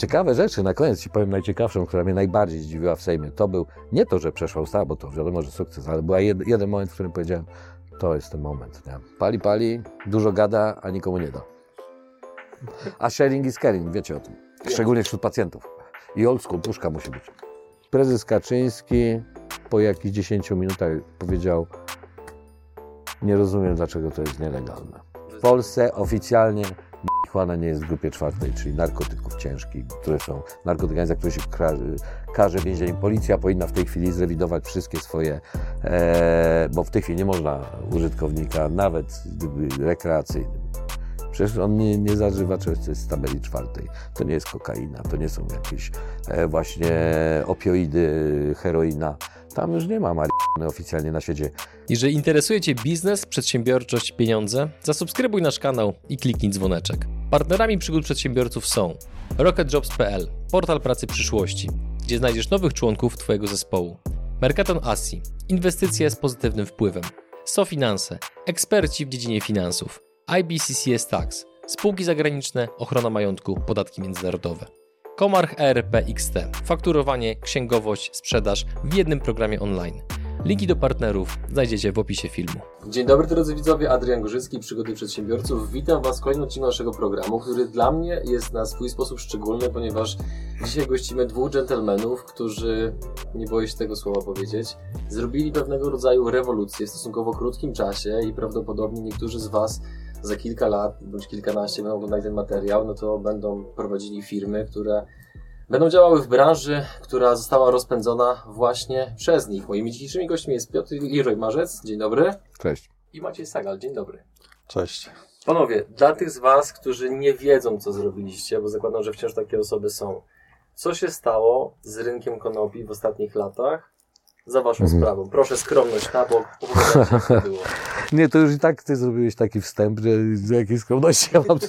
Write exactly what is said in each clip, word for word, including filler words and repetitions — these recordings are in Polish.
Ciekawe rzeczy, na koniec ci powiem najciekawszą, która mnie najbardziej zdziwiła w Sejmie. To był nie to, że przeszła ustawa, bo to wiadomo, że sukces, ale był jed, jeden moment, w którym powiedziałem, to jest ten moment. Nie? Pali, pali, dużo gada, a nikomu nie da. A sharing is caring, wiecie o tym. Szczególnie wśród pacjentów. I old school, puszka musi być. Prezes Kaczyński po jakichś dziesięciu minutach powiedział, nie rozumiem, dlaczego to jest nielegalne. W Polsce oficjalnie marihuana nie jest w grupie czwartej, czyli narkotyków ciężkich, które są narkotykami, za które się karze więzieniem. Policja powinna w tej chwili zrewidować wszystkie swoje, e, bo w tej chwili nie można użytkownika, nawet rekreacyjnym. Przecież on nie, nie zażywa czegoś, co jest z tabeli czwartej. To nie jest kokaina, to nie są jakieś e, właśnie opioidy, heroina. Tam już nie ma marihuany oficjalnie na świecie. Jeżeli interesuje Cię biznes, przedsiębiorczość, pieniądze, zasubskrybuj nasz kanał i kliknij dzwoneczek. Partnerami przygód przedsiębiorców są rocket jobs kropka p l, portal pracy przyszłości, gdzie znajdziesz nowych członków Twojego zespołu. Mercaton Assi, inwestycje z pozytywnym wpływem. SoFinanse, eksperci w dziedzinie finansów. I B C C S Tax, spółki zagraniczne, ochrona majątku, podatki międzynarodowe. Comarch E R P X T, fakturowanie, księgowość, sprzedaż w jednym programie online. Linki do partnerów znajdziecie w opisie filmu. Dzień dobry drodzy widzowie, Adrian Gorzycki, Przygody Przedsiębiorców. Witam Was w kolejnym odcinku naszego programu, który dla mnie jest na swój sposób szczególny, ponieważ dzisiaj gościmy dwóch dżentelmenów, którzy, nie boję się tego słowa powiedzieć, zrobili pewnego rodzaju rewolucję w stosunkowo krótkim czasie i prawdopodobnie niektórzy z Was za kilka lat, bądź kilkanaście będą oglądać ten materiał, no to będą prowadzili firmy, które będą działały w branży, która została rozpędzona właśnie przez nich. Moimi dzisiejszymi gośćmi jest Piotr Liroy-Marzec, dzień dobry. Cześć. I Maciej Sagal, dzień dobry. Cześć. Panowie, dla tych z Was, którzy nie wiedzą, co zrobiliście, bo zakładam, że wciąż takie osoby są, co się stało z rynkiem konopi w ostatnich latach? Za Waszą mhm. sprawą. Proszę skromność na bok, opowiadajcie, jak to było. Nie, to już i tak Ty zrobiłeś taki wstęp, że z jakiej skromności ja mam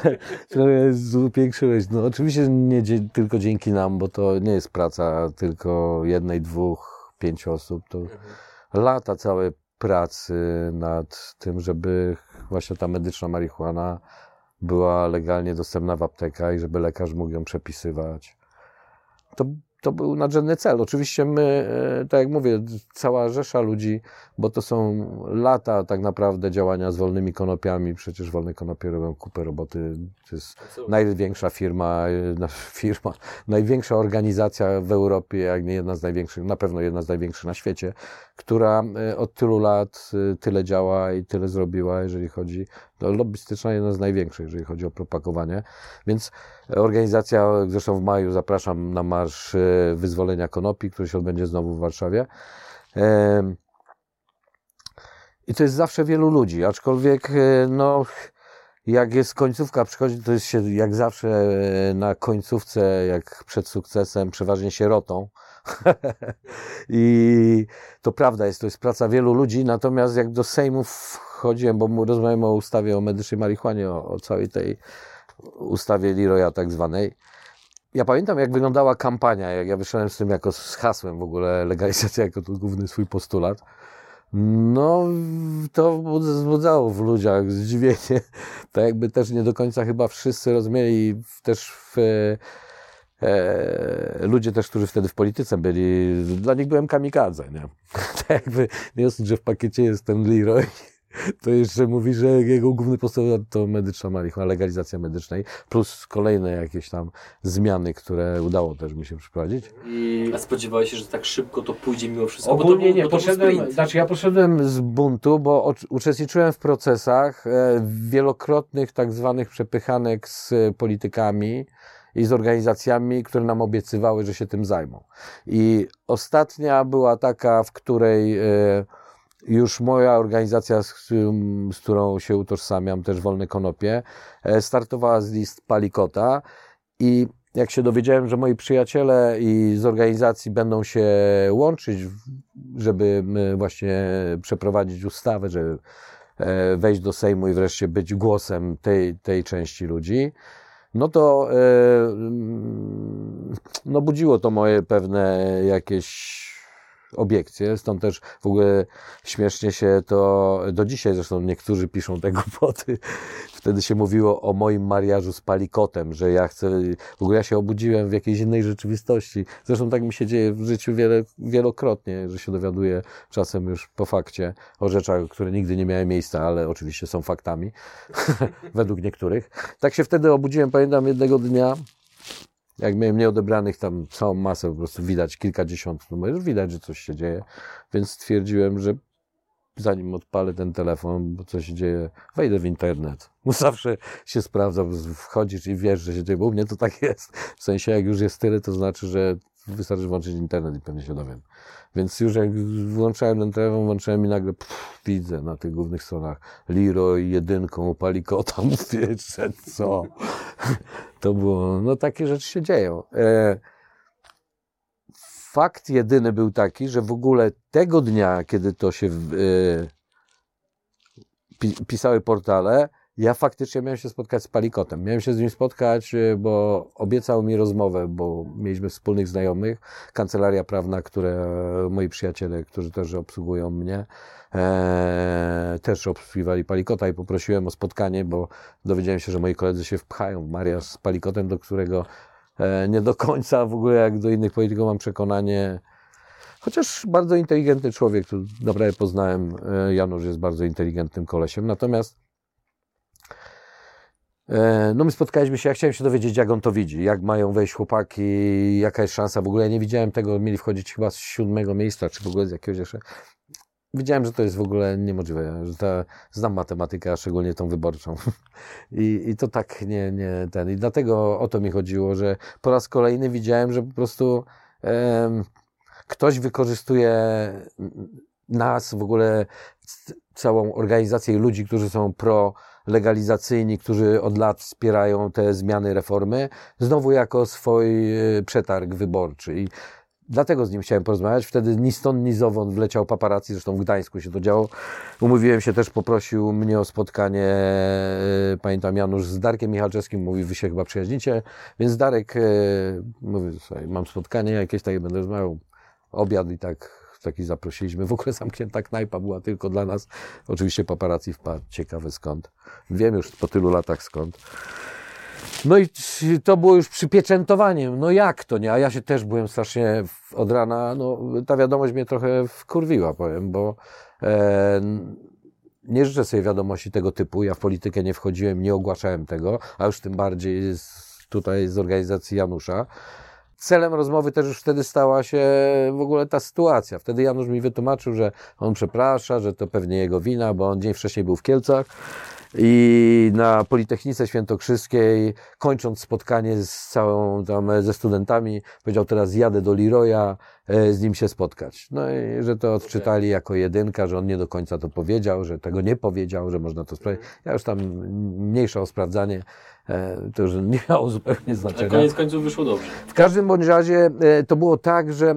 trochę upiększyłeś. No oczywiście nie dzie- tylko dzięki nam, bo to nie jest praca tylko jednej, dwóch, pięciu osób. To mhm. lata całej pracy nad tym, żeby właśnie ta medyczna marihuana była legalnie dostępna w aptekach i żeby lekarz mógł ją przepisywać. To To był nadrzędny cel. Oczywiście my, tak jak mówię, cała rzesza ludzi, bo to są lata tak naprawdę działania z wolnymi konopiami. Przecież wolne konopie robią kupę roboty. To jest największa firma, firma, największa organizacja w Europie, jak nie jedna z największych, na pewno jedna z największych na świecie, która od tylu lat tyle działa i tyle zrobiła, jeżeli chodzi, to lobbystyczna, jedna z największych, jeżeli chodzi o propagowanie. Więc organizacja, zresztą w maju zapraszam na Marsz Wyzwolenia Konopi, który się odbędzie znowu w Warszawie. I to jest zawsze wielu ludzi, aczkolwiek no, jak jest końcówka, przychodzi, to jest się jak zawsze na końcówce, jak przed sukcesem, przeważnie sierotą. I to prawda jest, to jest praca wielu ludzi, natomiast jak do Sejmu wchodziłem, bo rozmawiamy o ustawie o medycznej marihuanie, o, o całej tej ustawie Leroya tak zwanej. Ja pamiętam, jak wyglądała kampania, jak ja wyszedłem z tym jako z hasłem w ogóle legalizacja jako to główny swój postulat. No, to wzbudzało w ludziach zdziwienie. Tak jakby też nie do końca chyba wszyscy rozumieli, też w, e, ludzie też, którzy wtedy w polityce byli, dla nich byłem kamikadze, nie? Tak jakby, nie dosyć, że w pakiecie jest ten Leroy, to jeszcze mówi, że jego główny postulat to medyczna marihuana, legalizacja medycznej, plus kolejne jakieś tam zmiany, które udało też mi się przeprowadzić. I... A spodziewałeś się, że tak szybko to pójdzie mimo wszystko? Ogólnie bo to, nie, bo to poszedłem, znaczy ja poszedłem z buntu, bo uczestniczyłem w procesach e, wielokrotnych tak zwanych przepychanek z politykami i z organizacjami, które nam obiecywały, że się tym zajmą. I ostatnia była taka, w której e, już moja organizacja, z, z którą się utożsamiam, też Wolne Konopie, startowała z list Palikota i jak się dowiedziałem, że moi przyjaciele i z organizacji będą się łączyć, żeby właśnie przeprowadzić ustawę, żeby wejść do Sejmu i wreszcie być głosem tej, tej części ludzi, no to no budziło to moje pewne jakieś obiekcje, stąd też w ogóle śmiesznie się to, do dzisiaj zresztą niektórzy piszą te głupoty, wtedy się mówiło o moim mariażu z palikotem, że ja chcę, w ogóle ja się obudziłem w jakiejś innej rzeczywistości, zresztą tak mi się dzieje w życiu wiele, wielokrotnie, że się dowiaduję czasem już po fakcie o rzeczach, które nigdy nie miały miejsca, ale oczywiście są faktami, według niektórych. Tak się wtedy obudziłem, pamiętam jednego dnia, jak miałem nieodebranych tam całą masę, po prostu widać kilkadziesiąt numerów, widać, że coś się dzieje, więc stwierdziłem, że zanim odpalę ten telefon, bo co się dzieje, wejdę w internet. Bo zawsze się sprawdza, wchodzisz i wiesz, że się dzieje, bo u mnie to tak jest. W sensie, jak już jest tyle, to znaczy, że wystarczy włączyć internet i pewnie się dowiem. Więc już jak włączałem ten telefon, włączyłem i nagle pff, widzę na tych głównych stronach Leroy jedynką, palikota, mówię, że co? To było, no takie rzeczy się dzieją. E, fakt jedyny był taki, że w ogóle tego dnia, kiedy to się e, pi, pisały portale, ja faktycznie miałem się spotkać z palikotem. Miałem się z nim spotkać, bo obiecał mi rozmowę, bo mieliśmy wspólnych znajomych, kancelaria prawna, które moi przyjaciele, którzy też obsługują mnie, e, też obsługiwali palikota i poprosiłem o spotkanie, bo dowiedziałem się, że moi koledzy się wpchają w mariaż z palikotem, do którego e, nie do końca w ogóle jak do innych polityków mam przekonanie. Chociaż bardzo inteligentny człowiek, tu naprawdę poznałem, e, Janusz jest bardzo inteligentnym kolesiem, natomiast no my spotkaliśmy się, ja chciałem się dowiedzieć, jak on to widzi, jak mają wejść chłopaki, jaka jest szansa. W ogóle ja nie widziałem tego, mieli wchodzić chyba z siódmego miejsca, czy w ogóle z jakiegoś jeszcze. Widziałem, że to jest w ogóle niemożliwe, że ta, znam matematykę, a szczególnie tą wyborczą. I, I to tak nie, nie ten. I dlatego o to mi chodziło, że po raz kolejny widziałem, że po prostu em, ktoś wykorzystuje nas, w ogóle całą organizację ludzi, którzy są pro legalizacyjni, którzy od lat wspierają te zmiany, reformy, znowu jako swój przetarg wyborczy. I dlatego z nim chciałem porozmawiać. Wtedy ni stąd, ni zowąd wleciał paparazzi, zresztą w Gdańsku się to działo. Umówiłem się też, poprosił mnie o spotkanie, pamiętam, Janusz z Darkiem Michalczewskim, mówi, wy się chyba przyjaźnicie, więc Darek mówi, słuchaj, mam spotkanie jakieś, takie będę rozmawiał, obiad i tak taki zaprosiliśmy. W ogóle zamknięta knajpa była tylko dla nas. Oczywiście paparazzi wpadł. Ciekawe skąd. Wiem już po tylu latach skąd. No i to było już przypieczętowaniem. No jak to, nie? A ja się też byłem strasznie od rana, no ta wiadomość mnie trochę wkurwiła, powiem, bo e, nie życzę sobie wiadomości tego typu. Ja w politykę nie wchodziłem, nie ogłaszałem tego, a już tym bardziej z, tutaj z organizacji Janusza. Celem rozmowy też już wtedy stała się w ogóle ta sytuacja. Wtedy Janusz mi wytłumaczył, że on przeprasza, że to pewnie jego wina, bo on dzień wcześniej był w Kielcach i na Politechnice Świętokrzyskiej, kończąc spotkanie z całą tam, ze studentami, powiedział, teraz jadę do Leroya z nim się spotkać. No i że to odczytali jako jedynka, że on nie do końca to powiedział, że tego nie powiedział, że można to sprawdzić. Ja już tam mniejsza o sprawdzanie, to już nie miało zupełnie znaczenia. A koniec końców wyszło dobrze. W każdym bądź razie to było tak, że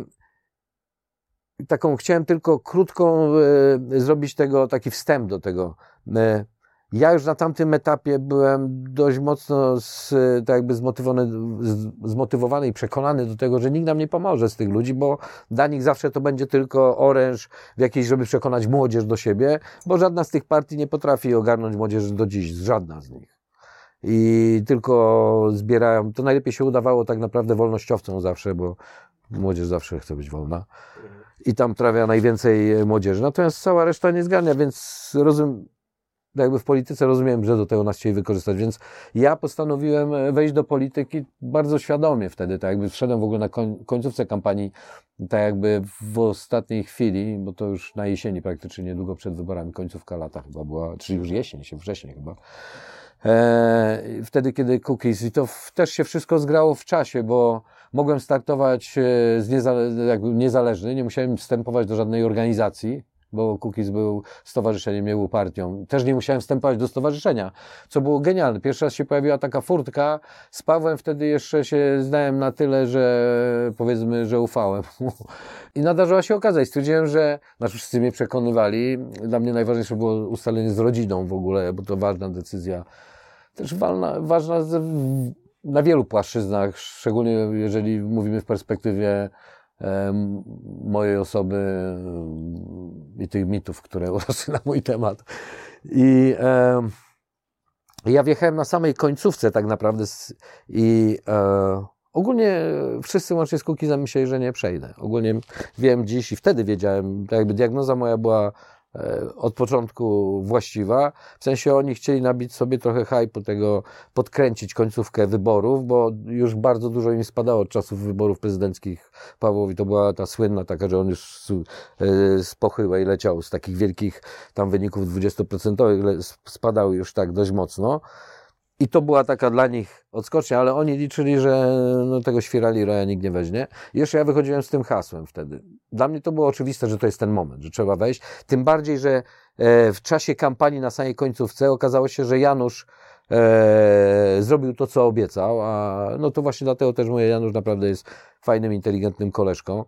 taką chciałem tylko krótką e, zrobić tego, taki wstęp do tego. E, ja już na tamtym etapie byłem dość mocno z, tak jakby zmotywowany, z, zmotywowany i przekonany do tego, że nikt nam nie pomoże z tych ludzi, bo dla nich zawsze to będzie tylko oręż w jakiejś, żeby przekonać młodzież do siebie, bo żadna z tych partii nie potrafi ogarnąć młodzieży do dziś, żadna z nich. I tylko zbierają, to najlepiej się udawało tak naprawdę wolnościowcom zawsze, bo młodzież zawsze chce być wolna i tam trafia najwięcej młodzieży, natomiast cała reszta nie zgarnia, więc rozumiem, jakby w polityce rozumiem, że do tego nas chcieli wykorzystać, więc ja postanowiłem wejść do polityki bardzo świadomie wtedy, tak jakby wszedłem w ogóle na koń, końcówce kampanii, tak jakby w ostatniej chwili, bo to już na jesieni praktycznie, niedługo przed wyborami, końcówka lata chyba była, czyli już jesień, się wrześniu chyba. Eee, wtedy, kiedy cookies, i to w, też się wszystko zgrało w czasie, bo mogłem startować z niezale, jakby niezależny, nie musiałem wstępować do żadnej organizacji, bo cookies był stowarzyszeniem, nie był partią. Też nie musiałem wstępować do stowarzyszenia, co było genialne. Pierwszy raz się pojawiła taka furtka, z Pawłem wtedy jeszcze się znałem na tyle, że powiedzmy, że ufałem. I nadarzyła się okazja i stwierdziłem, że, znaczy wszyscy mnie przekonywali, dla mnie najważniejsze było ustalenie z rodziną w ogóle, bo to ważna decyzja, też ważna, ważna na wielu płaszczyznach, szczególnie jeżeli mówimy w perspektywie e, mojej osoby e, i tych mitów, które urosły na mój temat. I e, ja wjechałem na samej końcówce tak naprawdę z, i e, ogólnie wszyscy łącznie z Kukizem myśleli, że nie przejdę. Ogólnie wiem dziś i wtedy wiedziałem, jakby diagnoza moja była od początku właściwa. W sensie oni chcieli nabić sobie trochę hype'u tego, podkręcić końcówkę wyborów, bo już bardzo dużo im spadało od czasów wyborów prezydenckich Pawłowi. To była ta słynna taka, że on już z, z pochyłej leciał z takich wielkich tam wyników dwudziestoprocentowych, spadał już tak dość mocno. I to była taka dla nich odskocznia, ale oni liczyli, że no, tego świerali-roja nikt nie weźmie. I jeszcze ja wychodziłem z tym hasłem wtedy. Dla mnie to było oczywiste, że to jest ten moment, że trzeba wejść. Tym bardziej, że e, w czasie kampanii na samej końcówce okazało się, że Janusz e, zrobił to, co obiecał, a no to właśnie dlatego też mówię, Janusz naprawdę jest fajnym, inteligentnym koleżką.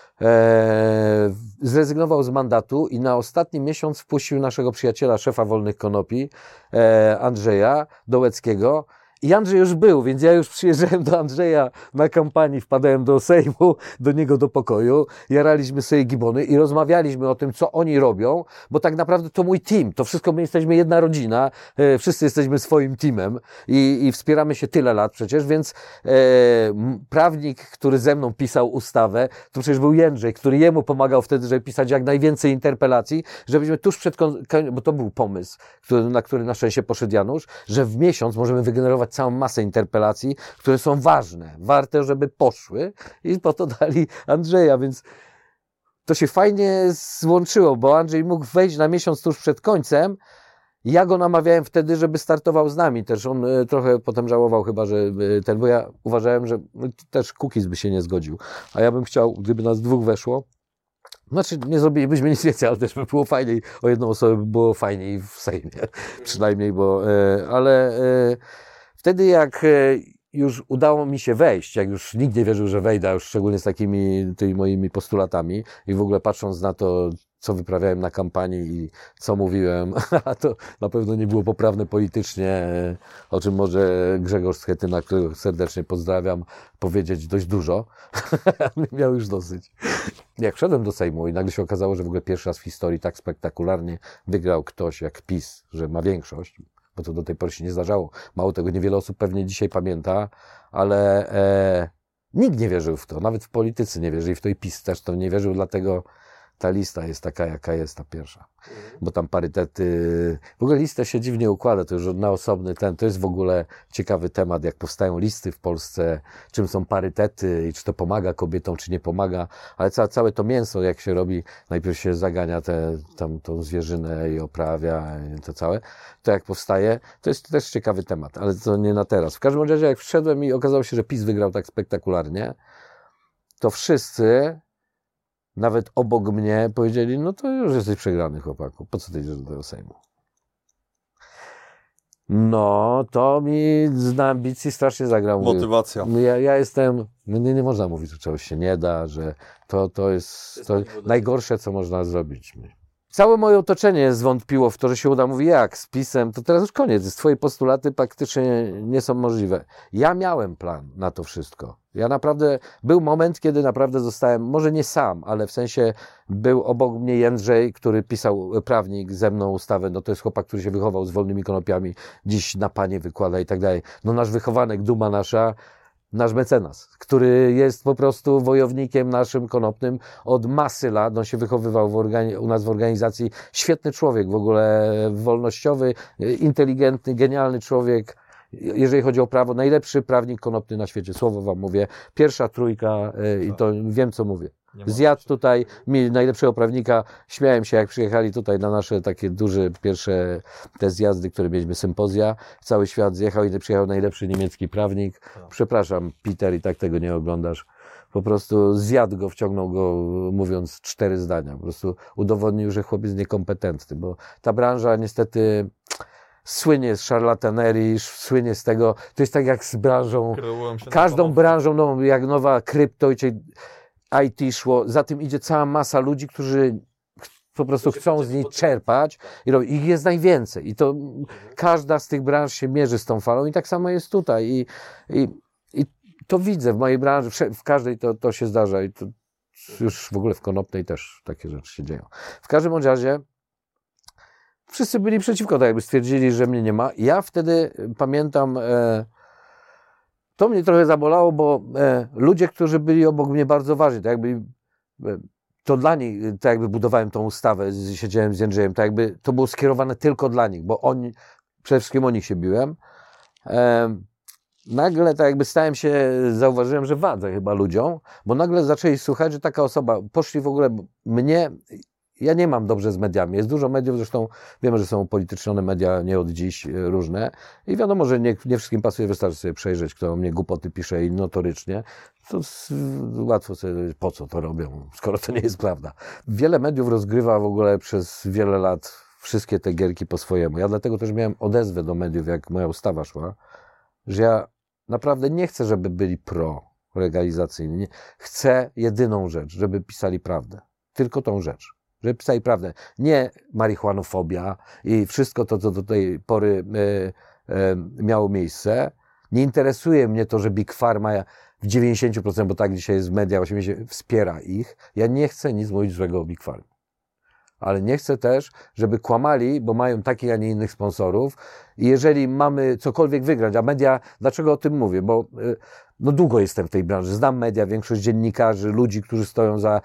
Eee, zrezygnował z mandatu i na ostatni miesiąc wpuścił naszego przyjaciela, szefa Wolnych Konopi, e, Andrzeja Dołeckiego. I Andrzej już był, więc ja już przyjeżdżałem do Andrzeja na kampanii, wpadałem do Sejmu, do niego do pokoju, jaraliśmy sobie gibony i rozmawialiśmy o tym, co oni robią, bo tak naprawdę to mój team, to wszystko my jesteśmy jedna rodzina, e, wszyscy jesteśmy swoim teamem i, i wspieramy się tyle lat przecież, więc e, prawnik, który ze mną pisał ustawę, to przecież był Jędrzej, który jemu pomagał wtedy, żeby pisać jak najwięcej interpelacji, żebyśmy tuż przed, bo to był pomysł, który, na który na szczęście poszedł Janusz, że w miesiąc możemy wygenerować całą masę interpelacji, które są ważne, warte, żeby poszły i po to dali Andrzeja, więc to się fajnie złączyło, bo Andrzej mógł wejść na miesiąc tuż przed końcem. Ja go namawiałem wtedy, żeby startował z nami. Też on y, trochę potem żałował chyba, że y, ten, bo ja uważałem, że y, też Kukiz by się nie zgodził, a ja bym chciał, gdyby nas dwóch weszło, znaczy, nie zrobilibyśmy nic więcej, ale też by było fajniej, o jedną osobę by było fajniej w Sejmie, przynajmniej, bo, y, ale y, wtedy jak już udało mi się wejść, jak już nikt nie wierzył, że wejdę, już szczególnie z takimi tymi moimi postulatami i w ogóle patrząc na to, co wyprawiałem na kampanii i co mówiłem, a to na pewno nie było poprawne politycznie, o czym może Grzegorz Schetyna, którego serdecznie pozdrawiam, powiedzieć dość dużo. Miał już dosyć. Jak wszedłem do Sejmu i nagle się okazało, że w ogóle pierwszy raz w historii tak spektakularnie wygrał ktoś jak PiS, że ma większość, bo to do tej pory się nie zdarzało. Mało tego, niewiele osób pewnie dzisiaj pamięta, ale e, nikt nie wierzył w to, nawet w politycy nie wierzyli w to i PiS też to nie wierzył, dlatego ta lista jest taka, jaka jest ta pierwsza. Bo tam parytety, w ogóle lista się dziwnie układa, to już na osobny ten, to jest w ogóle ciekawy temat, jak powstają listy w Polsce, czym są parytety i czy to pomaga kobietom, czy nie pomaga, ale ca, całe to mięso, jak się robi, najpierw się zagania tę tam tą zwierzynę i oprawia, i to całe, to jak powstaje, to jest też ciekawy temat, ale to nie na teraz. W każdym razie, jak wszedłem i okazało się, że PiS wygrał tak spektakularnie, to wszyscy nawet obok mnie powiedzieli, no to już jesteś przegrany, chłopaku. Po co ty idziesz do tego Sejmu? No, to mi z ambicji strasznie zagrał. Motywacja. Ja, ja jestem, nie, nie można mówić, że czegoś się nie da, że to, to jest to najgorsze, co można zrobić. Całe moje otoczenie zwątpiło w to, że się uda. Mówi, jak z PiS-em, to teraz już koniec. Twoje postulaty praktycznie nie są możliwe. Ja miałem plan na to wszystko. Ja naprawdę, był moment, kiedy naprawdę zostałem, może nie sam, ale w sensie był obok mnie Jędrzej, który pisał, prawnik, ze mną ustawę, no to jest chłopak, który się wychował z Wolnymi Konopiami, dziś na panie wykłada i tak dalej. No nasz wychowanek, duma nasza, nasz mecenas, który jest po prostu wojownikiem naszym konopnym od masy lat. On się wychowywał w organi- u nas w organizacji. Świetny człowiek w ogóle, wolnościowy, inteligentny, genialny człowiek. Jeżeli chodzi o prawo, najlepszy prawnik konopny na świecie. Słowo wam mówię. Pierwsza trójka yy, i to wiem, co mówię. Zjadł tutaj mi najlepszego prawnika. Śmiałem się, jak przyjechali tutaj na nasze takie duże pierwsze te zjazdy, które mieliśmy, sympozja. Cały świat zjechał i przyjechał najlepszy niemiecki prawnik. Przepraszam, Peter, i tak tego nie oglądasz. Po prostu zjadł go, wciągnął go, mówiąc cztery zdania. Po prostu udowodnił, że chłopiec niekompetentny, bo ta branża niestety słynie z szarlatanerii, słynie z tego. To jest tak jak z branżą, każdą branżą, no, jak nowa krypto i I T szło, za tym idzie cała masa ludzi, którzy po prostu chcą z niej czerpać i robią. Ich jest najwięcej i to każda z tych branż się mierzy z tą falą i tak samo jest tutaj i, i, i to widzę w mojej branży, w każdej to, to się zdarza i to już w ogóle w Konopnej też takie rzeczy się dzieją. W każdym razie wszyscy byli przeciwko, tak jakby stwierdzili, że mnie nie ma. Ja wtedy pamiętam, e, to mnie trochę zabolało, bo e, ludzie, którzy byli obok mnie bardzo ważni, tak jakby e, to dla nich, tak jakby budowałem tą ustawę, siedziałem z Jędrzejem, tak jakby to było skierowane tylko dla nich, bo oni, przede wszystkim o nich się biłem. E, nagle tak jakby stałem się, zauważyłem, że wadzę chyba ludziom, bo nagle zaczęli słuchać, że taka osoba, poszli w ogóle mnie, ja nie mam dobrze z mediami, jest dużo mediów, zresztą wiemy, że są upolitycznione media nie od dziś, różne i wiadomo, że nie, nie wszystkim pasuje, wystarczy sobie przejrzeć, kto o mnie głupoty pisze i notorycznie, to łatwo sobie, po co to robią, skoro to nie jest prawda. Wiele mediów rozgrywa w ogóle przez wiele lat wszystkie te gierki po swojemu. Ja dlatego też miałem odezwę do mediów, jak moja ustawa szła, że ja naprawdę nie chcę, żeby byli pro-legalizacyjni. Chcę jedyną rzecz, żeby pisali prawdę. Tylko tą rzecz. Żeby pisali prawdę. Nie marihuanofobia i wszystko to, co do tej pory e, e, miało miejsce. Nie interesuje mnie to, że Big Pharma w dziewięćdziesiąt procent, bo tak dzisiaj jest w mediach, osiemdziesiąt procent wspiera ich. Ja nie chcę nic mówić złego o Big Pharma. Ale nie chcę też, żeby kłamali, bo mają takich, a nie innych sponsorów. I jeżeli mamy cokolwiek wygrać, a media, dlaczego o tym mówię? Bo no długo jestem w tej branży, znam media, większość dziennikarzy, ludzi, którzy stoją za,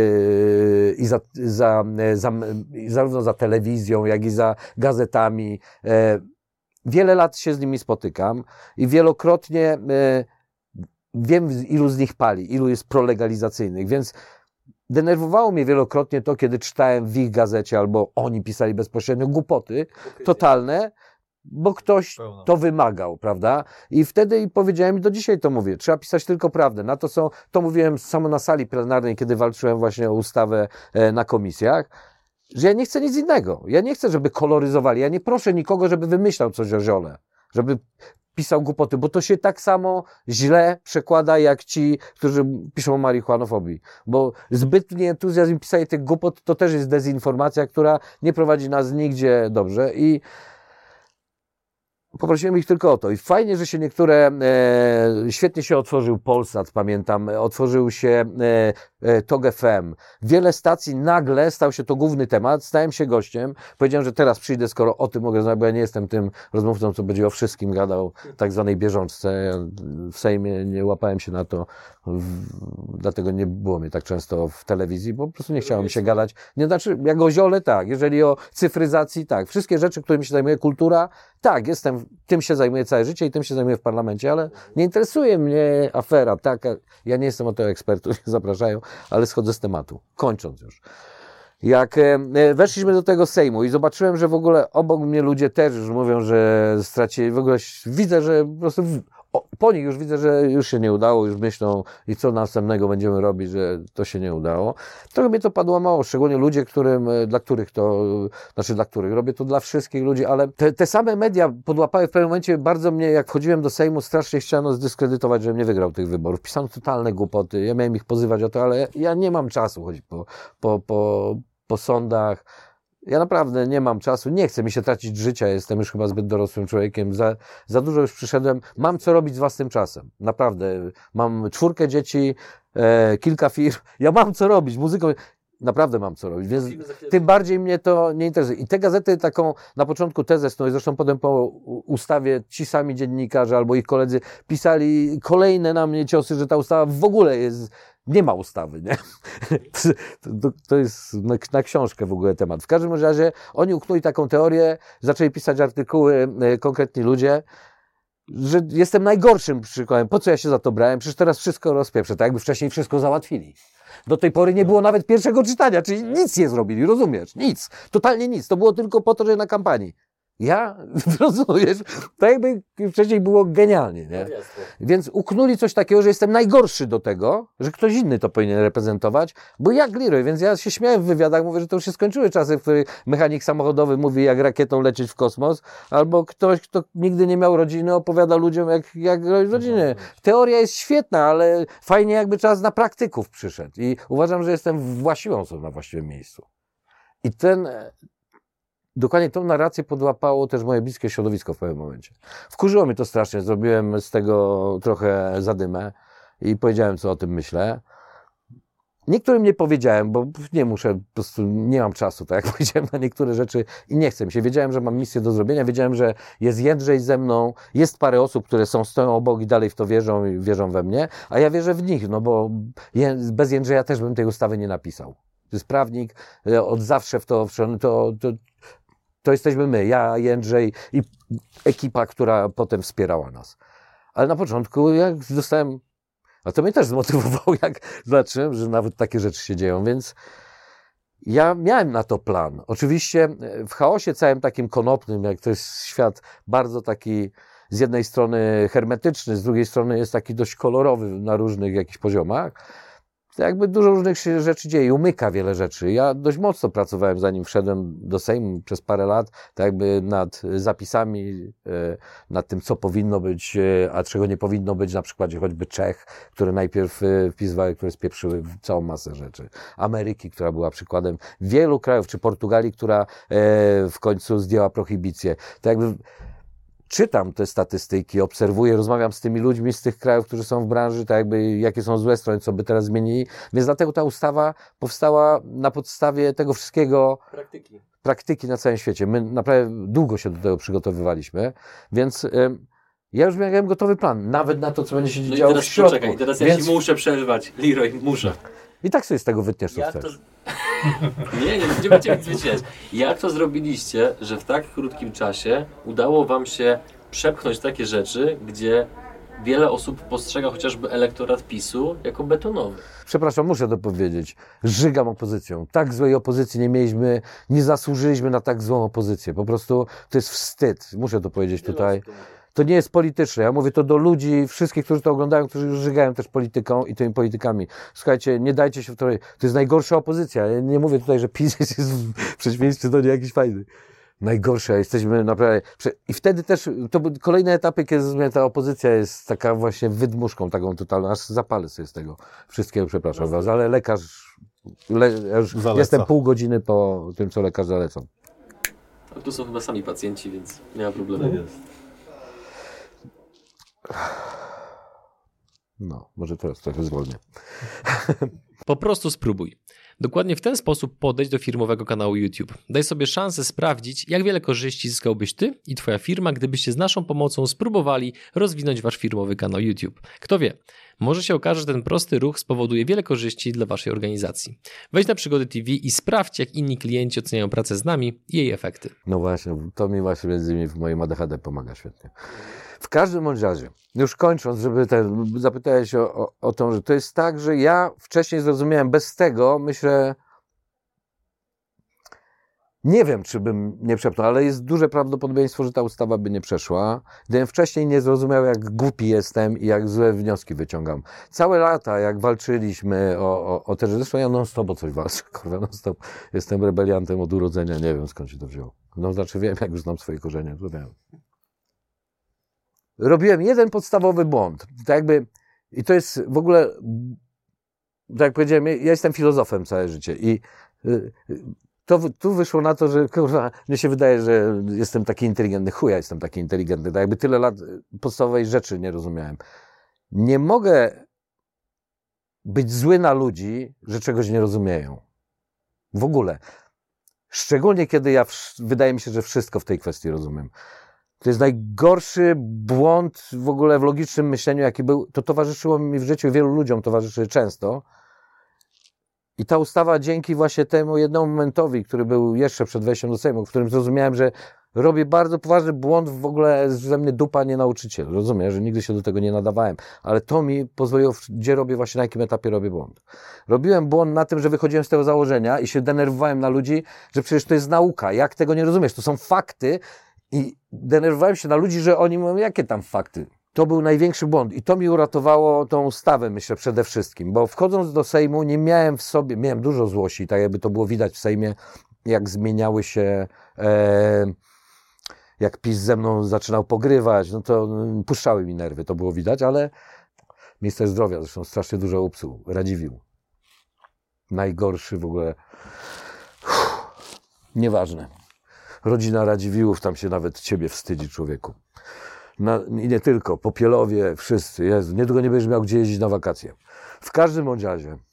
yy, i za, za, za, zarówno za telewizją, jak i za gazetami. Yy, wiele lat się z nimi spotykam i wielokrotnie yy, wiem, ilu z nich pali, ilu jest prolegalizacyjnych, więc denerwowało mnie wielokrotnie to, kiedy czytałem w ich gazecie, albo oni pisali bezpośrednio głupoty totalne, bo ktoś Pełno. to wymagał, prawda? I wtedy powiedziałem, i do dzisiaj to mówię, trzeba pisać tylko prawdę. Na to są, to mówiłem samo na sali plenarnej, kiedy walczyłem właśnie o ustawę na komisjach, że ja nie chcę nic innego. Ja nie chcę, żeby koloryzowali. Ja nie proszę nikogo, żeby wymyślał coś o ziole, żeby pisał głupoty, bo to się tak samo źle przekłada jak ci, którzy piszą o marihuanofobii. Bo zbytni entuzjazm pisania tych głupot to też jest dezinformacja, która nie prowadzi nas nigdzie dobrze i poprosiłem ich tylko o to. I fajnie, że się niektóre, e, świetnie się otworzył Polsat, pamiętam, otworzył się e, e, T O G F M. Wiele stacji nagle stał się to główny temat, stałem się gościem, powiedziałem, że teraz przyjdę, skoro o tym mogę rozmawiać, bo ja nie jestem tym rozmówcą, co będzie o wszystkim gadał, tak zwanej bieżączce. Ja w Sejmie nie łapałem się na to, w, dlatego nie było mnie tak często w telewizji, bo po prostu nie chciało mi się gadać. Nie znaczy, jak o ziole, tak, jeżeli o cyfryzacji, tak, wszystkie rzeczy, którymi się zajmuje kultura, tak, jestem, tym się zajmuję całe życie i tym się zajmuję w parlamencie, ale nie interesuje mnie afera, tak, ja nie jestem o to ekspertu, nie zapraszają, ale schodzę z tematu. Kończąc już. Jak e, weszliśmy do tego Sejmu i zobaczyłem, że w ogóle obok mnie ludzie też już mówią, że stracili, w ogóle widzę, że po prostu w, o, po nich już widzę, że już się nie udało, już myślą i co następnego będziemy robić, że to się nie udało. Trochę mnie to padło mało, szczególnie ludzie, którym, dla których to, znaczy dla których, robię to dla wszystkich ludzi, ale te, te same media podłapały w pewnym momencie bardzo mnie, jak wchodziłem do Sejmu, strasznie chciano zdyskredytować, żebym nie wygrał tych wyborów. Pisano totalne głupoty, ja miałem ich pozywać o to, ale ja nie mam czasu chodzić po, po, po, po sądach. Ja naprawdę nie mam czasu, nie chcę mi się tracić życia, jestem już chyba zbyt dorosłym człowiekiem, za, za dużo już przyszedłem, mam co robić z własnym czasem, naprawdę, mam czwórkę dzieci, e, kilka firm, ja mam co robić, muzyką, naprawdę mam co robić, więc tym bardziej mnie to nie interesuje. I te gazety taką, na początku tezę, no i zresztą potem po ustawie ci sami dziennikarze albo ich koledzy pisali kolejne na mnie ciosy, że ta ustawa w ogóle jest, nie ma ustawy, nie? To, to jest na, na książkę w ogóle temat. W każdym razie oni uknuli taką teorię, zaczęli pisać artykuły konkretni ludzie, że jestem najgorszym przykładem. Po co ja się za to brałem? Przecież teraz wszystko rozpieprzę, tak jakby wcześniej wszystko załatwili. Do tej pory nie było nawet pierwszego czytania, czyli nic nie zrobili, rozumiesz? Nic. Totalnie nic. To było tylko po to, że na kampanii. Ja, rozumiesz, tak jakby wcześniej było genialnie, nie? Więc uknuli coś takiego, że jestem najgorszy do tego, że ktoś inny to powinien reprezentować, bo ja gliruję, więc ja się śmiałem w wywiadach, mówię, że to już się skończyły czasy, w których mechanik samochodowy mówi, jak rakietą lecieć w kosmos, albo ktoś, kto nigdy nie miał rodziny, opowiada ludziom, jak, jak robić rodzinę. Teoria jest świetna, ale fajnie jakby czas na praktyków przyszedł i uważam, że jestem właściwą osobą na właściwym miejscu. I ten... Dokładnie tą narrację podłapało też moje bliskie środowisko w pewnym momencie. Wkurzyło mnie to strasznie, zrobiłem z tego trochę zadymę i powiedziałem, co o tym myślę. Niektórym nie powiedziałem, bo nie muszę, po prostu nie mam czasu, tak jak powiedziałem, na niektóre rzeczy i nie chcę mi się. Wiedziałem, że mam misję do zrobienia, wiedziałem, że jest Jędrzej ze mną, jest parę osób, które są, stoją obok i dalej w to wierzą i wierzą we mnie, a ja wierzę w nich, no bo bez Jędrzeja też bym tej ustawy nie napisał. To jest prawnik, od zawsze w to, to, to, to jesteśmy my, ja, Jędrzej i ekipa, która potem wspierała nas. Ale na początku, jak dostałem, a to mnie też zmotywowało, jak zobaczyłem, że nawet takie rzeczy się dzieją, więc ja miałem na to plan. Oczywiście w chaosie całym takim konopnym, jak to jest świat bardzo taki z jednej strony hermetyczny, z drugiej strony jest taki dość kolorowy na różnych jakichś poziomach, to jakby dużo różnych się rzeczy dzieje i umyka wiele rzeczy. Ja dość mocno pracowałem, zanim wszedłem do Sejmu przez parę lat, tak jakby nad zapisami, nad tym, co powinno być, a czego nie powinno być, na przykładzie choćby Czech, które najpierw wpisywały, które spieprzyły całą masę rzeczy. Ameryki, która była przykładem wielu krajów, czy Portugalii, która w końcu zdjęła prohibicję. Tak jakby czytam te statystyki, obserwuję, rozmawiam z tymi ludźmi z tych krajów, którzy są w branży, tak jakby jakie są złe strony, co by teraz zmienili. Więc dlatego ta ustawa powstała na podstawie tego wszystkiego, praktyki, praktyki na całym świecie. My naprawdę długo się do tego przygotowywaliśmy, więc ym, ja już miałem gotowy plan, nawet na to, co będzie się no działo i teraz w środku. Poczekaj, teraz ja więc... ci muszę przerwać. Leroy, muszę. I tak sobie z tego wytniesz, co Jak chcesz. to... Nie, nie, nie będziemy nic wycinać. Jak to zrobiliście, że w tak krótkim czasie udało wam się przepchnąć takie rzeczy, gdzie wiele osób postrzega chociażby elektorat PiSu jako betonowy? Przepraszam, muszę to powiedzieć. Żygam opozycją. Tak złej opozycji nie mieliśmy, nie zasłużyliśmy na tak złą opozycję. Po prostu to jest wstyd. Muszę to powiedzieć tutaj. To nie jest polityczne. Ja mówię to do ludzi, wszystkich, którzy to oglądają, którzy już żygają też polityką i tymi politykami. Słuchajcie, nie dajcie się w to... To jest najgorsza opozycja. Ja nie mówię tutaj, że PiS jest w przeciwieństwie do niej jakiś fajny. Najgorsza. Jesteśmy naprawdę... I wtedy też, to były kolejne etapy, kiedy ta opozycja jest taka właśnie wydmuszką taką totalną. Aż zapalę sobie z tego wszystkiego, przepraszam was, ale lekarz... Le, ja już jestem pół godziny po tym, co lekarz zalecą. A tu są chyba sami pacjenci, więc nie ma problemu. Tak jest. No, może teraz trochę zwolnię. Po prostu spróbuj. Dokładnie w ten sposób podejdź do firmowego kanału YouTube. Daj sobie szansę sprawdzić, jak wiele korzyści zyskałbyś ty i twoja firma, gdybyście z naszą pomocą spróbowali rozwinąć wasz firmowy kanał YouTube. Kto wie, może się okaże, że ten prosty ruch spowoduje wiele korzyści dla waszej organizacji. Wejdź na Przygody T V i sprawdź, jak inni klienci oceniają pracę z nami i jej efekty. No właśnie, to mi właśnie między innymi w moim A D H D pomaga świetnie. W każdym bądź razie, już kończąc, żeby ten, zapytałeś o, o, o to, że to jest tak, że ja wcześniej zrozumiałem, bez tego, myślę, nie wiem, czy bym nie przepnął, ale jest duże prawdopodobieństwo, że ta ustawa by nie przeszła. Gdybym wcześniej nie zrozumiał, jak głupi jestem i jak złe wnioski wyciągam. Całe lata, jak walczyliśmy o, o, o te rzeczy, zresztą ja non-stop o coś walczę, kurwa, non-stop jestem rebeliantem od urodzenia, nie wiem, skąd się to wzięło. No, znaczy wiem, jak już znam swoje korzenie, to wiem. Robiłem jeden podstawowy błąd. Tak jakby, i to jest w ogóle, tak jak powiedziałem, ja jestem filozofem całe życie i to tu wyszło na to, że kurwa, mnie się wydaje, że jestem taki inteligentny. Chuja jestem taki inteligentny. Tak jakby tyle lat podstawowej rzeczy nie rozumiałem. Nie mogę być zły na ludzi, że czegoś nie rozumieją. W ogóle. Szczególnie kiedy ja, wydaje mi się, że wszystko w tej kwestii rozumiem. To jest najgorszy błąd w ogóle w logicznym myśleniu, jaki był. To towarzyszyło mi w życiu, wielu ludziom towarzyszy często. I ta ustawa dzięki właśnie temu jednemu momentowi, który był jeszcze przed wejściem do Sejmu, w którym zrozumiałem, że robię bardzo poważny błąd, w ogóle ze mnie dupa, nie nauczyciel. Rozumiem, że nigdy się do tego nie nadawałem. Ale to mi pozwoliło, gdzie robię właśnie, na jakim etapie robię błąd. Robiłem błąd na tym, że wychodziłem z tego założenia i się denerwowałem na ludzi, że przecież to jest nauka. Jak tego nie rozumiesz? To są fakty. I denerwowałem się na ludzi, że oni mówią, jakie tam fakty. To był największy błąd i to mi uratowało tą ustawę, myślę, przede wszystkim, bo wchodząc do Sejmu nie miałem w sobie, miałem dużo złości, tak jakby to było widać w Sejmie, jak zmieniały się, e, jak PiS ze mną zaczynał pogrywać, no to puszczały mi nerwy, to było widać, ale minister zdrowia zresztą strasznie dużo upsuł, Radziwiłł. Najgorszy w ogóle, uff, nieważne. Rodzina Radziwiłłów, tam się nawet ciebie wstydzi, człowieku. Na, I nie tylko, Popielowie, wszyscy. Jezu, niedługo nie będziesz miał gdzie jeździć na wakacje. W każdym bądź razie,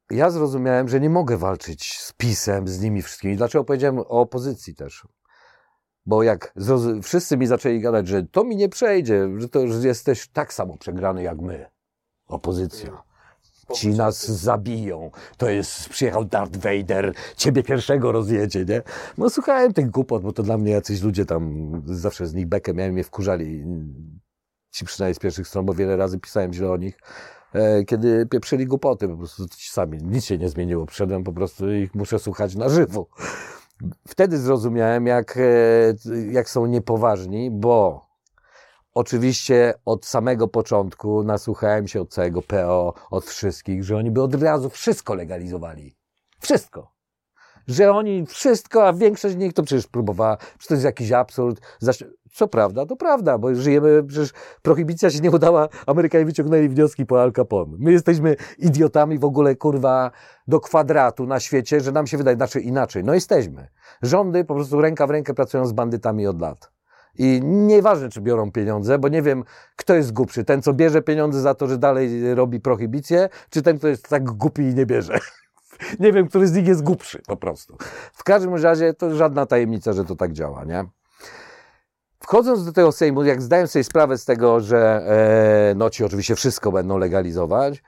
ja zrozumiałem, że nie mogę walczyć z PiS-em, z nimi wszystkimi. Dlaczego powiedziałem o opozycji też? Bo jak zrozum- wszyscy mi zaczęli gadać, że to mi nie przejdzie, że to już jesteś tak samo przegrany jak my. Opozycja. Ci nas zabiją. To jest, przyjechał Darth Vader, ciebie pierwszego rozjedzie, nie? No słuchałem tych głupot, bo to dla mnie jacyś ludzie tam, zawsze z nich bekę miałem, mnie wkurzali. Ci przynajmniej z pierwszych stron, bo wiele razy pisałem źle o nich. Kiedy pieprzyli głupoty, po prostu ci sami, nic się nie zmieniło. Przyszedłem po prostu ich muszę słuchać na żywo. Wtedy zrozumiałem, jak, jak są niepoważni, bo oczywiście od samego początku nasłuchałem się od całego P O, od wszystkich, że oni by od razu wszystko legalizowali. Wszystko. Że oni wszystko, a większość z nich to przecież próbowała, przecież to jest jakiś absurd. Co prawda, to prawda, bo żyjemy, przecież prohibicja się nie udała, Amerykanie wyciągnęli wnioski po Al Capone. My jesteśmy idiotami w ogóle, kurwa, do kwadratu na świecie, że nam się wydaje, znaczy inaczej. No jesteśmy. Rządy po prostu ręka w rękę pracują z bandytami od lat. I nieważne, czy biorą pieniądze, bo nie wiem, kto jest głupszy. Ten, co bierze pieniądze za to, że dalej robi prohibicję, czy ten, kto jest tak głupi i nie bierze. Nie wiem, który z nich jest głupszy po prostu. W każdym razie to żadna tajemnica, że to tak działa, nie? Wchodząc do tego Sejmu, jak zdałem sobie sprawę z tego, że e, no ci oczywiście wszystko będą legalizować,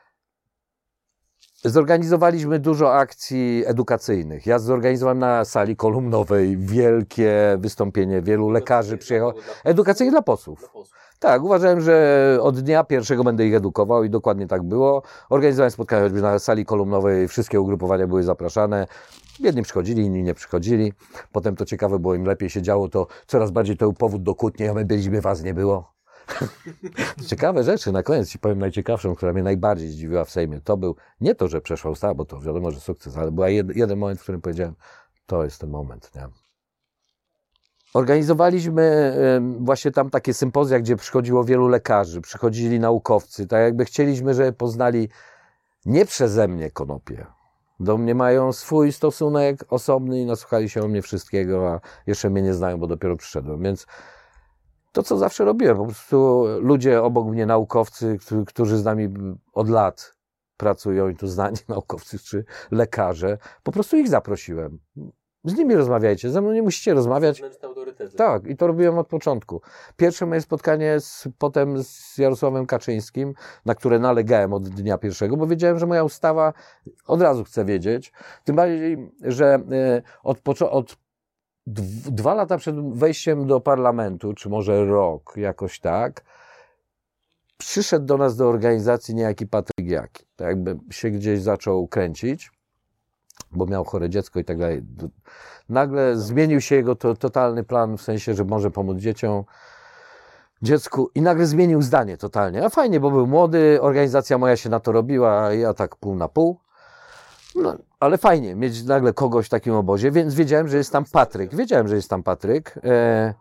zorganizowaliśmy dużo akcji edukacyjnych. Ja zorganizowałem na sali kolumnowej wielkie wystąpienie, wielu lekarzy przyjechało. Edukacyjnie dla posłów. Tak, uważałem, że od dnia pierwszego będę ich edukował i dokładnie tak było. Organizowałem spotkania choćby na sali kolumnowej, wszystkie ugrupowania były zapraszane. Jedni przychodzili, inni nie przychodzili. Potem to ciekawe było, im lepiej się działo, to coraz bardziej to był powód do kłótni, a my byliśmy, was nie było. Ciekawe rzeczy, na koniec ci powiem najciekawszą, która mnie najbardziej zdziwiła w Sejmie. To był nie to, że przeszła ustawa, bo to wiadomo, że sukces, ale był jed, jeden moment, w którym powiedziałem, to jest ten moment, nie? Organizowaliśmy właśnie tam takie sympozja, gdzie przychodziło wielu lekarzy, przychodzili naukowcy, tak jakby chcieliśmy, żeby poznali nie przeze mnie konopie. Do mnie mają swój stosunek osobny i nasłuchali się o mnie wszystkiego, a jeszcze mnie nie znają, bo dopiero przyszedłem. Więc to, co zawsze robiłem, po prostu ludzie obok mnie, naukowcy, którzy z nami od lat pracują i tu znani naukowcy czy lekarze, po prostu ich zaprosiłem. Z nimi rozmawiajcie, ze mną nie musicie rozmawiać. Tak, i to robiłem od początku. Pierwsze moje spotkanie z, potem z Jarosławem Kaczyńskim, na które nalegałem od dnia pierwszego, bo wiedziałem, że moja ustawa, od razu chcę wiedzieć, tym bardziej, że od, od dwa lata przed wejściem do parlamentu, czy może rok, jakoś tak, przyszedł do nas do organizacji niejaki Patryk Jaki. Tak jakby się gdzieś zaczął kręcić, bo miał chore dziecko i tak dalej. Nagle zmienił się jego to, totalny plan, w sensie, że może pomóc dzieciom, dziecku i nagle zmienił zdanie totalnie. A fajnie, bo był młody, organizacja moja się na to robiła, a ja tak pół na pół. No, ale fajnie mieć nagle kogoś w takim obozie, więc wiedziałem, że jest tam Patryk. Wiedziałem, że jest tam Patryk. E...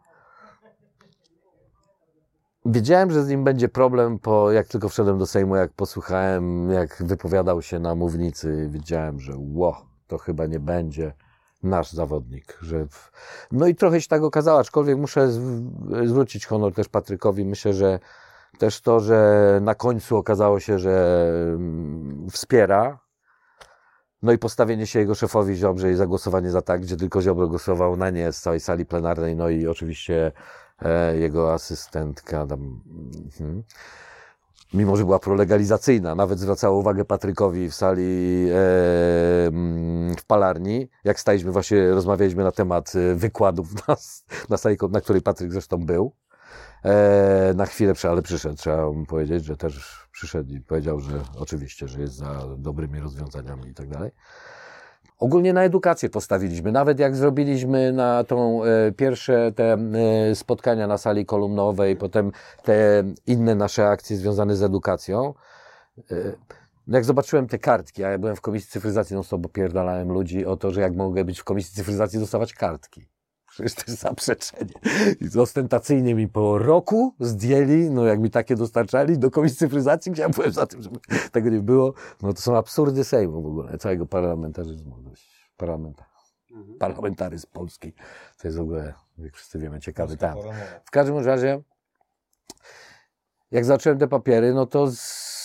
Wiedziałem, że z nim będzie problem, po, jak tylko wszedłem do Sejmu, jak posłuchałem, jak wypowiadał się na mównicy, wiedziałem, że ło, to chyba nie będzie nasz zawodnik. Że w... No i trochę się tak okazało, aczkolwiek muszę zwrócić honor też Patrykowi. Myślę, że też to, że na końcu okazało się, że wspiera. No i postawienie się jego szefowi Ziobrze i zagłosowanie za tak, gdzie tylko Ziobro głosował na nie z całej sali plenarnej, no i oczywiście e, jego asystentka tam, hmm, mimo że była prolegalizacyjna, nawet zwracała uwagę Patrykowi w sali e, w palarni, jak staliśmy właśnie, rozmawialiśmy na temat wykładów na, na sali, na której Patryk zresztą był. E, na chwilę, ale przyszedł, trzeba mu powiedzieć, że też przyszedł i powiedział, że oczywiście, że jest za dobrymi rozwiązaniami i tak dalej. Ogólnie na edukację postawiliśmy, nawet jak zrobiliśmy na tą e, pierwsze te e, spotkania na sali kolumnowej, potem te inne nasze akcje związane z edukacją, e, jak zobaczyłem te kartki, a ja byłem w Komisji Cyfryzacji, no sobie opierdalałem ludzi o to, że jak mogę być w Komisji Cyfryzacji dostawać kartki. Przecież to jest zaprzeczenie. I ostentacyjnie mi po roku zdjęli, no jak mi takie dostarczali do Komisji Cyfryzacji, gdzie ja byłem za tym, żeby tego nie było. No to są absurdy Sejmu w ogóle, całego parlamentaryzmu. Parlamenta, mhm. Parlamentaryzm polski. To jest w ogóle, jak wszyscy wiemy, ciekawy temat. W każdym razie, jak zacząłem te papiery, no to z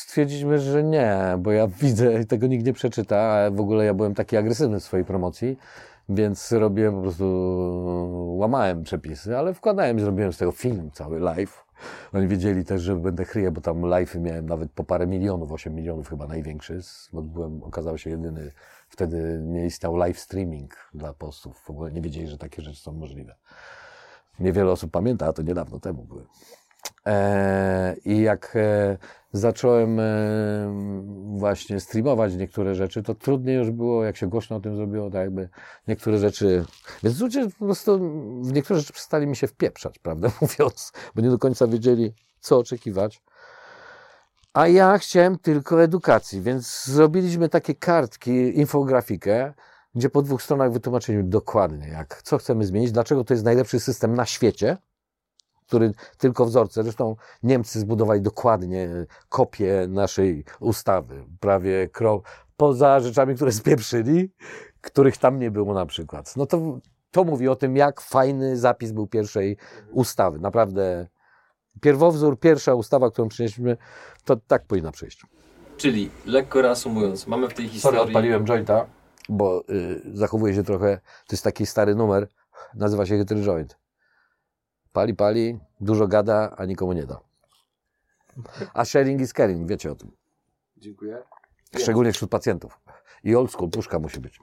stwierdziliśmy, że nie, bo ja widzę, tego nikt nie przeczyta, a w ogóle ja byłem taki agresywny w swojej promocji, więc robiłem po prostu, łamałem przepisy, ale wkładałem, zrobiłem z tego film cały live. Oni wiedzieli też, że będę chryję, bo tam live'y miałem nawet po parę milionów, osiem milionów chyba największy, bo byłem, okazał się jedyny, wtedy nie istniał live streaming dla postów, w ogóle nie wiedzieli, że takie rzeczy są możliwe. Niewiele osób pamięta, a to niedawno temu były. Eee, I jak e, zacząłem e, właśnie streamować niektóre rzeczy, to trudniej już było, jak się głośno o tym zrobiło, tak jakby niektóre rzeczy... Więc ludzie po prostu w niektóre rzeczy przestali mi się wpieprzać, prawdę mówiąc, bo nie do końca wiedzieli, co oczekiwać. A ja chciałem tylko edukacji, więc zrobiliśmy takie kartki, infografikę, gdzie po dwóch stronach wytłumaczyli dokładnie, jak, co chcemy zmienić, dlaczego to jest najlepszy system na świecie, który tylko wzorce, zresztą Niemcy zbudowali dokładnie kopię naszej ustawy, prawie krok, poza rzeczami, które spieprzyli, których tam nie było na przykład. No to, to mówi o tym, jak fajny zapis był pierwszej ustawy. Naprawdę pierwowzór, pierwsza ustawa, którą przynieśliśmy, to tak powinna przyjść. Czyli, lekko reasumując, mamy w tej historii... Sorry, odpaliłem jointa, bo y, zachowuje się trochę, to jest taki stary numer, nazywa się chytry joint. Pali, pali, dużo gada, a nikomu nie da. A sharing is caring, wiecie o tym. Dziękuję. Szczególnie wśród pacjentów. I old school, puszka musi być.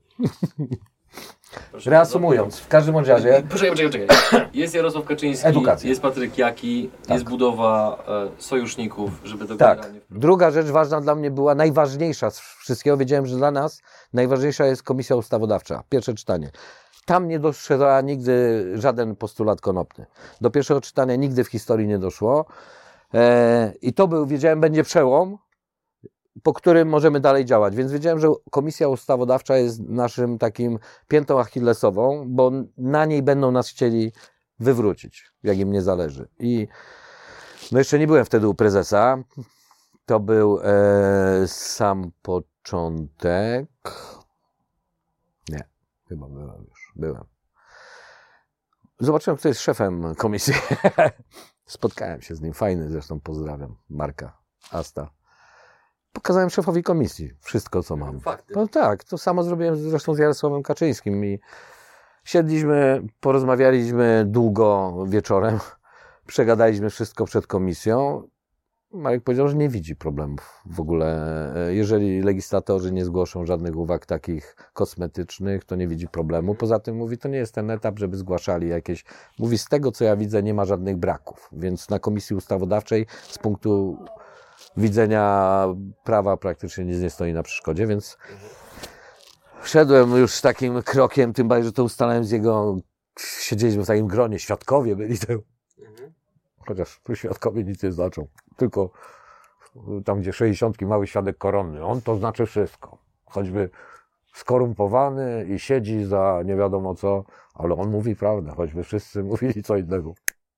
Proszę Reasumując, w każdym bądź razie... Poczekaj, poczekaj, poczekaj. Jest Jarosław Kaczyński, Edukacja. jest Patryk Jaki, Tak. jest budowa e, sojuszników, żeby to Tak. generalnie... Druga rzecz ważna dla mnie była, najważniejsza z wszystkiego. Wiedziałem, że dla nas najważniejsza jest Komisja Ustawodawcza. Pierwsze czytanie. Tam nie doszedł nigdy żaden postulat konopny. Do pierwszego czytania nigdy w historii nie doszło. E, I to był, wiedziałem, będzie przełom, po którym możemy dalej działać. Więc wiedziałem, że Komisja Ustawodawcza jest naszym takim piętą achillesową, bo na niej będą nas chcieli wywrócić, jak im nie zależy. I no jeszcze nie byłem wtedy u prezesa. To był e, sam początek. Nie, chyba byłem już. Byłem. Zobaczyłem, kto jest szefem komisji. Spotkałem się z nim. Fajny zresztą, pozdrawiam. Marka Asta. Pokazałem szefowi komisji wszystko, co mam. Fakty. No tak, to samo zrobiłem zresztą z Jarosławem Kaczyńskim. I siedliśmy, porozmawialiśmy długo wieczorem. Przegadaliśmy wszystko przed komisją. Marek powiedział, że nie widzi problemów w ogóle. Jeżeli legislatorzy nie zgłoszą żadnych uwag takich kosmetycznych, to nie widzi problemu. Poza tym mówi, to nie jest ten etap, żeby zgłaszali jakieś... Mówi, z tego co ja widzę, nie ma żadnych braków. Więc na Komisji Ustawodawczej z punktu widzenia prawa praktycznie nic nie stoi na przeszkodzie, więc szedłem już takim krokiem, tym bardziej, że to ustalałem z jego... Siedzieliśmy w takim gronie, świadkowie byli to. Chociaż tu świadkowie nic nie znaczą. Tylko tam, gdzie sześćdziesiątki mały świadek koronny. On to znaczy wszystko. Choćby skorumpowany i siedzi za nie wiadomo co, ale on mówi prawdę, choćby wszyscy mówili co innego.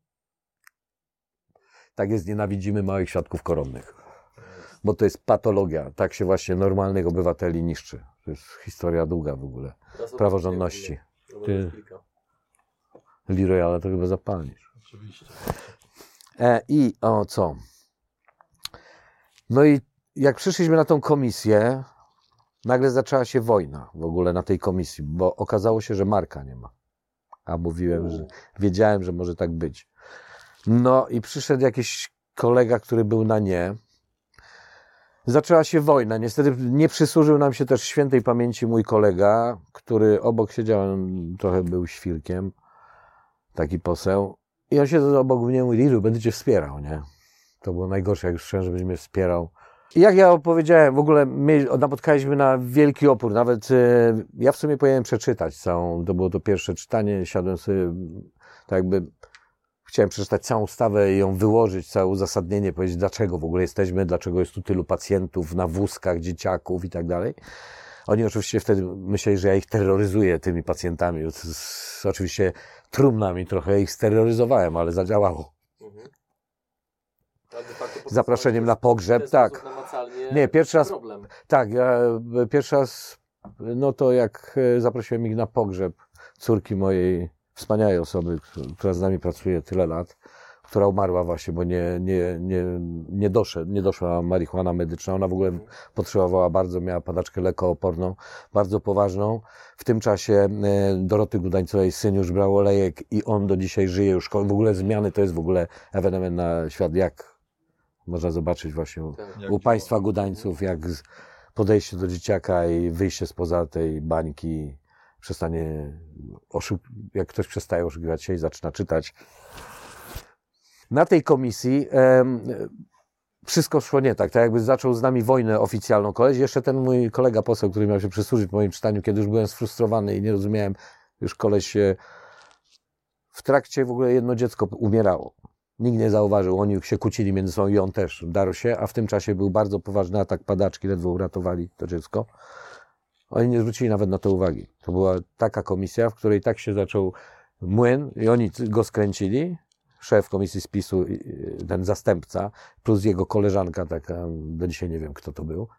Tak jest, nienawidzimy małych świadków koronnych. Bo to jest patologia. Tak się właśnie normalnych obywateli niszczy. To jest historia długa w ogóle. Praworządności. Ty, Leroy, ale to chyba zapalnisz. Oczywiście. E, I o co? No i jak przyszliśmy na tą komisję, nagle zaczęła się wojna w ogóle na tej komisji, bo okazało się, że Marka nie ma. A mówiłem, że wiedziałem, że może tak być. No i przyszedł jakiś kolega, który był na nie. Zaczęła się wojna. Niestety nie przysłużył nam się też świętej pamięci mój kolega, który obok siedział, on trochę był świrkiem, taki poseł. I on się obok mnie mówi, Lilu, będę cię wspierał, nie? To było najgorsze, jak już słyszałem, że będzie mnie wspierał. I jak ja opowiedziałem, w ogóle my napotkaliśmy na wielki opór. Nawet e, ja w sumie powinienem przeczytać całą, to było to pierwsze czytanie, siadłem sobie, tak jakby chciałem przeczytać całą ustawę i ją wyłożyć, całe uzasadnienie, powiedzieć, dlaczego w ogóle jesteśmy, dlaczego jest tu tylu pacjentów na wózkach, dzieciaków i tak dalej. Oni oczywiście wtedy myśleli, że ja ich terroryzuję tymi pacjentami. Oczywiście trumnami trochę ich steroryzowałem, ale zadziałało. Mhm. Zaproszeniem na pogrzeb, tak. Nie, pierwszy raz, problem. tak, ja pierwszy raz, no to jak zaprosiłem ich na pogrzeb córki mojej wspaniałej osoby, która z nami pracuje tyle lat, która umarła właśnie, bo nie, nie, nie, nie, doszedł, nie doszła marihuana medyczna. Ona w ogóle potrzebowała bardzo, miała padaczkę lekooporną, bardzo poważną. W tym czasie Doroty Gudańcowej syn już brał olejek i on do dzisiaj żyje już. W ogóle zmiany to jest w ogóle ewenement na świat, jak można zobaczyć właśnie u, Tak. u państwa Gudańców, jak podejście do dzieciaka i wyjście spoza tej bańki, przestanie, oszuk- jak ktoś przestaje oszukiwać się i zaczyna czytać. Na tej komisji em, wszystko szło nie tak, tak jakby zaczął z nami wojnę oficjalną koleś. Jeszcze ten mój kolega poseł, który miał się przysłużyć po moim czytaniu, kiedy już byłem sfrustrowany i nie rozumiałem, już koleś się w trakcie w ogóle jedno dziecko umierało. Nikt nie zauważył, oni się kłócili między sobą i on też darł się, a w tym czasie był bardzo poważny atak padaczki, ledwo uratowali to dziecko. Oni nie zwrócili nawet na to uwagi. To była taka komisja, w której tak się zaczął młyn i oni go skręcili. Szef komisji spisu, ten zastępca, plus jego koleżanka taka, do dzisiaj nie wiem kto to był,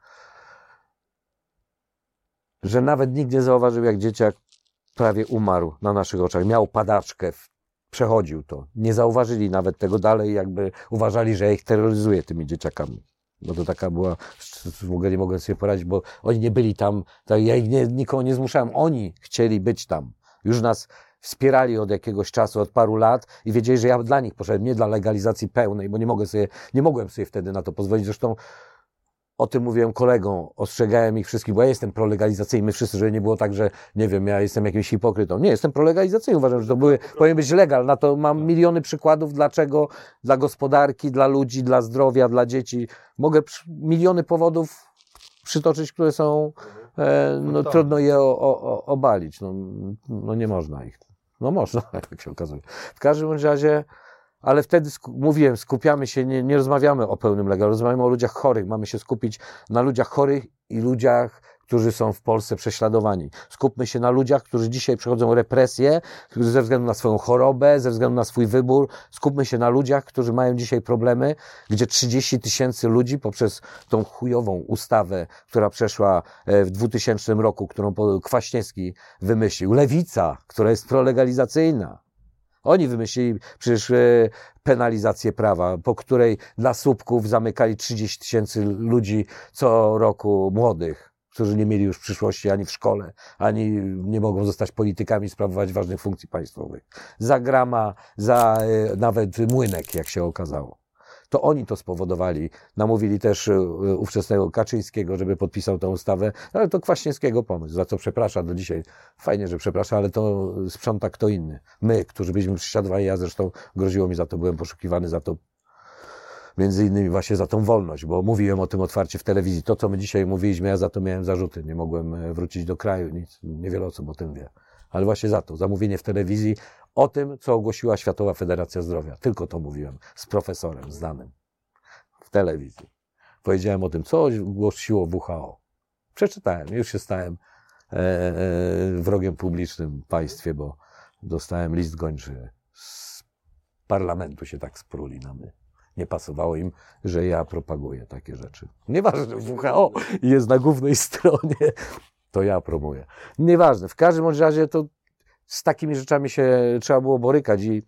że nawet nikt nie zauważył, jak dzieciak prawie umarł na naszych oczach. Miał padaczkę, przechodził to. Nie zauważyli nawet tego dalej, jakby uważali, że ja ich terroryzuje tymi dzieciakami. Bo to taka była, w ogóle nie mogłem sobie poradzić, bo oni nie byli tam, tak ja ich nie, nikogo nie zmuszałem, oni chcieli być tam. Już nas wspierali od jakiegoś czasu, od paru lat i wiedzieli, że ja dla nich poszedłem, nie dla legalizacji pełnej, bo nie mogę sobie, nie mogłem sobie wtedy na to pozwolić. Zresztą o tym mówiłem kolegom, ostrzegałem ich wszystkich, bo ja jestem prolegalizacyjny, my wszyscy, żeby nie było tak, że nie wiem, ja jestem jakimś hipokrytą. Nie, jestem prolegalizacyjny, uważam, że to były, powinien być legal. Na to mam miliony przykładów, dlaczego dla gospodarki, dla ludzi, dla zdrowia, dla dzieci. Mogę przy, miliony powodów przytoczyć, które są, e, no trudno je o, o, obalić. No, no nie można ich. No można, jak się okazuje. W każdym razie, ale wtedy sku- mówiłem, skupiamy się, nie, nie rozmawiamy o pełnym legalu, rozmawiamy o ludziach chorych. Mamy się skupić na ludziach chorych i ludziach, którzy są w Polsce prześladowani. Skupmy się na ludziach, którzy dzisiaj przechodzą represje, którzy ze względu na swoją chorobę, ze względu na swój wybór. Skupmy się na ludziach, którzy mają dzisiaj problemy, gdzie trzydzieści tysięcy ludzi poprzez tą chujową ustawę, która przeszła w dwutysięcznym roku, którą Kwaśniewski wymyślił. Lewica, która jest prolegalizacyjna. Oni wymyślili przecież penalizację prawa, po której dla słupków zamykali trzydzieści tysięcy ludzi co roku młodych, którzy nie mieli już przyszłości ani w szkole, ani nie mogą zostać politykami, sprawować ważnych funkcji państwowych. Za grama, za nawet młynek, jak się okazało. To oni to spowodowali. Namówili też ówczesnego Kaczyńskiego, żeby podpisał tę ustawę, ale to Kwaśniewskiego pomysł, za co przeprasza do dzisiaj. Fajnie, że przeprasza, ale to sprząta kto inny. My, którzy byliśmy prześladowani, ja zresztą groziło mi za to, byłem poszukiwany za to, między innymi właśnie za tą wolność, bo mówiłem o tym otwarcie w telewizji. To, co my dzisiaj mówiliśmy, ja za to miałem zarzuty. Nie mogłem wrócić do kraju, nic, niewiele osób o tym wie. Ale właśnie za to, zamówienie w telewizji o tym, co ogłosiła Światowa Federacja Zdrowia. Tylko to mówiłem z profesorem znanym w telewizji. Powiedziałem o tym, co ogłosiło W H O. Przeczytałem, już się stałem e, e, wrogiem publicznym w państwie, bo dostałem list gończy z parlamentu, się tak spruli na mnie. Nie pasowało im, że ja propaguję takie rzeczy. Nieważne, że W H O jest na głównej stronie, to ja promuję. Nieważne, w każdym bądź razie to z takimi rzeczami się trzeba było borykać i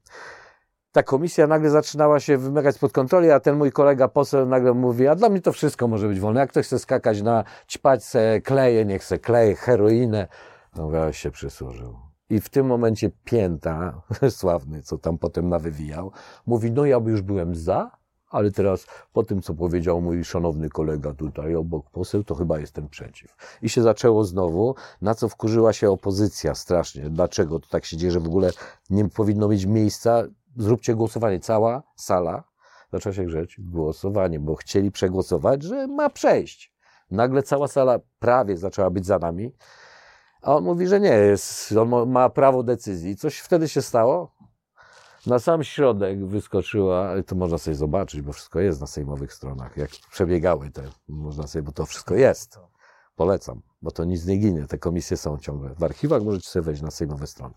ta komisja nagle zaczynała się wymykać spod kontroli, a ten mój kolega poseł nagle mówi, a dla mnie to wszystko może być wolne. Jak ktoś chce skakać na ćpać se kleje, niech se kleje, heroinę. No ja się przysłużył. I w tym momencie Pięta, sławny, co tam potem nawywijał, mówi, no ja by już byłem za, ale teraz po tym, co powiedział mój szanowny kolega tutaj obok poseł, to chyba jestem przeciw. I się zaczęło znowu, na co wkurzyła się opozycja strasznie. Dlaczego to tak się dzieje, że w ogóle nie powinno mieć miejsca? Zróbcie głosowanie. Cała sala zaczęła się grzeć głosowanie, bo chcieli przegłosować, że ma przejść. Nagle cała sala prawie zaczęła być za nami, a on mówi, że nie jest, on ma prawo decyzji. Coś wtedy się stało? Na sam środek wyskoczyła, ale to można sobie zobaczyć, bo wszystko jest na sejmowych stronach, jak przebiegały te, można sobie, bo to wszystko jest. Polecam, bo to nic nie ginie, te komisje są ciągle. W archiwach możecie sobie wejść na sejmowe strony.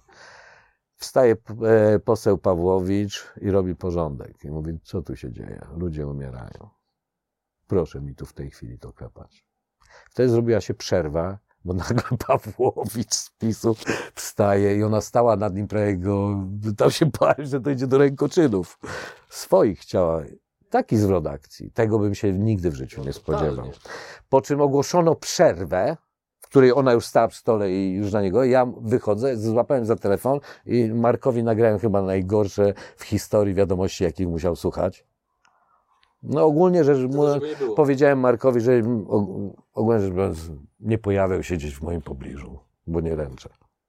Wstaje poseł Pawłowicz i robi porządek. I mówi, co tu się dzieje? Ludzie umierają. Proszę mi tu w tej chwili to klepać. Wtedy zrobiła się przerwa bo nagle Pawłowicz z PiSu wstaje i ona stała nad nim prawie go, tam się bałem, że dojdzie do rękoczynów. Swoich chciała. Taki zwrot akcji. Tego bym się nigdy w życiu nie spodziewał. Po czym ogłoszono przerwę, w której ona już stała przy stole i już na niego. Ja wychodzę, złapałem za telefon i Markowi nagrałem chyba najgorsze w historii wiadomości, jakich musiał słuchać. No ogólnie rzecz mówiąc, powiedziałem Markowi, że ogólnie rzecz biorąc, nie pojawiał się gdzieś w moim pobliżu, bo nie ręczę.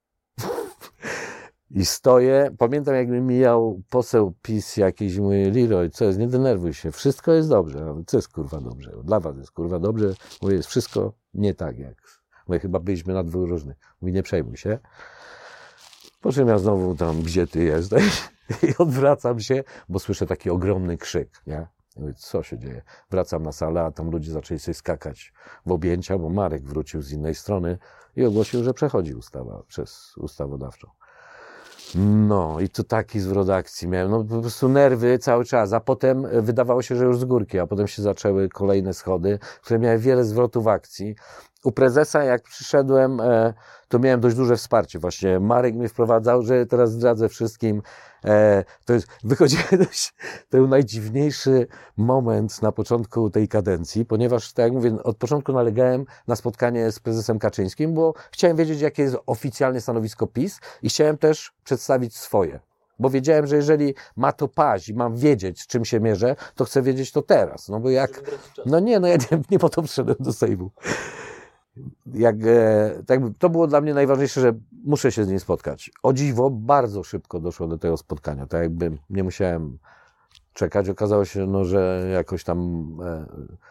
I stoję, pamiętam jakby mijał poseł PiS jakiś, mój Leroy, co jest, nie denerwuj się, wszystko jest dobrze. Mówię, co jest kurwa dobrze? Dla was jest kurwa dobrze. Mówię, jest wszystko nie tak jak. Mówię, chyba byliśmy na dwóch różnych. Mówi, nie przejmuj się. Po czym ja znowu tam, gdzie ty jesteś? I odwracam się, bo słyszę taki ogromny krzyk, nie? I mówię, co się dzieje? Wracam na salę, a tam ludzie zaczęli sobie skakać w objęcia, bo Marek wrócił z innej strony i ogłosił, że przechodzi ustawa przez ustawodawczą. No i tu taki zwrot akcji miałem, no po prostu nerwy cały czas, a potem wydawało się, że już z górki, a potem się zaczęły kolejne schody, które miały wiele zwrotów akcji. U prezesa jak przyszedłem, to miałem dość duże wsparcie. Właśnie Marek mnie wprowadzał, że teraz zdradzę wszystkim. To jest, wychodzi, to był najdziwniejszy moment na początku tej kadencji, ponieważ, tak jak mówię, od początku nalegałem na spotkanie z prezesem Kaczyńskim, bo chciałem wiedzieć, jakie jest oficjalne stanowisko PiS i chciałem też przedstawić swoje. Bo wiedziałem, że jeżeli ma to paść i mam wiedzieć, z czym się mierzę, to chcę wiedzieć to teraz. No bo jak... No nie, no ja nie, nie po to przyszedłem do Sejmu. Jak, tak, to było dla mnie najważniejsze, że muszę się z nim spotkać. O dziwo, bardzo szybko doszło do tego spotkania. Tak jakby nie musiałem czekać. Okazało się, no, że jakoś tam e,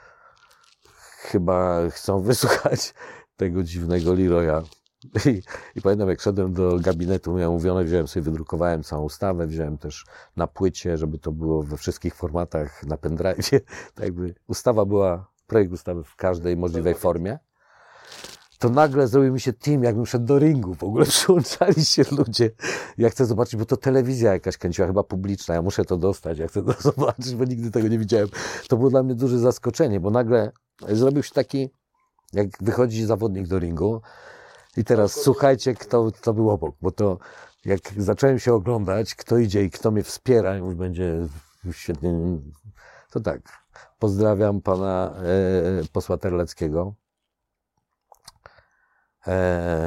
chyba chcą wysłuchać tego dziwnego Leroya. I, I pamiętam, jak szedłem do gabinetu, ja mówione, wziąłem sobie, wydrukowałem całą ustawę, wziąłem też na płycie, żeby to było we wszystkich formatach, na pendrive'ie. Tak jakby ustawa była, projekt ustawy w każdej możliwej formie. To nagle zrobił mi się team, jakbym szedł do ringu. W ogóle przyłączali się ludzie. Ja chcę zobaczyć, bo to telewizja jakaś kręciła, chyba publiczna. Ja muszę to dostać, ja chcę to zobaczyć, bo nigdy tego nie widziałem. To było dla mnie duże zaskoczenie, bo nagle zrobił się taki, jak wychodzi zawodnik do ringu. I teraz słuchajcie, kto, kto był obok, bo to jak zacząłem się oglądać, kto idzie i kto mnie wspiera, już będzie świetnie. To tak, pozdrawiam pana e, posła Terleckiego. E,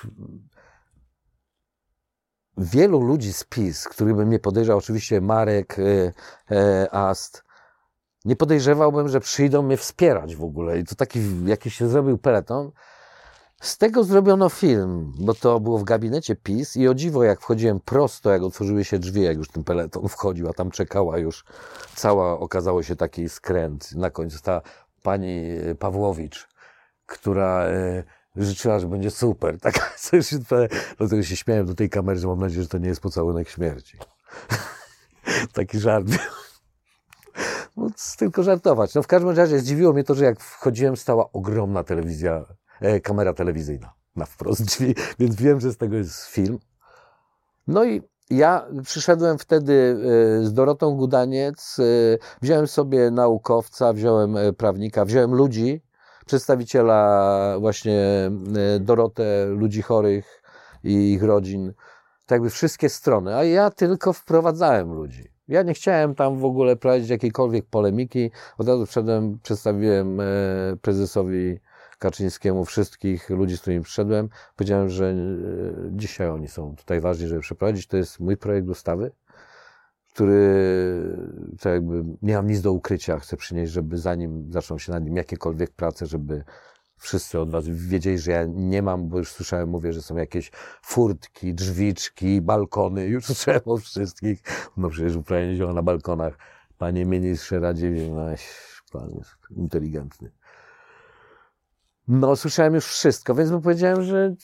wielu ludzi z PiS, których bym nie podejrzał, oczywiście Marek, e, e, Ast, nie podejrzewałbym, że przyjdą mnie wspierać w ogóle. I to taki jakiś się zrobił peleton. Z tego zrobiono film, bo to było w gabinecie PiS i o dziwo, jak wchodziłem prosto, jak otworzyły się drzwi, jak już ten peleton wchodził, a tam czekała już cała, okazało się taki skręt. Na końcu ta pani Pawłowicz, która e, życzyła, że będzie super. Tak, dlatego się śmiałem do tej kamery, że mam nadzieję, że to nie jest pocałunek śmierci. Taki żart. No, tylko żartować. No w każdym razie zdziwiło mnie to, że jak wchodziłem, stała ogromna telewizja, e, kamera telewizyjna na wprost drzwi, więc wiem, że z tego jest film. No i ja przyszedłem wtedy e, z Dorotą Gudaniec, e, wziąłem sobie naukowca, wziąłem e, prawnika, wziąłem ludzi, przedstawiciela właśnie e, Dorotę, ludzi chorych i ich rodzin, tak jakby wszystkie strony, a ja tylko wprowadzałem ludzi. Ja nie chciałem tam w ogóle prowadzić jakiejkolwiek polemiki. Od razu wszedłem, przedstawiłem prezesowi Kaczyńskiemu wszystkich ludzi, z którymi przyszedłem. Powiedziałem, że dzisiaj oni są tutaj ważni, żeby przeprowadzić. To jest mój projekt ustawy, który tak jakby nie mam nic do ukrycia. Chcę przynieść, żeby zanim zaczną się nad nim jakiekolwiek prace, żeby wszyscy od was wiedzieli, że ja nie mam, bo już słyszałem, mówię, że są jakieś furtki, drzwiczki, balkony. Już słyszałem o wszystkich. No przecież prawie nie działa na balkonach. Panie ministrze Radziwiłł, no, pan jest inteligentny. No, słyszałem już wszystko, więc mu powiedziałem, że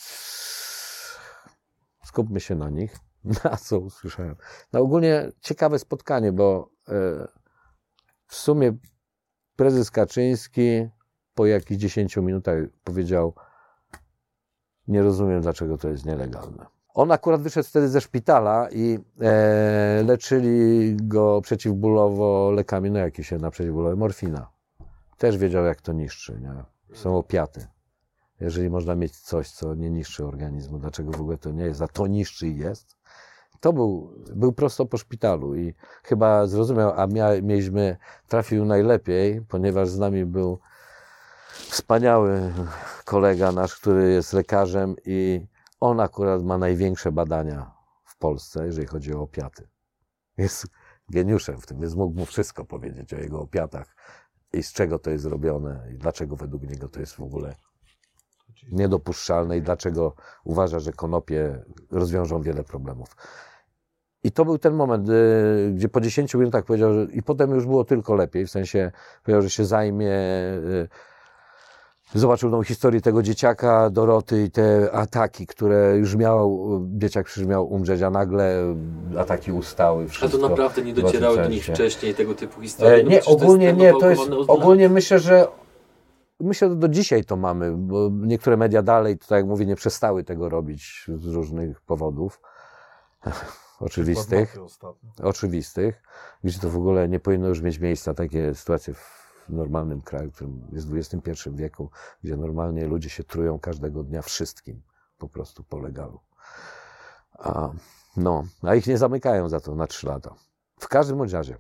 skupmy się na nich. Na co usłyszałem? No ogólnie ciekawe spotkanie, bo e, w sumie prezes Kaczyński po jakichś dziesięciu minutach powiedział: nie rozumiem, dlaczego to jest nielegalne. On akurat wyszedł wtedy ze szpitala i e, leczyli go przeciwbólowo lekami, no jakie się na przeciwbólowe, morfina. Też wiedział, jak to niszczy, nie? Są opiaty. Jeżeli można mieć coś, co nie niszczy organizmu, dlaczego w ogóle to nie jest, a to niszczy i jest. To był, był prosto po szpitalu i chyba zrozumiał, a mia, mieliśmy, trafił najlepiej, ponieważ z nami był wspaniały kolega nasz, który jest lekarzem i on akurat ma największe badania w Polsce, jeżeli chodzi o opiaty. Jest geniuszem w tym, więc mógł mu wszystko powiedzieć o jego opiatach i z czego to jest zrobione i dlaczego według niego to jest w ogóle niedopuszczalne i dlaczego uważa, że konopie rozwiążą wiele problemów. I to był ten moment, gdzie po dziesięciu minutach powiedział, że i potem już było tylko lepiej, w sensie powiedział, że się zajmie, zobaczył tą historię tego dzieciaka, Doroty i te ataki, które już miał, dzieciak przecież miał umrzeć, a nagle ataki ustały. A to naprawdę nie docierały do nich wcześniej tego typu historii? E, nie, ogólnie nie, to jest, ogólnie myślę, że Myślę, że do dzisiaj to mamy, bo niektóre media dalej, to tak jak mówię, nie przestały tego robić z różnych powodów. Oczywistych. Oczywistych. Gdzie to w ogóle nie powinno już mieć miejsca, takie sytuacje w normalnym kraju, którym jest w dwudziestym pierwszym wieku, gdzie normalnie ludzie się trują każdego dnia wszystkim, po prostu po legalu. A, no, a ich nie zamykają za to na trzy lata. W każdym bądź razie.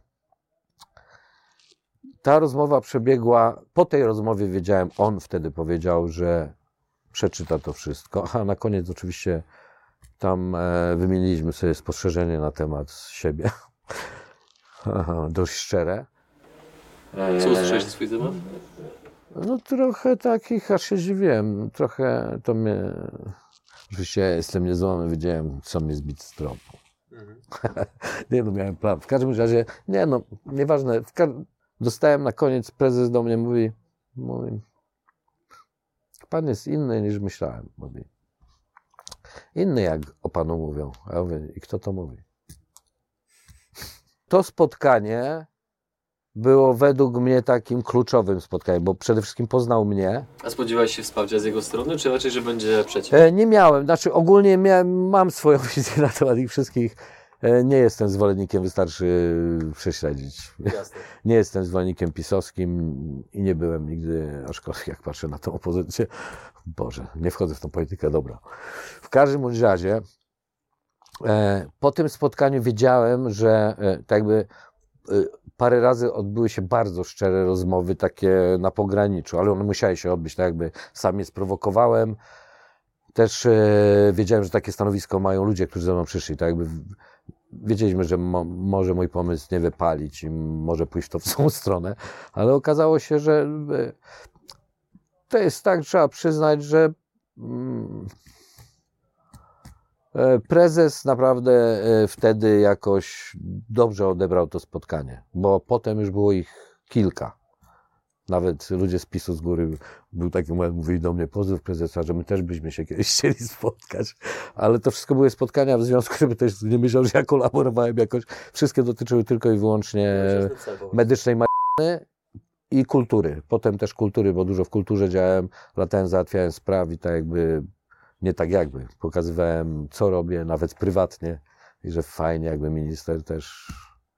Ta rozmowa przebiegła, po tej rozmowie wiedziałem, on wtedy powiedział, że przeczyta to wszystko, a na koniec oczywiście tam e, wymieniliśmy sobie spostrzeżenie na temat siebie, dość szczere. Co usłyszałeś na swój temat? No trochę takich, aż się dziwiłem, trochę to mnie, oczywiście jestem niezłomny, wiedziałem, co mnie zbić z tropu. Mhm. Nie no, miałem plan, w każdym razie, nie no, nieważne, w ka- dostałem na koniec, prezes do mnie mówi, mówi, pan jest inny niż myślałem, mówi. Inny jak o panu mówią. A ja mówię, i kto to mówi? To spotkanie było według mnie takim kluczowym spotkaniem, bo przede wszystkim poznał mnie. A spodziewałeś się wsparcia z jego strony, czy raczej, że będzie przeciw? E, nie miałem, znaczy ogólnie miałem, mam swoją wizję na temat ich wszystkich. E, nie jestem zwolennikiem, wystarczy prześledzić. Jasne. Nie jestem zwolennikiem pisowskim i nie byłem nigdy, aczkolwiek jak patrzę na tą opozycję, Boże, nie wchodzę w tą politykę, dobra. W każdym bądź razie e, po tym spotkaniu wiedziałem, że e, tak jakby e, parę razy odbyły się bardzo szczere rozmowy, takie na pograniczu, ale one musiały się odbyć, tak jakby sam je sprowokowałem. Też e, wiedziałem, że takie stanowisko mają ludzie, którzy ze mną przyszli, tak jakby wiedzieliśmy, że mo, może mój pomysł nie wypalić i może pójść w tą złą stronę, ale okazało się, że e, to jest tak, trzeba przyznać, że mm, prezes naprawdę wtedy jakoś dobrze odebrał to spotkanie, bo potem już było ich kilka. Nawet ludzie z PiSu z góry, był taki moment, mówili do mnie, pozdrów prezesa, że my też byśmy się kiedyś chcieli spotkać, ale to wszystko były spotkania w związku, żeby też nie myślał, że ja kolaborowałem jakoś. Wszystkie dotyczyły tylko i wyłącznie medycznej mariny i kultury. Potem też kultury, bo dużo w kulturze działałem, latałem, załatwiałem spraw i tak jakby, nie tak jakby, pokazywałem, co robię, nawet prywatnie i że fajnie, jakby minister też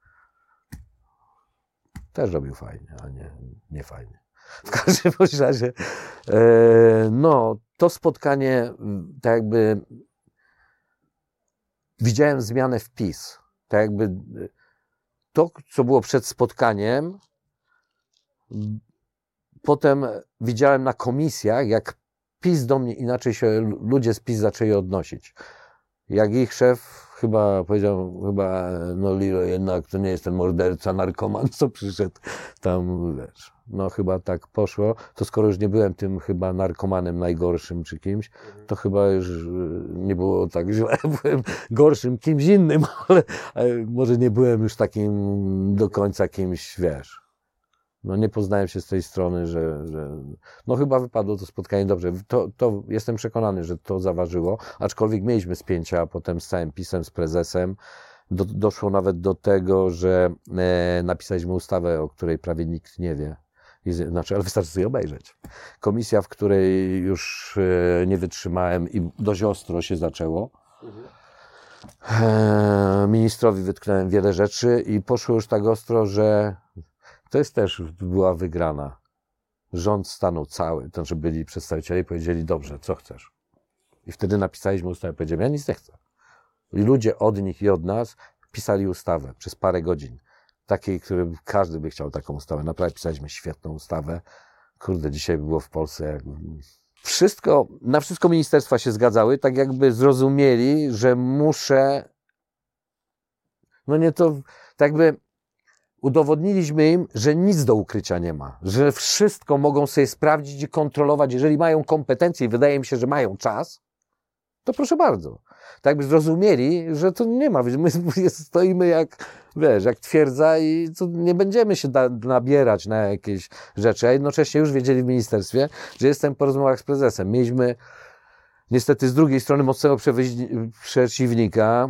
też robił fajnie, a nie, nie fajnie. W każdym razie, e, no, to spotkanie, tak jakby widziałem zmianę w PiS. Tak jakby to, co było przed spotkaniem, potem widziałem na komisjach, jak PiS do mnie inaczej się ludzie z PiS zaczęli odnosić. Jak ich szef chyba powiedział, chyba, no Lilo, jednak to nie jest ten morderca, narkoman, co przyszedł tam, wiesz, no chyba tak poszło, to skoro już nie byłem tym chyba narkomanem najgorszym czy kimś, to chyba już nie było tak źle, byłem gorszym kimś innym, ale, ale może nie byłem już takim do końca kimś, wiesz. No nie poznałem się z tej strony, że, że no chyba wypadło to spotkanie dobrze. To, to jestem przekonany, że to zaważyło, aczkolwiek mieliśmy spięcia, a potem z całym PiS-em, z prezesem. Do, doszło nawet do tego, że e, napisaliśmy ustawę, o której prawie nikt nie wie. I, znaczy, ale wystarczy sobie obejrzeć. Komisja, w której już e, nie wytrzymałem i dość ostro się zaczęło. Mhm. E, ministrowi wytknąłem wiele rzeczy i poszło już tak ostro, że to jest też była wygrana. rząd stanął cały, to znaczy byli przedstawiciele i powiedzieli, dobrze, co chcesz? I wtedy napisaliśmy ustawę, powiedziałem, ja nic nie chcę. I ludzie od nich i od nas pisali ustawę przez parę godzin. Takiej, który każdy by chciał taką ustawę. Naprawdę pisaliśmy świetną ustawę. Kurde, dzisiaj by było w Polsce jak... Wszystko, na wszystko ministerstwa się zgadzały, tak jakby zrozumieli, że muszę, no nie to, tak jakby udowodniliśmy im, że nic do ukrycia nie ma, że wszystko mogą sobie sprawdzić i kontrolować, jeżeli mają kompetencje i wydaje mi się, że mają czas, to proszę bardzo. Tak jakby zrozumieli, że to nie ma, my stoimy jak, wiesz, jak twierdza i to nie będziemy się da, nabierać na jakieś rzeczy, a jednocześnie już wiedzieli w ministerstwie, że jestem po rozmowach z prezesem. Mieliśmy niestety z drugiej strony mocnego przeciwnika,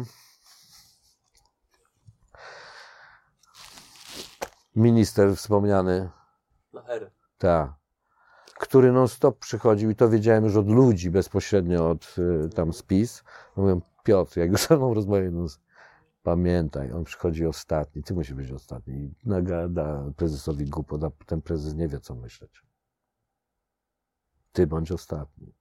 minister wspomniany, Na R. tak, który non stop przychodził i to wiedziałem już od ludzi bezpośrednio od y, tam z PiS. Mówię, Piotr, jak już ze mną rozmawiam, no, pamiętaj, on przychodzi ostatni, ty musisz być ostatni. I nagada prezesowi głupot, a ten prezes nie wie, co myśleć. Ty bądź ostatni.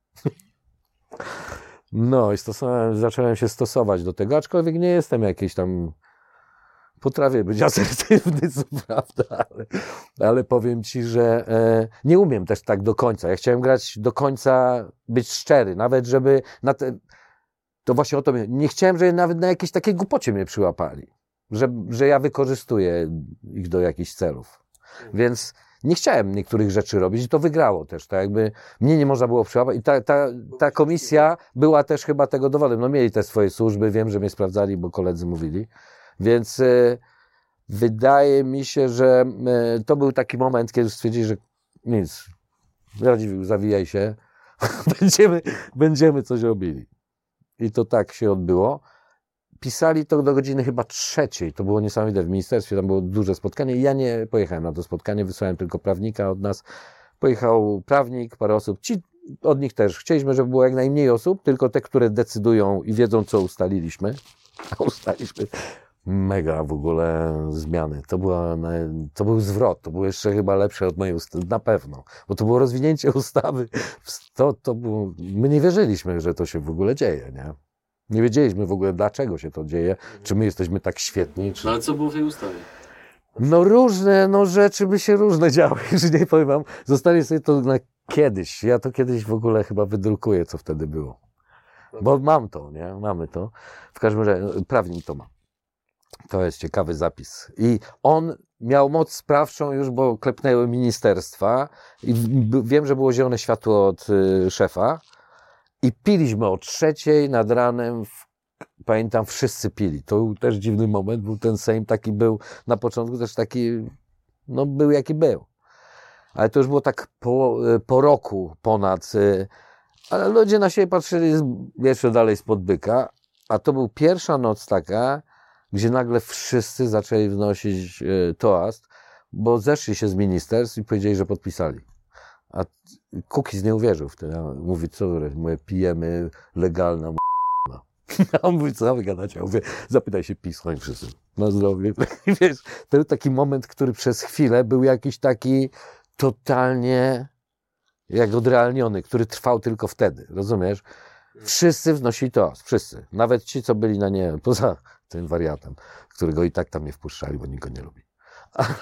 No i stosowałem, zacząłem się stosować do tego, aczkolwiek nie jestem jakiś tam... Potrafię być asertywny, co prawda, ale, ale powiem ci, że e, nie umiem też tak do końca. Ja chciałem grać do końca, być szczery, nawet żeby na te, to właśnie o to mnie, nie chciałem, żeby nawet na jakieś takie głupocie mnie przyłapali, że, że ja wykorzystuję ich do jakichś celów. Więc nie chciałem niektórych rzeczy robić i to wygrało też, tak jakby mnie nie można było przyłapać i ta, ta, ta komisja była też chyba tego dowodem. No mieli te swoje służby, wiem, że mnie sprawdzali, bo koledzy mówili. Więc y, wydaje mi się, że y, to był taki moment, kiedy stwierdzili, że nic, Radziwiłł, zawijaj się, będziemy, będziemy coś robili. I to tak się odbyło. Pisali to do godziny chyba trzeciej, to było niesamowite w ministerstwie, tam było duże spotkanie i ja nie pojechałem na to spotkanie, wysłałem tylko prawnika od nas. Pojechał prawnik, parę osób, ci od nich też. Chcieliśmy, żeby było jak najmniej osób, tylko te, które decydują i wiedzą, co ustaliliśmy. A ustaliliśmy mega w ogóle zmiany. To, była, to był zwrot, to było jeszcze chyba lepsze od mojej ustawy, na pewno, bo to było rozwinięcie ustawy. To, to było, my nie wierzyliśmy, że to się w ogóle dzieje, nie? Nie wiedzieliśmy w ogóle, dlaczego się to dzieje, czy my jesteśmy tak świetni. Czy... No ale co było w tej ustawie? No różne, no rzeczy by się różne działy, że nie powiem wam. Zostali sobie to na kiedyś. Ja to kiedyś w ogóle chyba wydrukuję, co wtedy było. Bo mam to, nie? Mamy to. W każdym razie, prawnik to ma. To jest ciekawy zapis. I on miał moc sprawczą już, bo klepnęły ministerstwa i wiem, że było zielone światło od y, szefa i piliśmy o trzeciej nad ranem, w, pamiętam, wszyscy pili. To był też dziwny moment, był ten Sejm taki był, na początku też taki, no był jaki był. Ale to już było tak po, po roku ponad, y, ale ludzie na siebie patrzyli jeszcze dalej spod byka, a to był pierwsza noc taka, gdzie nagle wszyscy zaczęli wnosić y, toast, bo zeszli się z ministerstw i powiedzieli, że podpisali. A Kukiz nie uwierzył wtedy. Mówi, co my pijemy legalna m***a. A on mówi, co wy gadacie? Ja mówię, zapytaj się PiS, chodź wszyscy. Na zdrowie. I wiesz, to był taki moment, który przez chwilę był jakiś taki totalnie jak odrealniony, który trwał tylko wtedy. Rozumiesz? Wszyscy wnosili toast. Wszyscy. Nawet ci, co byli na nie, poza tym wariatem, którego i tak tam nie wpuszczali, bo nikt go nie lubi. Ale,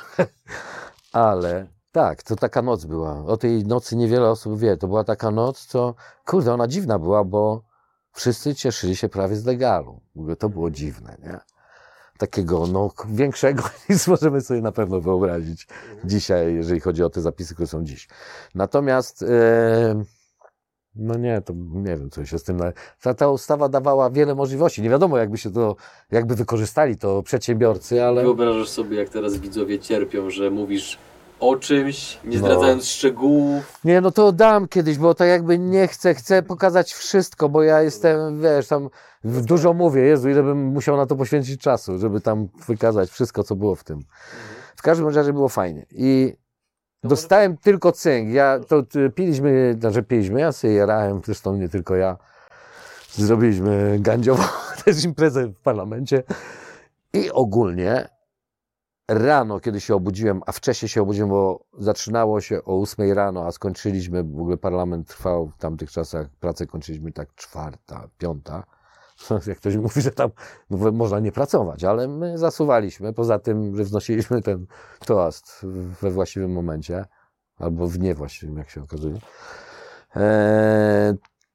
ale tak, to taka noc była. O tej nocy niewiele osób wie. To była taka noc, co, kurde, ona dziwna była, bo wszyscy cieszyli się prawie z legalu. W ogóle to było dziwne, nie? Takiego, no, większego nic możemy sobie na pewno wyobrazić dzisiaj, jeżeli chodzi o te zapisy, które są dziś. Natomiast, e, no nie, to nie wiem, co się z tym... Ta, ta ustawa dawała wiele możliwości. Nie wiadomo, jakby się to, jakby wykorzystali to przedsiębiorcy, ale... Wyobrażasz sobie, jak teraz widzowie cierpią, że mówisz o czymś, nie zdradzając no. szczegółów. Nie, no to dam kiedyś, bo to jakby nie chcę, chcę pokazać wszystko, bo ja jestem, wiesz, tam dużo mówię, Jezu, ile bym musiał na to poświęcić czasu, żeby tam wykazać wszystko, co było w tym. W każdym razie było fajnie. I dostałem tylko cynk. Ja to piliśmy, znaczy piliśmy, ja sobie jarałem, zresztą nie tylko ja. Zrobiliśmy gandziową też imprezę w parlamencie i ogólnie rano, kiedy się obudziłem, a wcześniej się obudziłem, bo zaczynało się o ósmej rano, a skończyliśmy, w ogóle parlament trwał w tamtych czasach, pracę kończyliśmy tak czwarta, piąta. Jak ktoś mówi, że tam no, można nie pracować, ale my zasuwaliśmy, poza tym, że wznosiliśmy ten toast we właściwym momencie, albo w niewłaściwym, jak się okazuje. Eee,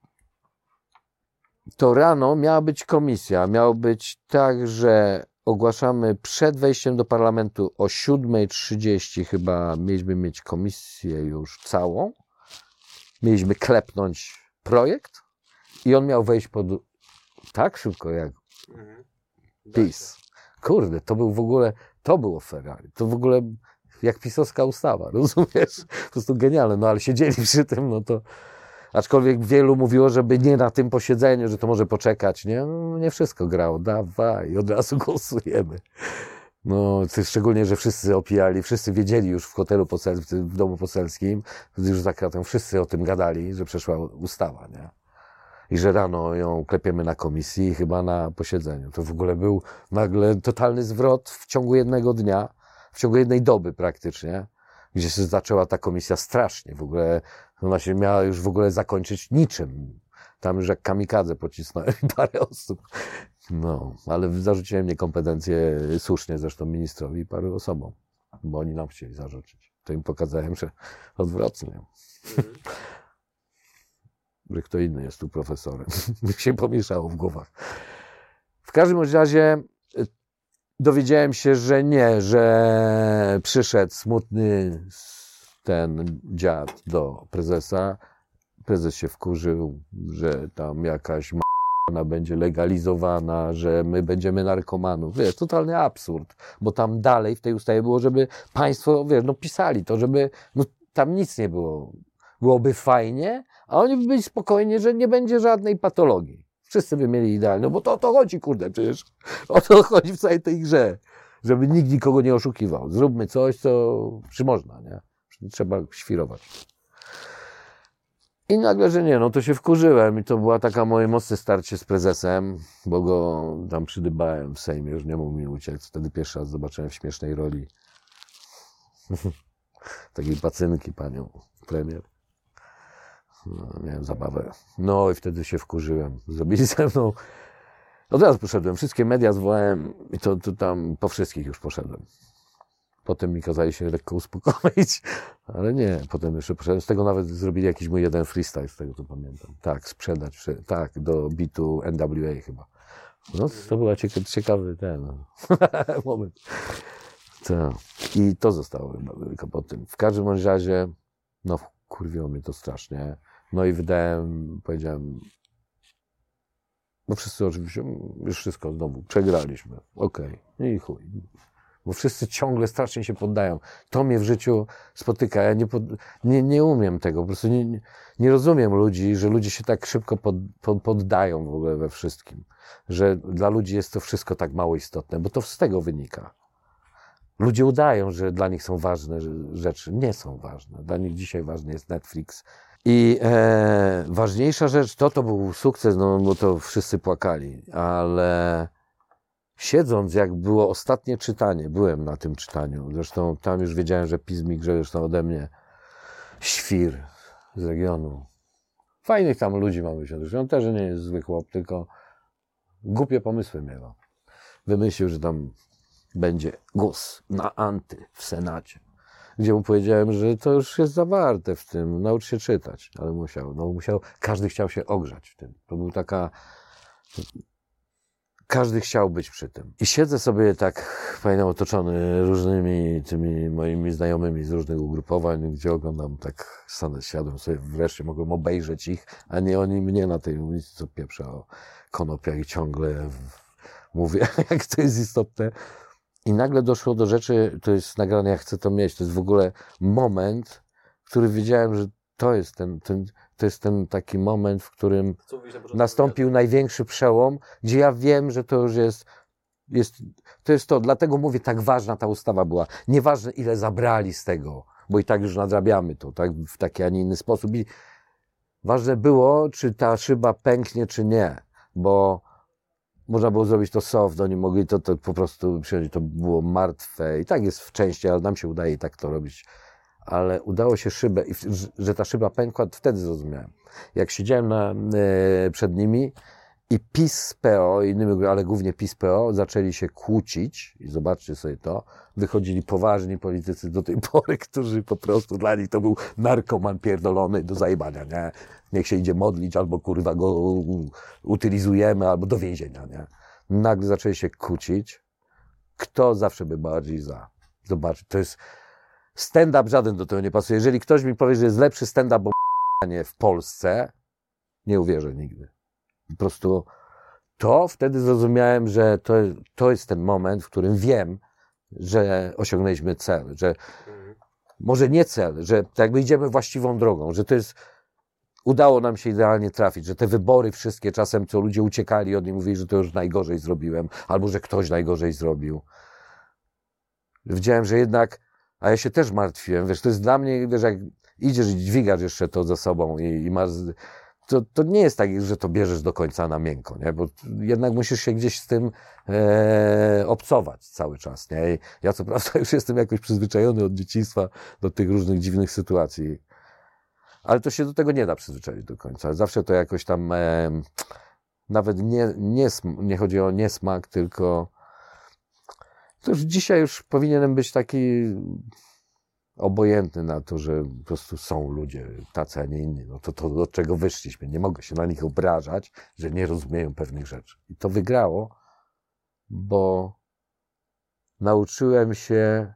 to rano miała być komisja, miało być tak, że ogłaszamy przed wejściem do parlamentu o siódma trzydzieści chyba mieliśmy mieć komisję już całą. Mieliśmy klepnąć projekt i on miał wejść pod tak szybko jak Mhm. PiS. Kurde, to był w ogóle, to było Ferrari. To w ogóle jak pisowska ustawa, rozumiesz? Po prostu genialne, no ale siedzieli przy tym, no to aczkolwiek wielu mówiło, żeby nie na tym posiedzeniu, że to może poczekać, nie? No, nie wszystko grało, dawaj, od razu głosujemy. No, szczególnie, że wszyscy opijali, wszyscy wiedzieli już w hotelu poselskim, w domu poselskim, już za kratą, wszyscy o tym gadali, że przeszła ustawa, nie? I że rano ją klepiemy na komisji i chyba na posiedzeniu. To w ogóle był nagle totalny zwrot w ciągu jednego dnia, w ciągu jednej doby praktycznie, gdzie się zaczęła ta komisja strasznie. W ogóle ona się miała już w ogóle zakończyć niczym. Tam już jak kamikadze pocisnąłem parę osób. No, ale zarzuciłem niekompetencje słusznie zresztą ministrowi i paru osobom, bo oni nam chcieli zarzucić. To im pokazałem, że odwrotnie. Mhm. Że kto inny jest tu profesorem. Mi się pomieszało w głowach. W każdym razie dowiedziałem się, że nie, że przyszedł smutny ten dziad do prezesa. Prezes się wkurzył, że tam jakaś m***na będzie legalizowana, że my będziemy narkomanów. Wiesz, totalny absurd, bo tam dalej w tej ustawie było, żeby państwo, wiesz, no pisali to, żeby, no tam nic nie było. Byłoby fajnie, a oni by byli spokojni, że nie będzie żadnej patologii. Wszyscy by mieli idealnie, no bo to o to chodzi, kurde, przecież o to chodzi w całej tej grze. Żeby nikt nikogo nie oszukiwał. Zróbmy coś, co czy można, nie? Trzeba świrować. I nagle, że nie, no to się wkurzyłem i to była taka moje mocne starcie z prezesem, bo go tam przydybałem w Sejmie, już nie mógł mi uciec. Wtedy pierwszy raz zobaczyłem w śmiesznej roli takiej pacynki panią premier. No, miałem zabawę. No i wtedy się wkurzyłem. Zrobili ze mną. Od razu poszedłem. Wszystkie media zwołałem i to, to tam po wszystkich już poszedłem. Potem mi kazali się lekko uspokoić, ale nie. Potem jeszcze poszedłem. Z tego nawet zrobili jakiś mój jeden freestyle, z tego to pamiętam. Tak, sprzedać. Tak, do bitu N W A chyba. No to był ciekawy, ciekawy ten moment. Tak. I to zostało chyba tylko po tym. W każdym razie, no kurwiło mnie to strasznie. No i wydałem, powiedziałem, bo wszyscy oczywiście, już wszystko znowu, przegraliśmy. Okej, okay. I chuj. Bo wszyscy ciągle strasznie się poddają. To mnie w życiu spotyka. Ja nie, pod, nie, nie umiem tego. Po prostu nie, nie, nie rozumiem ludzi, że ludzie się tak szybko pod, pod, poddają w ogóle we wszystkim. Że dla ludzi jest to wszystko tak mało istotne, bo to z tego wynika. Ludzie udają, że dla nich są ważne rzeczy. Nie są ważne. Dla nich dzisiaj ważny jest Netflix. I e, ważniejsza rzecz, to to był sukces, no bo to wszyscy płakali, ale siedząc, jak było ostatnie czytanie, byłem na tym czytaniu, zresztą tam już wiedziałem, że PiS mi grze, zresztą ode mnie świr z regionu. Fajnych tam ludzi mamy się, zresztą on też nie jest zły chłop, tylko głupie pomysły miał. Wymyślił, że tam będzie głos na anty w Senacie, gdzie mu powiedziałem, że to już jest zawarte w tym, naucz się czytać, ale musiał, no musiał, każdy chciał się ogrzać w tym. To był taka, każdy chciał być przy tym. I siedzę sobie tak, fajnie otoczony różnymi tymi moimi znajomymi z różnych ugrupowań, gdzie oglądam tak, stanę, siadłem sobie, wreszcie mogłem obejrzeć ich, a nie oni mnie na tej ulicy, co pieprza o konopiach i ciągle mówię, jak to jest istotne. I nagle doszło do rzeczy, to jest nagrane, ja chcę to mieć, to jest w ogóle moment, w którym wiedziałem, że to jest ten, ten, to jest ten taki moment, w którym nastąpił największy przełom, gdzie ja wiem, że to już jest, jest, to jest to, dlatego mówię, tak ważna ta ustawa była. Nieważne, ile zabrali z tego, bo i tak już nadrabiamy to, tak, w taki, a nie inny sposób. I ważne było, czy ta szyba pęknie, czy nie, bo można było zrobić to soft, oni mogli to, to po prostu przyjąć, to było martwe i tak jest w części, ale nam się udaje i tak to robić. Ale udało się szybę, i że ta szyba pękła, wtedy zrozumiałem. Jak siedziałem na, e, przed nimi i PiS z P O, innymi, ale głównie PiS P O, zaczęli się kłócić i zobaczcie sobie to, wychodzili poważni politycy do tej pory, którzy po prostu dla nich to był narkoman pierdolony do zajebania, nie? Niech się idzie modlić, albo kurwa go utylizujemy, albo do więzienia, nie? Nagle zaczęli się kłócić. Kto zawsze by bardziej za? Zobaczcie, to jest stand-up, żaden do tego nie pasuje. Jeżeli ktoś mi powie, że jest lepszy stand-up bo w Polsce, nie uwierzę nigdy. Po prostu to wtedy zrozumiałem, że to, to jest ten moment, w którym wiem, że osiągnęliśmy cel, że może nie cel, że jakby idziemy właściwą drogą, że to jest, udało nam się idealnie trafić, że te wybory wszystkie czasem, co ludzie uciekali od nich, mówili, że to już najgorzej zrobiłem, albo że ktoś najgorzej zrobił. Widziałem, że jednak, a ja się też martwiłem, wiesz, to jest dla mnie, wiesz, jak idziesz i dźwigasz jeszcze to za sobą i, i masz, to, to nie jest tak, że to bierzesz do końca na miękko, nie? Bo jednak musisz się gdzieś z tym e, obcować cały czas, nie? I ja co prawda już jestem jakoś przyzwyczajony od dzieciństwa do tych różnych dziwnych sytuacji, ale to się do tego nie da przyzwyczaić do końca. Zawsze to jakoś tam, e, nawet nie, nie, nie chodzi o niesmak, tylko to już dzisiaj już powinienem być taki obojętny na to, że po prostu są ludzie tacy, a nie inni. No to, to do czego wyszliśmy. Nie mogę się na nich obrażać, że nie rozumieją pewnych rzeczy. I to wygrało, bo nauczyłem się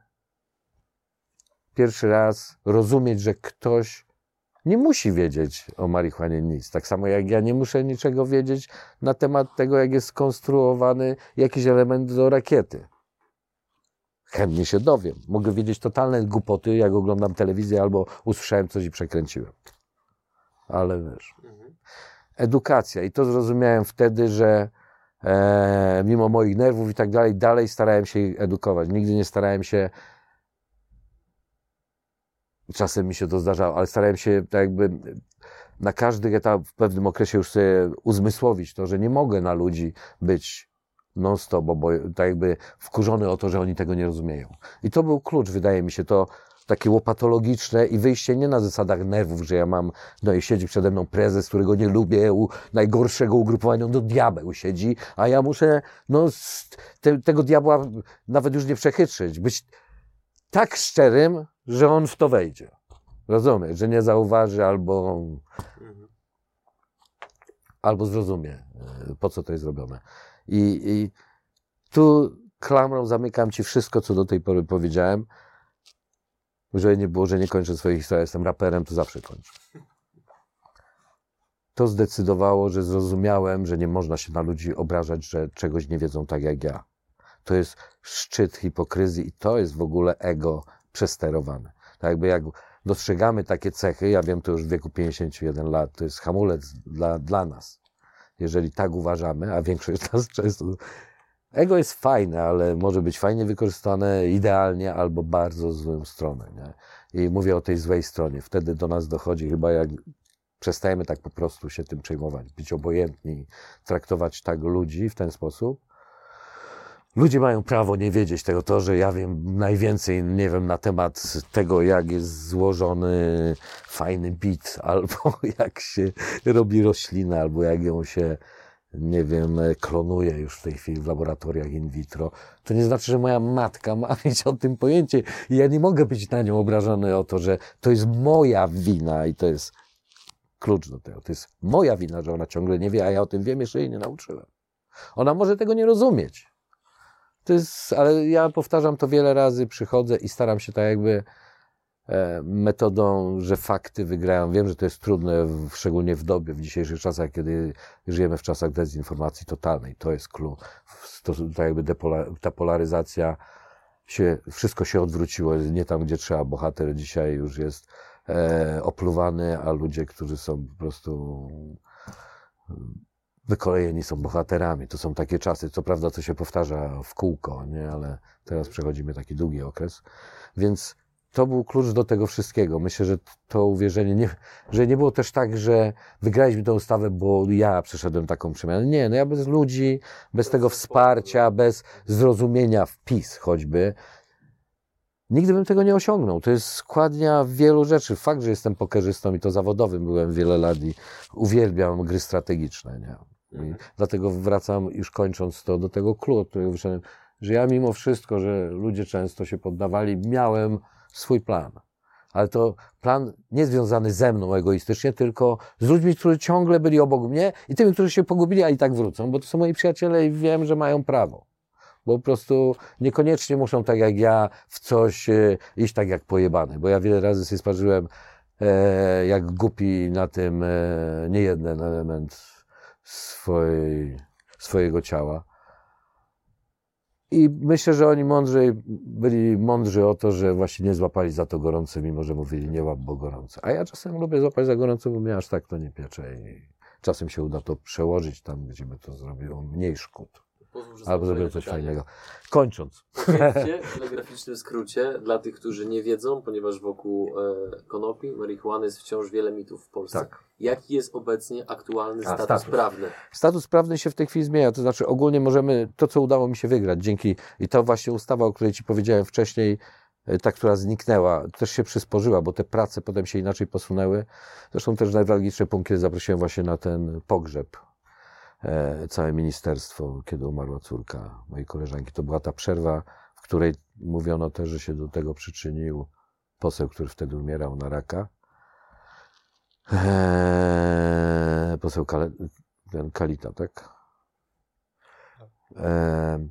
pierwszy raz rozumieć, że ktoś nie musi wiedzieć o marihuanie nic. Tak samo jak ja nie muszę niczego wiedzieć na temat tego, jak jest skonstruowany jakiś element do rakiety. Chętnie się dowiem. Mogę wiedzieć totalne głupoty, jak oglądam telewizję albo usłyszałem coś i przekręciłem. Ale wiesz, edukacja. I to zrozumiałem wtedy, że e, mimo moich nerwów i tak dalej, dalej starałem się ich edukować. Nigdy nie starałem się, czasem mi się to zdarzało, ale starałem się tak jakby na każdy etap w pewnym okresie już sobie uzmysłowić to, że nie mogę na ludzi być non-stop, bo tak jakby wkurzony o to, że oni tego nie rozumieją. I to był klucz, wydaje mi się, to takie łopatologiczne i wyjście nie na zasadach nerwów, że ja mam, no i siedzi przede mną prezes, którego nie lubię, u najgorszego ugrupowania, no diabeł siedzi, a ja muszę, no te, tego diabła nawet już nie przechytrzyć, być tak szczerym, że on w to wejdzie. Rozumiesz, że nie zauważy albo, albo zrozumie, po co to jest zrobione. I, I tu klamrą zamykam ci wszystko, co do tej pory powiedziałem. Żeby nie było, że nie kończę swojej historii, jestem raperem, to zawsze kończę. To zdecydowało, że zrozumiałem, że nie można się na ludzi obrażać, że czegoś nie wiedzą tak jak ja. To jest szczyt hipokryzji i to jest w ogóle ego przesterowane. Tak jakby jak dostrzegamy takie cechy, ja wiem to już w wieku pięćdziesięciu jeden lat, to jest hamulec dla, dla nas. Jeżeli tak uważamy, a większość z nas często... Ego jest fajne, ale może być fajnie wykorzystane idealnie albo bardzo złą stronę. Nie? I mówię o tej złej stronie. Wtedy do nas dochodzi chyba jak przestajemy tak po prostu się tym przejmować, być obojętni, traktować tak ludzi w ten sposób. Ludzie mają prawo nie wiedzieć tego, to, że ja wiem najwięcej, nie wiem, na temat tego, jak jest złożony fajny beat, albo jak się robi roślina, albo jak ją się, nie wiem, klonuje już w tej chwili w laboratoriach in vitro. To nie znaczy, że moja matka ma mieć o tym pojęcie i ja nie mogę być na nią obrażony o to, że to jest moja wina i to jest klucz do tego. To jest moja wina, że ona ciągle nie wie, a ja o tym wiem, jeszcze jej nie nauczyłem. Ona może tego nie rozumieć. To jest, ale ja powtarzam to wiele razy, przychodzę i staram się tak jakby e, metodą, że fakty wygrają. Wiem, że to jest trudne, w, szczególnie w dobie, w dzisiejszych czasach, kiedy żyjemy w czasach dezinformacji totalnej. To jest clue. To, tak jakby depola, ta polaryzacja się, wszystko się odwróciło. Nie tam, gdzie trzeba. Bohater dzisiaj już jest e, opluwany, a ludzie, którzy są po prostu... wykolejeni są bohaterami. To są takie czasy, co prawda to się powtarza w kółko, nie? Ale teraz przechodzimy taki długi okres. Więc to był klucz do tego wszystkiego. Myślę, że to uwierzenie, nie, że nie było też tak, że wygraliśmy tę ustawę, bo ja przeszedłem taką przemianę. Nie, no ja bez ludzi, bez tego wsparcia, bez zrozumienia w PiS choćby, nigdy bym tego nie osiągnął. To jest składnia wielu rzeczy. Fakt, że jestem pokerzystą i to zawodowym byłem wiele lat i uwielbiam gry strategiczne. Nie? I dlatego wracam, już kończąc to, do tego klubu, od którego wyszedłem, że ja mimo wszystko, że ludzie często się poddawali, miałem swój plan. Ale to plan nie związany ze mną egoistycznie, tylko z ludźmi, którzy ciągle byli obok mnie i tymi, którzy się pogubili, a i tak wrócą, bo to są moi przyjaciele i wiem, że mają prawo. Bo po prostu niekoniecznie muszą tak jak ja w coś e, iść tak jak pojebany. Bo ja wiele razy sobie sparzyłem e, jak głupi na tym e, niejeden element swojej, swojego ciała. I myślę, że oni mądrzej byli mądrzy o to, że właśnie nie złapali za to gorące, mimo że mówili nie łap, bo gorące. A ja czasem lubię złapać za gorące, bo mnie aż tak to nie piecze i czasem się uda to przełożyć tam, gdzie by to zrobiło mniej szkód. Pozwól, Albo zrobił coś pytanie. Fajnego. Kończąc. Powiedzcie w telegraficznym skrócie, dla tych, którzy nie wiedzą, ponieważ wokół e, konopi, marihuany jest wciąż wiele mitów w Polsce. Tak. Jaki jest obecnie aktualny status, status prawny? Status prawny się w tej chwili zmienia, to znaczy ogólnie możemy, to co udało mi się wygrać dzięki, i to właśnie ustawa, o której Ci powiedziałem wcześniej, ta, która zniknęła, też się przysporzyła, bo te prace potem się inaczej posunęły. Zresztą też najwalniejsze punkt, kiedy zaprosiłem właśnie na ten pogrzeb całe ministerstwo, kiedy umarła córka mojej koleżanki. To była ta przerwa, w której mówiono też, że się do tego przyczynił poseł, który wtedy umierał na raka. Eee, poseł Kale, ten Kalita, tak? Eee,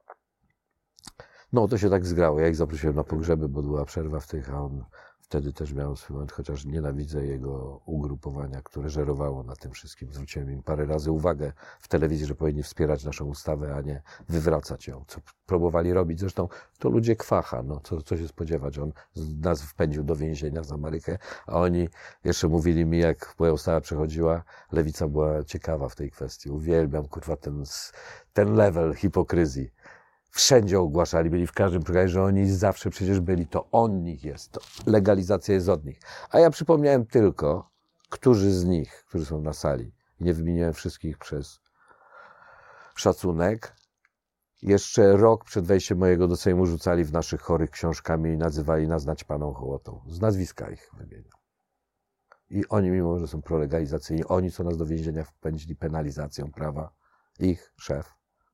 no to się tak zgrało. Ja ich zaprosiłem na pogrzeby, bo była przerwa w tych, a on wtedy też miał swój moment, chociaż nienawidzę jego ugrupowania, które żerowało na tym wszystkim. Zwróciłem im parę razy uwagę w telewizji, że powinni wspierać naszą ustawę, a nie wywracać ją, co próbowali robić. Zresztą to ludzie kwacha, no co, co się spodziewać. On nas wpędził do więzienia za Amerykę, a oni jeszcze mówili mi, jak moja ustawa przechodziła, lewica była ciekawa w tej kwestii. Uwielbiam, kurwa, ten, ten level hipokryzji. Wszędzie ogłaszali, byli w każdym programie, że oni zawsze przecież byli, to od nich jest, to legalizacja jest od nich. A ja przypomniałem tylko, którzy z nich, którzy są na sali, i nie wymieniłem wszystkich przez szacunek, jeszcze rok przed wejściem mojego do Sejmu rzucali w naszych chorych książkami i nazywali nas naćpaną hołotą. Z nazwiska ich wymieniam. I oni, mimo że są prolegalizacyjni, oni, co nas do więzienia wpędzili penalizacją prawa, ich szef.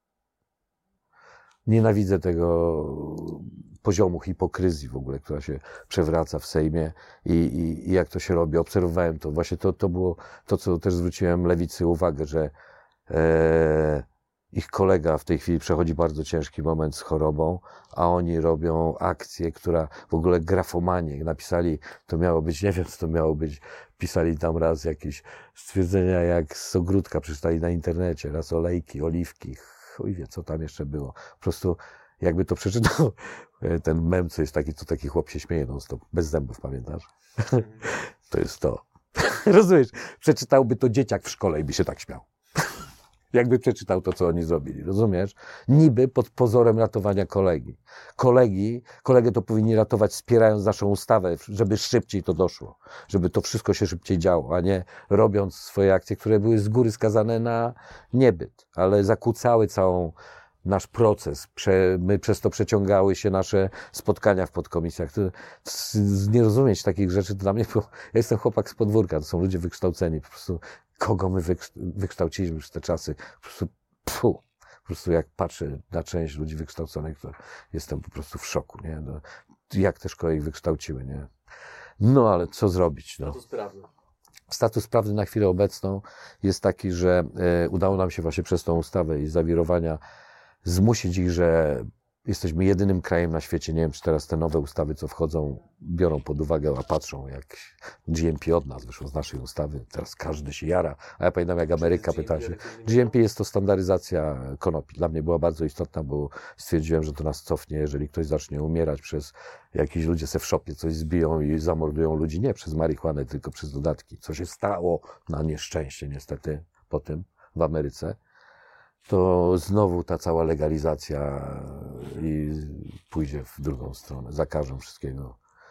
Nienawidzę tego poziomu hipokryzji w ogóle, która się przewraca w Sejmie i, i, i jak to się robi. Obserwowałem to. Właśnie to, to było to, co też zwróciłem lewicy uwagę, że e, ich kolega w tej chwili przechodzi bardzo ciężki moment z chorobą, a oni robią akcję, która w ogóle grafomanie. Napisali, to miało być, nie wiem co to miało być, pisali tam raz jakieś stwierdzenia jak z ogródka, przeczytali na internecie, raz olejki, oliwki, chuj wie, co tam jeszcze było. Po prostu jakby to przeczytał ten mem, co jest taki, co taki chłop się śmieje non stop, bez zębów, pamiętasz? To jest to. Rozumiesz? Przeczytałby to dzieciak w szkole i by się tak śmiał. Jakby przeczytał to, co oni zrobili, rozumiesz? Niby pod pozorem ratowania kolegi. Kolegi, kolegę to powinni ratować, wspierając naszą ustawę, żeby szybciej to doszło. Żeby to wszystko się szybciej działo, a nie robiąc swoje akcje, które były z góry skazane na niebyt, ale zakłócały całą nasz proces. Prze, my przez to przeciągały się nasze spotkania w podkomisjach. To, z, nie rozumieć takich rzeczy to dla mnie było... Ja jestem chłopak z podwórka, to są ludzie wykształceni, po prostu kogo my wykształciliśmy przez te czasy. Po prostu, pfu, po prostu jak patrzę na część ludzi wykształconych, to jestem po prostu w szoku, nie? No, jak te szkoły ich wykształciły, nie? No, ale co zrobić, no? Status prawny. Status prawny na chwilę obecną jest taki, że e, udało nam się właśnie przez tą ustawę i zawirowania zmusić ich, że jesteśmy jedynym krajem na świecie, nie wiem, czy teraz te nowe ustawy, co wchodzą, biorą pod uwagę, a patrzą, jak G M P od nas wyszło z naszej ustawy, teraz każdy się jara, a ja pamiętam, jak Ameryka pytała się, G M P jest to standaryzacja konopi. Dla mnie była bardzo istotna, bo stwierdziłem, że to nas cofnie, jeżeli ktoś zacznie umierać przez jakiś ludzie se w szopie coś zbiją i zamordują ludzi, nie przez marihuanę, tylko przez dodatki, co się stało na nieszczęście niestety po tym w Ameryce. To znowu ta cała legalizacja i pójdzie w drugą stronę. Zakażą wszystkiego.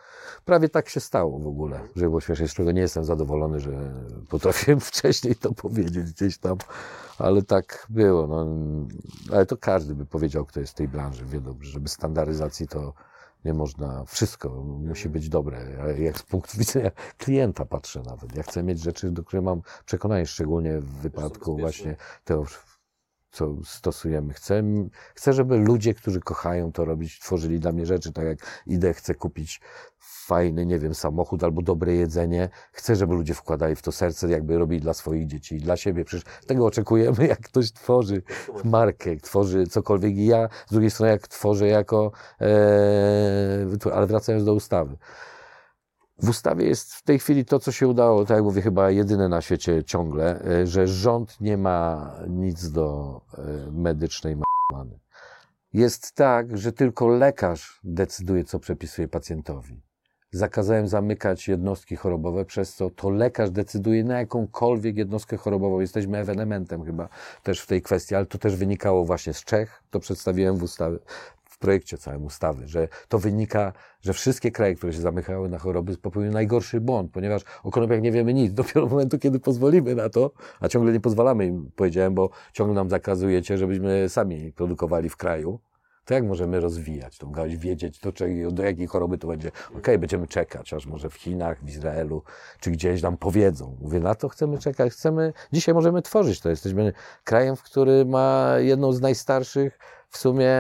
prawie tak się stało w ogóle, żeby było śmiesznie, z czego nie jestem zadowolony, że potrafiłem wcześniej to powiedzieć gdzieś tam, ale tak było. No. Ale to każdy by powiedział, kto jest w tej branży, wie dobrze, że bez standaryzacji to nie można, wszystko musi być dobre. Jak z punktu widzenia klienta patrzę nawet. Ja chcę mieć rzeczy, do których mam przekonanie, szczególnie w wypadku właśnie tego, co stosujemy. Chcę, chcę, żeby ludzie, którzy kochają to robić, tworzyli dla mnie rzeczy, tak jak idę, chcę kupić fajny, nie wiem, samochód albo dobre jedzenie. Chcę, żeby ludzie wkładali w to serce, jakby robili dla swoich dzieci i dla siebie. Przecież tego oczekujemy, jak ktoś tworzy markę, jak tworzy cokolwiek. I ja z drugiej strony, jak tworzę jako... E, ale wracając do ustawy. W ustawie jest w tej chwili to, co się udało, tak jak mówię, chyba jedyne na świecie ciągle, że rząd nie ma nic do medycznej marihuany. Jest tak, że tylko lekarz decyduje, co przepisuje pacjentowi. Zakazałem zamykać jednostki chorobowe, przez co to lekarz decyduje na jakąkolwiek jednostkę chorobową. Jesteśmy ewenementem chyba też w tej kwestii, ale to też wynikało właśnie z Czech, to przedstawiłem w ustawie. W projekcie całym ustawy, że to wynika, że wszystkie kraje, które się zamykały na choroby, popełniły najgorszy błąd, ponieważ o konopiach nie wiemy nic. Dopiero w momentu, kiedy pozwolimy na to, a ciągle nie pozwalamy im, powiedziałem, bo ciągle nam zakazujecie, żebyśmy sami produkowali w kraju, to jak możemy rozwijać tą gałąź, wiedzieć, do, czego, do jakiej choroby to będzie. Okej, okay, będziemy czekać, aż może w Chinach, w Izraelu, czy gdzieś nam powiedzą. Mówię, na to chcemy czekać, chcemy, dzisiaj możemy tworzyć to. Jesteśmy krajem, który ma jedną z najstarszych w sumie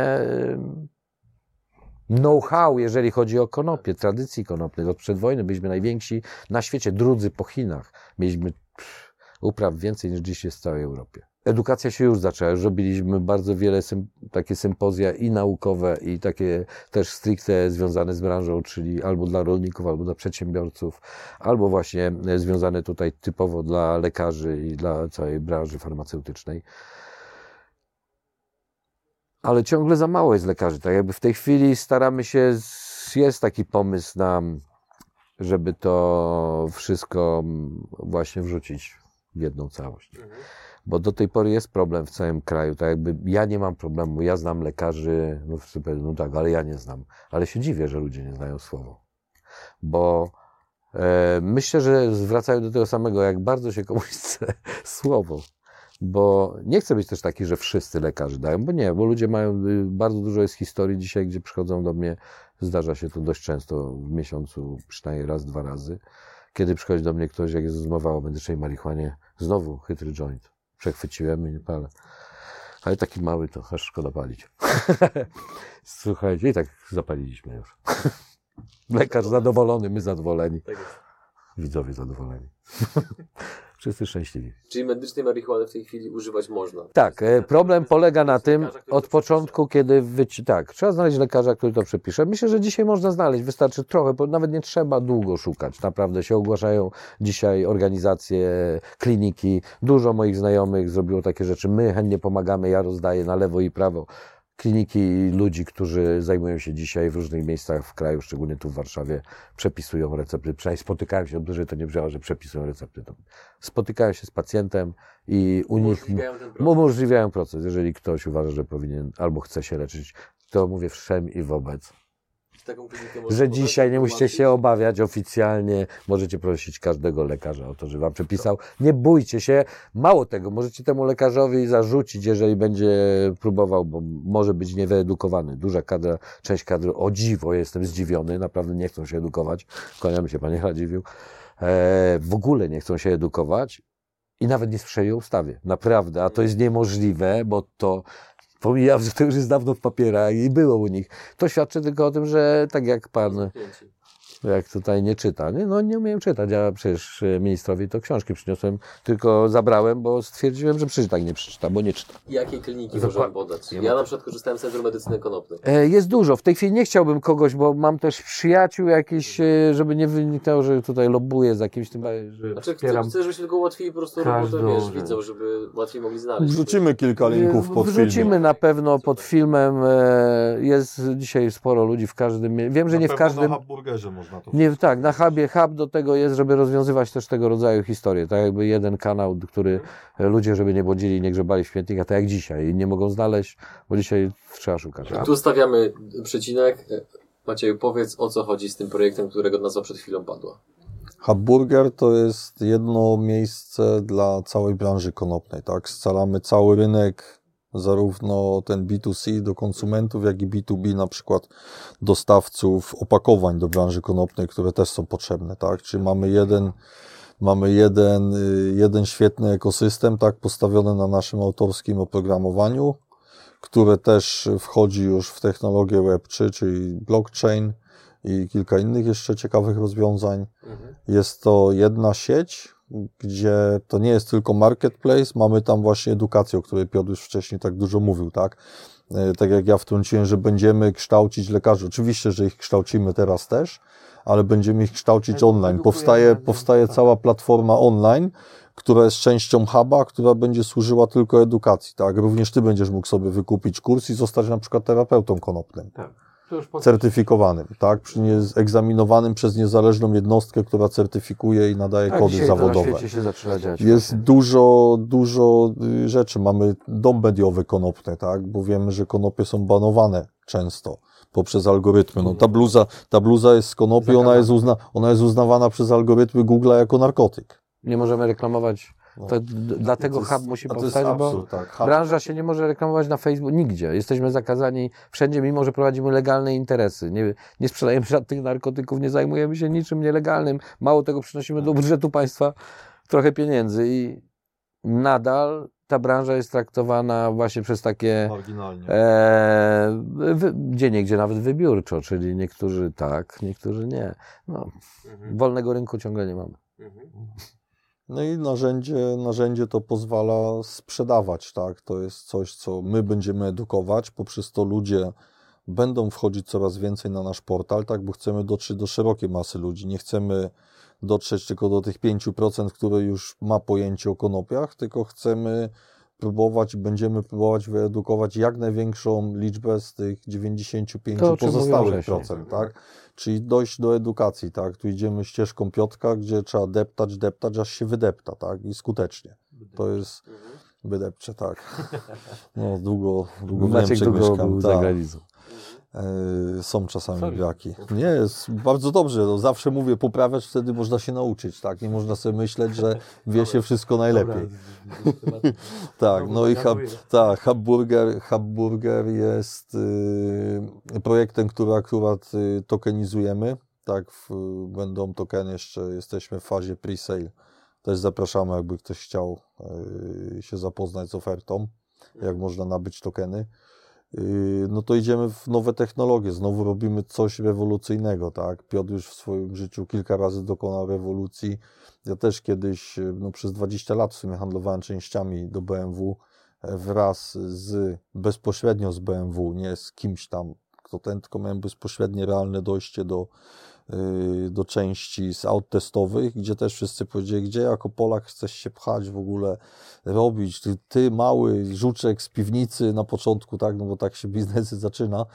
know-how, jeżeli chodzi o konopie, tradycji konopnej. Od przedwojny byliśmy najwięksi na świecie, drudzy po Chinach. Mieliśmy pff, upraw więcej niż dziś jest w całej Europie. Edukacja się już zaczęła, już robiliśmy bardzo wiele sym, takie sympozja i naukowe, i takie też stricte związane z branżą, czyli albo dla rolników, albo dla przedsiębiorców, albo właśnie związane tutaj typowo dla lekarzy i dla całej branży farmaceutycznej. Ale ciągle za mało jest lekarzy. Tak jakby w tej chwili staramy się, jest taki pomysł na, żeby to wszystko właśnie wrzucić w jedną całość. Mhm. Bo do tej pory jest problem w całym kraju. Tak jakby ja nie mam problemu, ja znam lekarzy, no, no tak, ale ja nie znam. Ale się dziwię, że ludzie nie znają słowa. Bo e, myślę, że zwracają do tego samego, jak bardzo się komuś chce słowo. Bo nie chcę być też taki, że wszyscy lekarze dają, bo nie, bo ludzie mają, bardzo dużo jest historii dzisiaj, gdzie przychodzą do mnie, zdarza się to dość często w miesiącu, przynajmniej raz, dwa razy, kiedy przychodzi do mnie ktoś, jak jest rozmowa o medycznej marihuanie, znowu chytry joint, przechwyciłem i nie palę. Ale taki mały to aż szkoda palić. Słuchajcie, i tak zapaliliśmy już. Lekarz zadowolony, my zadowoleni. Widzowie zadowoleni. Wszyscy szczęśliwi. Czyli medycznej marihuany w tej chwili używać można? Tak, problem polega na tym, od początku, kiedy wyci... tak, trzeba znaleźć lekarza, który to przepisze. Myślę, że dzisiaj można znaleźć, wystarczy trochę, bo nawet nie trzeba długo szukać. Naprawdę się ogłaszają dzisiaj organizacje, kliniki. Dużo moich znajomych zrobiło takie rzeczy. My chętnie pomagamy, ja rozdaję na lewo i prawo. Kliniki ludzi, którzy zajmują się dzisiaj w różnych miejscach w kraju, szczególnie tu w Warszawie, przepisują recepty. Przynajmniej spotykałem się, dobrze to nie brzmiało, że przepisują recepty. Spotykają się z pacjentem i u nich umożliwiają proces. Jeżeli ktoś uważa, że powinien albo chce się leczyć, to mówię wszem i wobec. Taką że dzisiaj nie musicie się obawiać oficjalnie, możecie prosić każdego lekarza o to, żeby wam przepisał. Nie bójcie się, mało tego, możecie temu lekarzowi zarzucić, jeżeli będzie próbował, bo może być niewyedukowany. Duża kadra, część kadry, o dziwo, jestem zdziwiony, naprawdę nie chcą się edukować, kłaniamy się, panie Radziwiłł, e, w ogóle nie chcą się edukować i nawet nie słyszeli o ustawie, naprawdę, a to jest niemożliwe, bo to pomijam, że to już jest dawno w papierach i było u nich. To świadczy tylko o tym, że tak jak pan, jak tutaj nie czyta, nie? No nie umiem czytać, ja przecież ministrowi to książki przyniosłem, tylko zabrałem, bo stwierdziłem, że przecież tak nie przeczyta, bo nie czyta. Jakie kliniki możemy podać? Ja na przykład korzystałem z Centrum Medycyny Konopnej. Jest dużo. W tej chwili nie chciałbym kogoś, bo mam też przyjaciół jakiś, żeby nie wyniknęło, że tutaj lobbuję z jakimś tym, że znaczy, chcesz, chcesz, żebyśmy tylko łatwiej po prostu robotę, wiesz, widzą, żeby łatwiej mogli znaleźć. Wrzucimy kilka linków pod filmem. Wrzucimy na pewno pod filmem. Jest dzisiaj sporo ludzi w każdym. Wiem, że na nie w każdym. Na Hubburgerze można to. Nie, tak, na hubie, hub do tego jest, żeby rozwiązywać też tego rodzaju historie. Tak jakby jeden kanał, który ludzie, żeby nie błądzili, nie grzebali w śmietnikach, tak jak dzisiaj. I nie mogą znaleźć, bo dzisiaj trzeba szukać. Tu stawiamy przecinek. Macieju, powiedz, o co chodzi z tym projektem, którego nazwa przed chwilą padła. Hubburger to jest jedno miejsce dla całej branży konopnej, tak? Scalamy cały rynek, zarówno ten B dwa C do konsumentów, jak i B dwa B, na przykład dostawców opakowań do branży konopnej, które też są potrzebne, tak? Czyli mamy jeden, mamy jeden, jeden świetny ekosystem, tak? Postawiony na naszym autorskim oprogramowaniu, które też wchodzi już w technologię web trzy, czyli blockchain, i kilka innych jeszcze ciekawych rozwiązań. Mhm. Jest to jedna sieć, gdzie to nie jest tylko marketplace, mamy tam właśnie edukację, o której Piotr już wcześniej tak dużo mówił, tak? Tak jak ja wtrąciłem, że będziemy kształcić lekarzy. Oczywiście, że ich kształcimy teraz też, ale będziemy ich kształcić online. Powstaje, powstaje cała platforma online, która jest częścią huba, która będzie służyła tylko edukacji, tak? Również ty będziesz mógł sobie wykupić kurs i zostać na przykład terapeutą konopnym. Tak. Certyfikowanym, tak? Egzaminowanym przez niezależną jednostkę, która certyfikuje i nadaje tak, kody zawodowe. Na się zaczyna dziać. Jest właśnie. dużo, dużo rzeczy. Mamy dom mediowy konopny, tak? Bo wiemy, że konopie są banowane często poprzez algorytmy. No, ta bluza, ta bluza jest z konopi, ona jest, uzna, ona jest uznawana przez algorytmy Google'a jako narkotyk. Nie możemy reklamować. No. To d- dlatego jest, hub musi powstać, absurd, bo tak. Hub. branża się nie może reklamować na Facebooku nigdzie. Jesteśmy zakazani wszędzie, mimo że prowadzimy legalne interesy. Nie, nie sprzedajemy żadnych narkotyków, nie zajmujemy się niczym nielegalnym. Mało tego, przynosimy do budżetu państwa trochę pieniędzy i nadal ta branża jest traktowana właśnie przez takie e, wy, gdzie niegdzie nawet wybiórczo, czyli niektórzy tak, niektórzy nie. No, mhm. Wolnego rynku ciągle nie mamy. Mhm. No i narzędzie, narzędzie to pozwala sprzedawać, tak? To jest coś, co my będziemy edukować, poprzez to ludzie będą wchodzić coraz więcej na nasz portal, tak? Bo chcemy dotrzeć do szerokiej masy ludzi. Nie chcemy dotrzeć tylko do tych pięć procent, które już ma pojęcie o konopiach, tylko chcemy próbować i będziemy próbować wyedukować jak największą liczbę z tych dziewięćdziesiąt pięć pozostałych procent, tak? Czyli dojść do edukacji, tak? Tu idziemy ścieżką Piotrka, gdzie trzeba deptać, deptać, aż się wydepta, tak? I skutecznie. To jest wydepcze, tak. No, długo, długo w Niemczech mieszkam. Za granicą. Są czasami braki. Nie, jest bardzo dobrze. No, zawsze mówię, poprawiać, wtedy można się nauczyć, tak? Nie można sobie myśleć, że wie się wszystko najlepiej. Tak, no i hub, tak, Hubburger, Hubburger jest y, projektem, który akurat y, tokenizujemy. Tak, w, będą tokeny jeszcze, jesteśmy w fazie pre-sale. Też zapraszamy, jakby ktoś chciał y, się zapoznać z ofertą, jak można nabyć tokeny. No to idziemy w nowe technologie, znowu robimy coś rewolucyjnego, tak? Piotr już w swoim życiu kilka razy dokonał rewolucji. Ja też kiedyś, no przez dwadzieścia lat w sumie handlowałem częściami do B M W wraz z, bezpośrednio z B M W, nie z kimś tam, kto ten, tylko miałem bezpośrednie, realne dojście do, yy, do części z aut testowych, gdzie też wszyscy powiedzieli, gdzie jako Polak chcesz się pchać w ogóle, robić, ty, ty mały żuczek z piwnicy na początku, tak, no bo tak się biznesy zaczyna,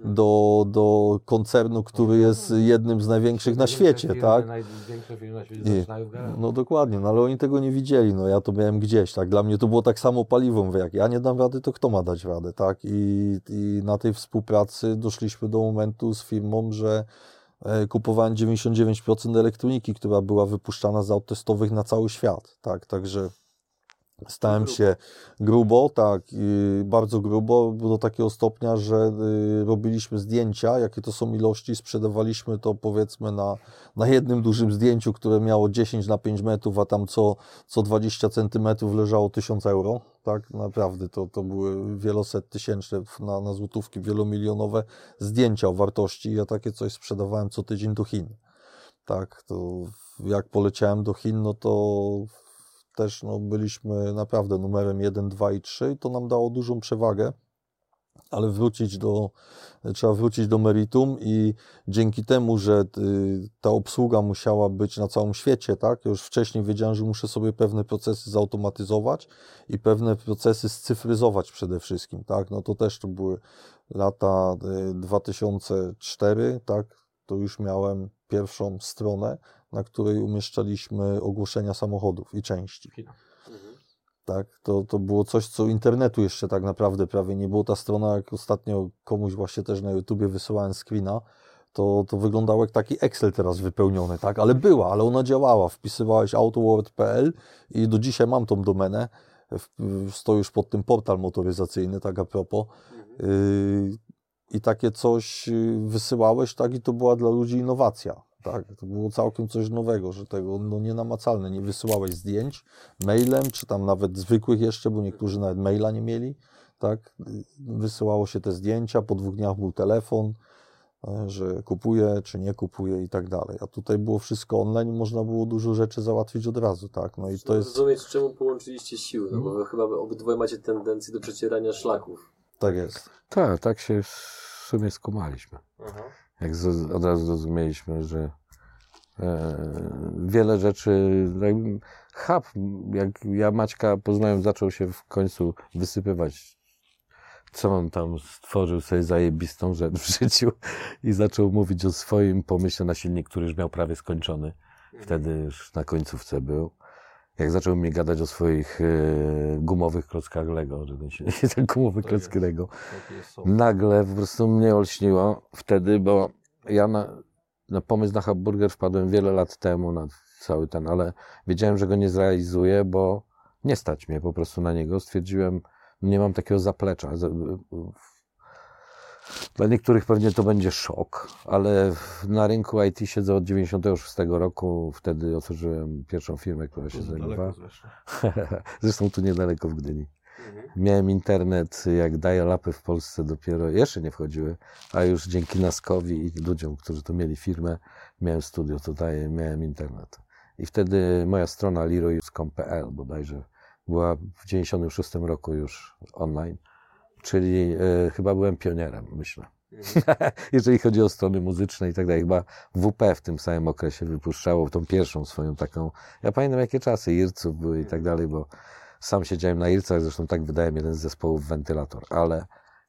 do, do koncernu, który jest jednym z największych na świecie, firmy, tak? Największe firmy na świecie zaczynają w garażu. No dokładnie, no ale oni tego nie widzieli, no ja to miałem gdzieś, tak, dla mnie to było tak samo paliwo, mówię, jak ja nie dam rady, to kto ma dać radę, tak, i, i na tej współpracy doszliśmy do momentu z firmą, że kupowałem dziewięćdziesiąt dziewięć procent elektroniki, która była wypuszczana z aut testowych na cały świat, tak, także stałem się grubo, tak, bardzo grubo, do takiego stopnia, że robiliśmy zdjęcia, jakie to są ilości, sprzedawaliśmy to powiedzmy na, na jednym dużym zdjęciu, które miało dziesięć na pięć metrów, a tam co, co dwadzieścia centymetrów leżało tysiąc euro, tak, naprawdę to, to były wieloset tysięczne na, na złotówki, wielomilionowe zdjęcia o wartości. Ja takie coś sprzedawałem co tydzień do Chin, tak, to jak poleciałem do Chin, no to też no, byliśmy naprawdę numerem jeden, dwa i trzy i to nam dało dużą przewagę, ale wrócić do, trzeba wrócić do meritum i dzięki temu, że y, ta obsługa musiała być na całym świecie, tak, ja już wcześniej wiedziałem, że muszę sobie pewne procesy zautomatyzować i pewne procesy scyfryzować przede wszystkim, tak, no to też to były lata y, dwa tysiące cztery, tak, to już miałem pierwszą stronę, na której umieszczaliśmy ogłoszenia samochodów i części. Mhm. Tak, to, to było coś, co internetu jeszcze tak naprawdę prawie nie było. Ta strona, jak ostatnio komuś właśnie też na YouTubie wysyłałem screena, to, to wyglądało jak taki Excel teraz wypełniony, tak? Ale była, ale ona działała. Wpisywałeś autoworld kropka p l i do dzisiaj mam tą domenę. Stoi już pod tym portal motoryzacyjny, tak a propos. Yy, I takie coś wysyłałeś, tak? I to była dla ludzi innowacja. Tak, to było całkiem coś nowego, że tego no, nienamacalne. Nie wysyłałeś zdjęć mailem, czy tam nawet zwykłych jeszcze, bo niektórzy nawet maila nie mieli. Tak? Wysyłało się te zdjęcia, po dwóch dniach był telefon, że kupuje, czy nie kupuje i tak dalej. A tutaj było wszystko online i można było dużo rzeczy załatwić od razu. Tak? No i to jest... Rozumieć, czemu połączyliście siły, no bo wy chyba obydwoje macie tendencję do przecierania szlaków. Tak jest. Tak, tak się w sumie skumaliśmy. Aha. Jak z, od razu zrozumieliśmy, że e, wiele rzeczy, jak, hub, jak ja Maćka poznałem, zaczął się w końcu wysypywać, co on tam stworzył sobie zajebistą rzecz w życiu i zaczął mówić o swoim pomyśle na silnik, który już miał prawie skończony. Wtedy już na końcówce był. Jak zaczął mi gadać o swoich e, gumowych klockach Lego, że ten silnik, ten gumowy klocki Lego, nagle po prostu mnie olśniło wtedy, bo ja na, na pomysł na hamburger wpadłem wiele lat temu, na cały ten, ale wiedziałem, że go nie zrealizuję, bo nie stać mnie po prostu na niego. Stwierdziłem, nie mam takiego zaplecza. Dla niektórych pewnie to będzie szok, ale na rynku I T siedzę od dziewięćdziesiątego szóstego roku. Wtedy otworzyłem pierwszą firmę, która się zajmowała. Zresztą tu niedaleko w Gdyni. Mhm. Miałem internet, jak dial-upy w Polsce dopiero jeszcze nie wchodziły, a już dzięki Naskowi i ludziom, którzy tu mieli firmę, miałem studio tutaj, miałem internet. I wtedy moja strona leroy kropka com kropka p l bodajże była w dziewięćdziesiątym szóstym roku już online. Czyli y, chyba byłem pionierem, myślę. Mhm. Jeżeli chodzi o strony muzyczne i tak dalej. Chyba W P w tym samym okresie wypuszczało tą pierwszą swoją taką... Ja pamiętam, jakie czasy Irców były i tak dalej, bo sam siedziałem na Ircach, zresztą tak wydałem jeden z zespołów Wentylator, ale...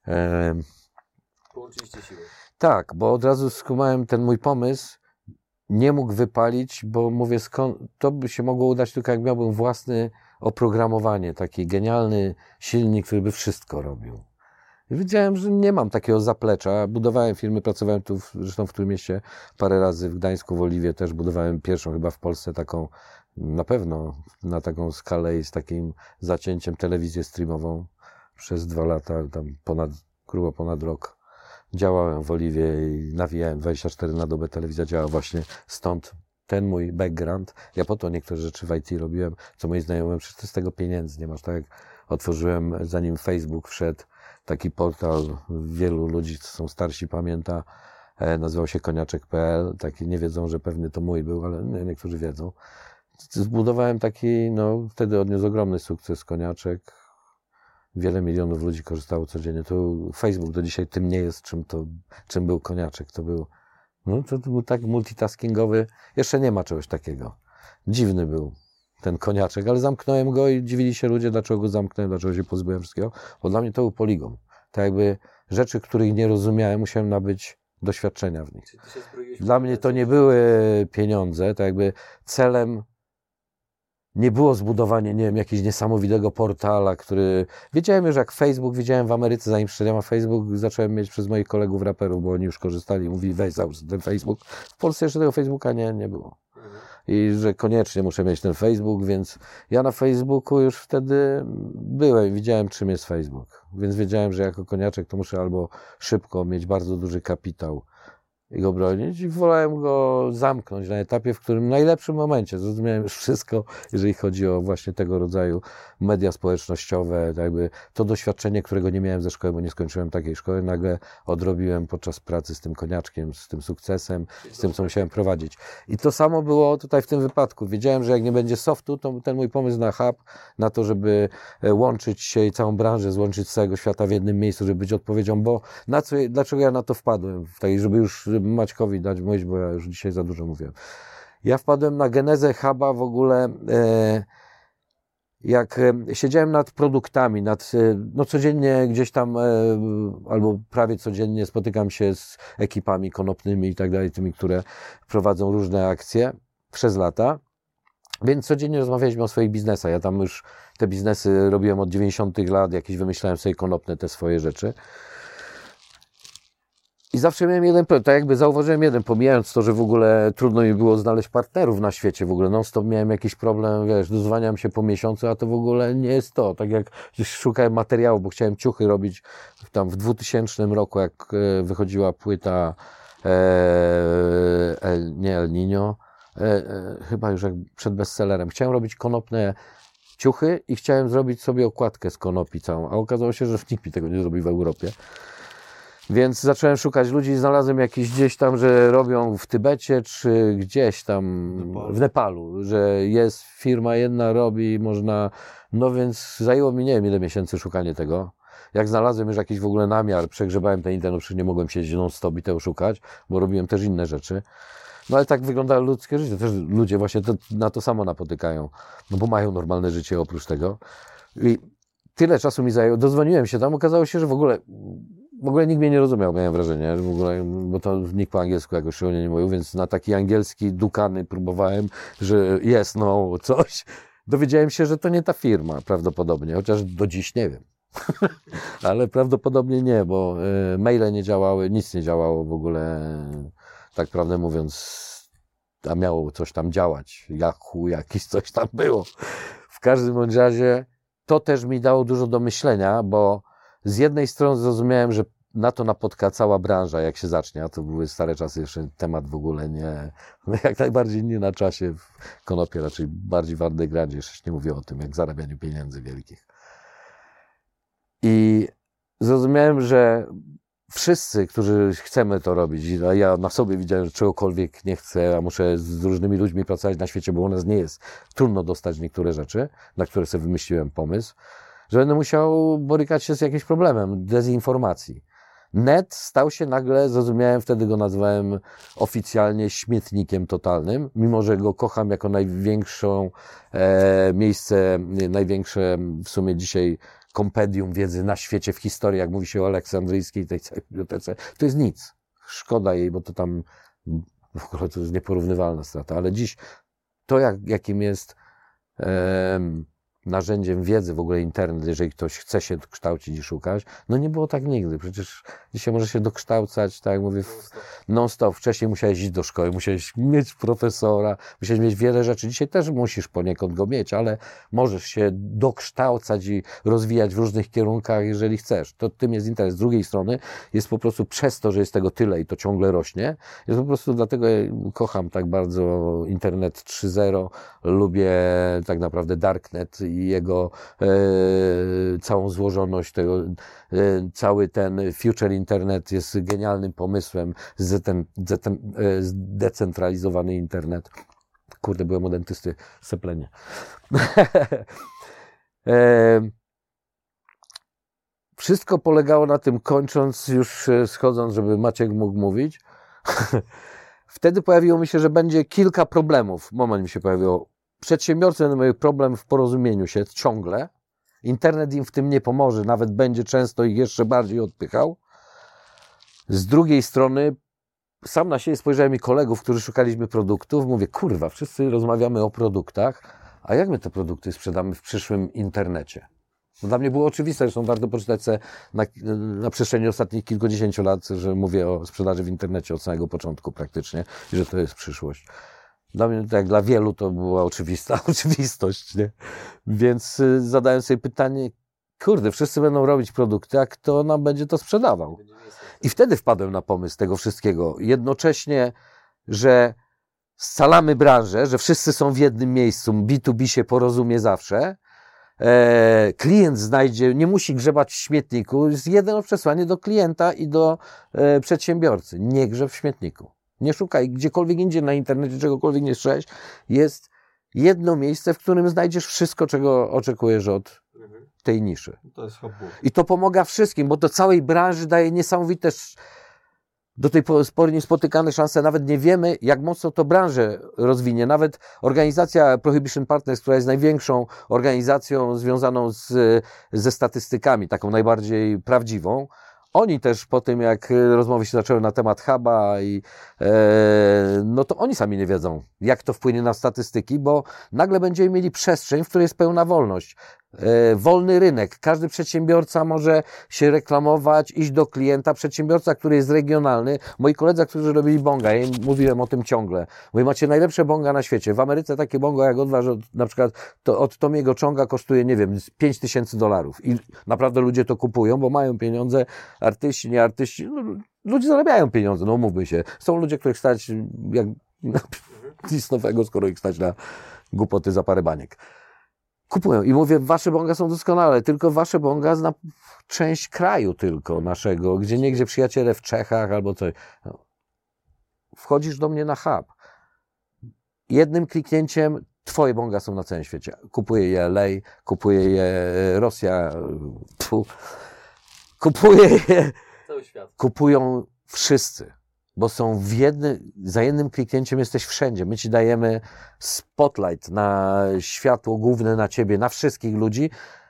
E, Połączyliście siły. Tak, bo od razu skumałem ten mój pomysł, nie mógł wypalić, bo mówię, skąd... To by się mogło udać tylko jak miałbym własny oprogramowanie, taki genialny silnik, który by wszystko robił. I wiedziałem, że nie mam takiego zaplecza. Budowałem firmy, pracowałem tu, w, zresztą w Trójmieście parę razy, w Gdańsku, w Oliwie też budowałem pierwszą chyba w Polsce taką, na pewno na taką skalę i z takim zacięciem telewizję streamową przez dwa lata, tam ponad, grubo ponad rok. Działałem w Oliwie i nawijałem dwadzieścia cztery na dobę, telewizja działa właśnie stąd. Ten mój background, ja po to niektóre rzeczy w I T robiłem, co moi znajomi, przecież ty z tego pieniędzy nie masz, tak jak otworzyłem, zanim Facebook wszedł, taki portal, wielu ludzi, co są starsi, pamięta, e, nazywał się koniaczek kropka p l, taki nie wiedzą, że pewnie to mój był, ale nie, niektórzy wiedzą. Zbudowałem taki, no wtedy odniósł ogromny sukces Koniaczek, wiele milionów ludzi korzystało codziennie, to Facebook do dzisiaj tym nie jest, czym to, czym był Koniaczek, to był No to, to był tak multitaskingowy, jeszcze nie ma czegoś takiego. Dziwny był ten Koniaczek, ale zamknąłem go i dziwili się ludzie, dlaczego go zamknąłem, dlaczego się pozbyłem wszystkiego, bo dla mnie to był poligon. Tak jakby rzeczy, których nie rozumiałem, musiałem nabyć doświadczenia w nich. Dla mnie to nie były pieniądze, tak jakby celem nie było zbudowanie, nie wiem, jakiegoś niesamowitego portala, który... Wiedziałem już jak Facebook, widziałem w Ameryce, zanim przyszedłem na Facebook, zacząłem mieć przez moich kolegów raperów, bo oni już korzystali, mówili, weź załóż ten Facebook. W Polsce jeszcze tego Facebooka nie, nie było. I że koniecznie muszę mieć ten Facebook, więc ja na Facebooku już wtedy byłem, widziałem czym jest Facebook. Więc wiedziałem, że jako Koniaczek to muszę albo szybko mieć bardzo duży kapitał i go bronić i wolałem go zamknąć na etapie, w którym w najlepszym momencie zrozumiałem już wszystko, jeżeli chodzi o właśnie tego rodzaju media społecznościowe, jakby to doświadczenie, którego nie miałem ze szkoły, bo nie skończyłem takiej szkoły, nagle odrobiłem podczas pracy z tym Koniaczkiem, z tym sukcesem, z tym, co musiałem prowadzić. I to samo było tutaj w tym wypadku. Wiedziałem, że jak nie będzie softu, to ten mój pomysł na hub, na to, żeby łączyć się i całą branżę, złączyć z całego świata w jednym miejscu, żeby być odpowiedzią, bo na co, dlaczego ja na to wpadłem? W tej, żeby już Maćkowi dać myśl, bo ja już dzisiaj za dużo mówiłem. Ja wpadłem na genezę huba w ogóle, e, jak e, siedziałem nad produktami, nad, e, no codziennie gdzieś tam, e, albo prawie codziennie spotykam się z ekipami konopnymi i tak dalej, tymi, które prowadzą różne akcje przez lata. Więc codziennie rozmawialiśmy o swoich biznesach. Ja tam już te biznesy robiłem od dziewięćdziesiątych lat, jakieś wymyślałem sobie konopne te swoje rzeczy. I zawsze miałem jeden problem, tak jakby zauważyłem jeden, pomijając to, że w ogóle trudno mi było znaleźć partnerów na świecie w ogóle, non stop miałem jakiś problem, wiesz, dozwaniam się po miesiącu, a to w ogóle nie jest to, tak jak szukałem materiału, bo chciałem ciuchy robić tam w dwutysięcznym roku, jak wychodziła płyta e, El, nie El Niño, e, e, chyba już jak przed bestsellerem, chciałem robić konopne ciuchy i chciałem zrobić sobie okładkę z konopi całą, a okazało się, że nikt mi tego nie zrobi w Europie. Więc zacząłem szukać ludzi i znalazłem jakieś gdzieś tam, że robią w Tybecie, czy gdzieś tam w Nepalu, że jest firma jedna, robi, można, no więc zajęło mi, nie wiem ile miesięcy szukanie tego. Jak znalazłem już jakiś w ogóle namiar, przegrzebałem ten internet, przecież nie mogłem siedzieć non-stop i tego szukać, bo robiłem też inne rzeczy. No ale tak wygląda ludzkie życie, też ludzie właśnie to, na to samo napotykają, no bo mają normalne życie oprócz tego. I tyle czasu mi zajęło, dozwoniłem się tam, okazało się, że w ogóle W ogóle nikt mnie nie rozumiał, miałem wrażenie, w ogóle, bo to nikt po angielsku jakoś szczególnie nie mówił, więc na taki angielski dukany próbowałem, że jest no coś. Dowiedziałem się, że to nie ta firma prawdopodobnie, chociaż do dziś nie wiem. Ale prawdopodobnie nie, bo y, maile nie działały, nic nie działało w ogóle, tak prawdę mówiąc, a miało coś tam działać, Yahoo, jakieś coś tam było. W każdym bądź razie to też mi dało dużo do myślenia, bo z jednej strony zrozumiałem, że na to napotka cała branża, jak się zacznie, a to były stare czasy, jeszcze temat w ogóle nie, jak najbardziej nie na czasie, w konopie raczej bardziej w undergroundzie, jeszcze nie mówię o tym, jak zarabianiu pieniędzy wielkich. I zrozumiałem, że wszyscy, którzy chcemy to robić, a ja na sobie widziałem, że czegokolwiek nie chcę, a muszę z różnymi ludźmi pracować na świecie, bo u nas nie jest trudno dostać niektóre rzeczy, na które sobie wymyśliłem pomysł, że będę musiał borykać się z jakimś problemem dezinformacji. Net stał się nagle, zrozumiałem, wtedy go nazwałem oficjalnie śmietnikiem totalnym, mimo że go kocham jako największą e, miejsce, największe w sumie dzisiaj kompendium wiedzy na świecie w historii, jak mówi się o aleksandryjskiej tej całej bibliotece, to jest nic. Szkoda jej, bo to tam w ogóle to jest nieporównywalna strata, ale dziś to, jak, jakim jest e, narzędziem wiedzy, w ogóle internet, jeżeli ktoś chce się kształcić i szukać, no nie było tak nigdy. Przecież dzisiaj może się dokształcać, tak jak mówię, non-stop. Wcześniej musiałeś iść do szkoły, musiałeś mieć profesora, musiałeś mieć wiele rzeczy. Dzisiaj też musisz poniekąd go mieć, ale możesz się dokształcać i rozwijać w różnych kierunkach, jeżeli chcesz. To tym jest internet. Z drugiej strony jest po prostu przez to, że jest tego tyle i to ciągle rośnie, jest po prostu dlatego ja kocham tak bardzo internet trzy zero, lubię tak naprawdę darknet i jego e, całą złożoność, tego, e, cały ten future internet jest genialnym pomysłem, zdeten, zdeten, e, zdecentralizowany internet. Kurde, byłem u dentysty, seplenie. e, wszystko polegało na tym, kończąc już, schodząc, żeby Maciek mógł mówić, wtedy pojawiło mi się, że będzie kilka problemów. Moment mi się pojawiło. Przedsiębiorcy będą mieli problem w porozumieniu się ciągle. Internet im w tym nie pomoże, nawet będzie często ich jeszcze bardziej odpychał. Z drugiej strony, sam na siebie spojrzałem i kolegów, którzy szukaliśmy produktów, mówię, kurwa, wszyscy rozmawiamy o produktach, a jak my te produkty sprzedamy w przyszłym internecie? No dla mnie było oczywiste, zresztą warto poczytać sobie na, na przestrzeni ostatnich kilkudziesięciu lat, że mówię o sprzedaży w internecie od samego początku praktycznie i że to jest przyszłość. Dla mnie, tak jak dla wielu, to była oczywista oczywistość, nie? Więc y, zadałem sobie pytanie, kurde, wszyscy będą robić produkty, a kto nam będzie to sprzedawał? I wtedy wpadłem na pomysł tego wszystkiego. Jednocześnie, że scalamy branżę, że wszyscy są w jednym miejscu, B dwa B się porozumie zawsze, e, klient znajdzie, nie musi grzebać w śmietniku, jest jedno przesłanie do klienta i do e, przedsiębiorcy. Nie grzeb w śmietniku. Nie szukaj gdziekolwiek indziej na internecie, czegokolwiek nie strzeć. Jest jedno miejsce, w którym znajdziesz wszystko, czego oczekujesz od tej niszy. To jest I to pomaga wszystkim, bo to całej branży daje niesamowite, do tej pory niespotykane szanse. Nawet nie wiemy, jak mocno to branżę rozwinie. Nawet organizacja Prohibition Partners, która jest największą organizacją związaną z, ze statystykami, taką najbardziej prawdziwą, oni też po tym, jak rozmowy się zaczęły na temat huba i e, no to oni sami nie wiedzą, jak to wpłynie na statystyki, bo nagle będziemy mieli przestrzeń, w której jest pełna wolność. E, wolny rynek. Każdy przedsiębiorca może się reklamować, iść do klienta. Przedsiębiorca, który jest regionalny. Moi koledzy, którzy robili bonga, ja im mówiłem o tym ciągle. Mówię, macie najlepsze bonga na świecie. W Ameryce takie bongo jak odważ, na przykład to od Tomiego Chonga kosztuje, nie wiem, pięć tysięcy dolarów. I naprawdę ludzie to kupują, bo mają pieniądze. Artyści, nie artyści. No, ludzie zarabiają pieniądze, no mówmy się. Są ludzie, których stać jak nic nowego, skoro ich stać na głupoty za parę baniek. Kupują i mówię, wasze bonga są doskonałe, tylko wasze bonga zna część kraju tylko naszego, gdzie niegdzie przyjaciele w Czechach albo coś. No. Wchodzisz do mnie na hub. Jednym kliknięciem twoje bonga są na całym świecie. Kupuje je L A, kupuje je Rosja, pfu, kupuje je, Cały świat. kupują wszyscy. Bo są w jednym, za jednym kliknięciem jesteś wszędzie. My ci dajemy spotlight na światło główne na ciebie, na wszystkich ludzi.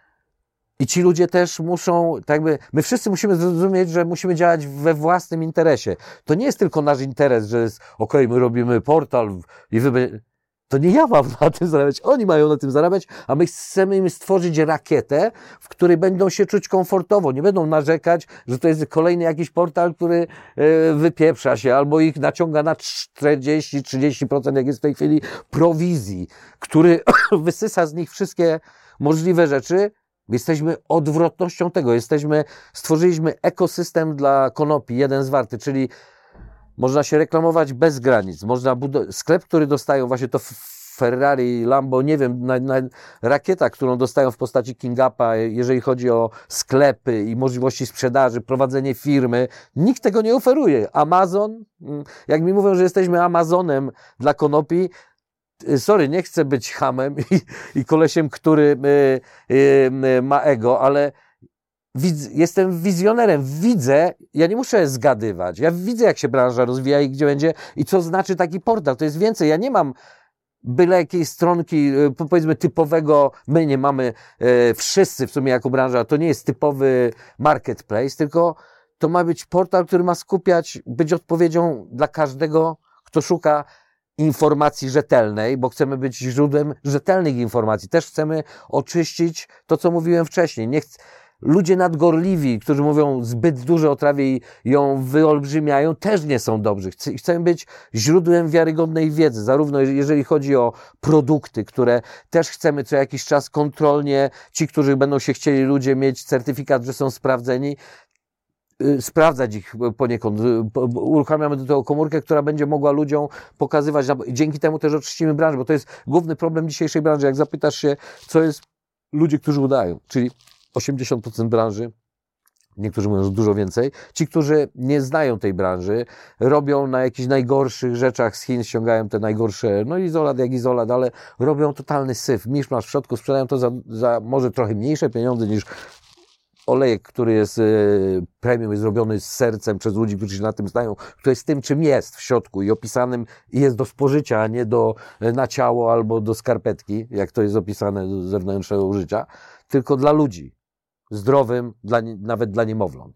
I ci ludzie też muszą, tak jakby, my wszyscy musimy zrozumieć, że musimy działać we własnym interesie. To nie jest tylko nasz interes, że jest, okej, okay, my robimy portal i wy... To nie ja mam na tym zarabiać, oni mają na tym zarabiać, a my chcemy im stworzyć rakietę, w której będą się czuć komfortowo, nie będą narzekać, że to jest kolejny jakiś portal, który wypieprza się, albo ich naciąga na czterdzieści do trzydziestu procent, jak jest w tej chwili, prowizji, który wysysa z nich wszystkie możliwe rzeczy. Jesteśmy odwrotnością tego, jesteśmy, stworzyliśmy ekosystem dla konopi, jeden zwarty, czyli można się reklamować bez granic. Można budować sklep, który dostają właśnie to Ferrari, Lambo, nie wiem, na, na, rakieta, którą dostają w postaci King-Upa, jeżeli chodzi o sklepy i możliwości sprzedaży, prowadzenie firmy. Nikt tego nie oferuje. Amazon, jak mi mówią, że jesteśmy Amazonem dla konopi, sorry, nie chcę być hamem i, i kolesiem, który y, y, ma ego, ale Widz, jestem wizjonerem, widzę, ja nie muszę zgadywać, ja widzę, jak się branża rozwija i gdzie będzie i co znaczy taki portal, to jest więcej, ja nie mam byle jakiej stronki, powiedzmy typowego, my nie mamy, e, wszyscy w sumie jako branża, to nie jest typowy marketplace, tylko to ma być portal, który ma skupiać, być odpowiedzią dla każdego, kto szuka informacji rzetelnej, bo chcemy być źródłem rzetelnych informacji, też chcemy oczyścić to, co mówiłem wcześniej, nie chcę. Ludzie nadgorliwi, którzy mówią zbyt dużo o trawie i ją wyolbrzymiają, też nie są dobrzy. Chcemy być źródłem wiarygodnej wiedzy, zarówno jeżeli chodzi o produkty, które też chcemy co jakiś czas kontrolnie, ci, którzy będą się chcieli ludzie mieć certyfikat, że są sprawdzeni, sprawdzać ich poniekąd. Uruchamiamy do tego komórkę, która będzie mogła ludziom pokazywać, dzięki temu też oczyścimy branżę, bo to jest główny problem dzisiejszej branży. Jak zapytasz się, co jest ludzie, którzy udają, czyli osiemdziesiąt procent branży, niektórzy mówią, że dużo więcej, ci, którzy nie znają tej branży, robią na jakichś najgorszych rzeczach z Chin, ściągają te najgorsze, no izolat jak izolat, ale robią totalny syf, miszmasz w środku, sprzedają to za, za może trochę mniejsze pieniądze niż olejek, który jest y, premium, jest zrobiony z sercem przez ludzi, którzy się na tym znają, który jest tym, czym jest w środku i opisanym i jest do spożycia, a nie do, na ciało albo do skarpetki, jak to jest opisane do zewnętrznego użycia, tylko dla ludzi. Zdrowym, dla, nawet dla niemowląt.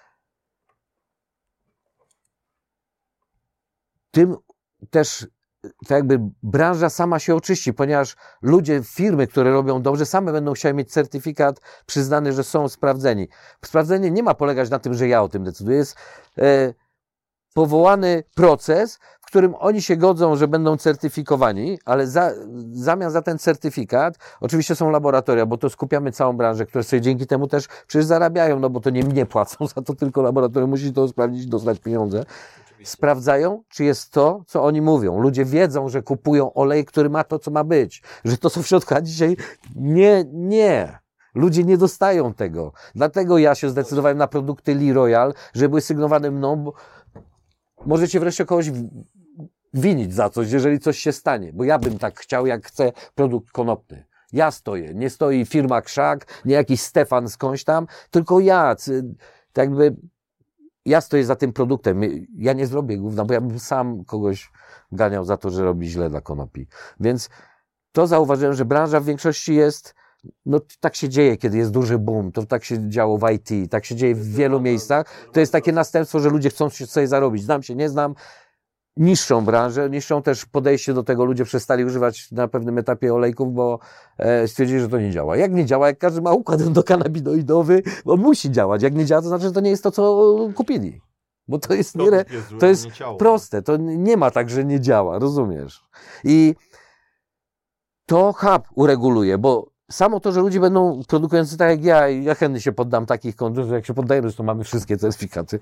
Tym też tak jakby branża sama się oczyści, ponieważ ludzie, firmy, które robią dobrze, same będą chciały mieć certyfikat przyznany, że są sprawdzeni. Sprawdzenie nie ma polegać na tym, że ja o tym decyduję. Jest e, powołany proces, w którym oni się godzą, że będą certyfikowani, ale za, zamiast za ten certyfikat, oczywiście są laboratoria, bo to skupiamy całą branżę, które sobie dzięki temu też przecież zarabiają, no bo to nie mnie płacą za to, tylko laboratorium musi to sprawdzić i dostać pieniądze. Sprawdzają, czy jest to, co oni mówią. Ludzie wiedzą, że kupują olej, który ma to, co ma być. Że to, co w środku, a dzisiaj nie, nie. Ludzie nie dostają tego. Dlatego ja się zdecydowałem na produkty Lee Royal, że były sygnowane mną, bo możecie wreszcie kogoś winić za coś, jeżeli coś się stanie. Bo ja bym tak chciał, jak chcę produkt konopny. Ja stoję. Nie stoi firma Krzak, nie jakiś Stefan skądś tam, tylko ja. Tak jakby ja stoję za tym produktem. Ja nie zrobię gówna, bo ja bym sam kogoś ganiał za to, że robi źle dla konopi. Więc to zauważyłem, że branża w większości jest, no tak się dzieje, kiedy jest duży boom, to tak się działo w I T, tak się dzieje w wielu miejscach. To jest takie następstwo, że ludzie chcą sobie zarobić. Znam się, nie znam. niszczą branżę, niszczą też podejście do tego. Ludzie przestali używać na pewnym etapie olejków, bo e, stwierdzili, że to nie działa. Jak nie działa? Jak każdy ma układ endokannabinoidowy, on musi działać. Jak nie działa, to znaczy, że to nie jest to, co kupili. Bo to jest, nie, to jest proste. To nie ma tak, że nie działa, rozumiesz? I to hub ureguluje, bo samo to, że ludzie będą produkujący tak jak ja, i ja chętnie się poddam takich kontroli, że jak się poddajemy, zresztą mamy wszystkie certyfikaty,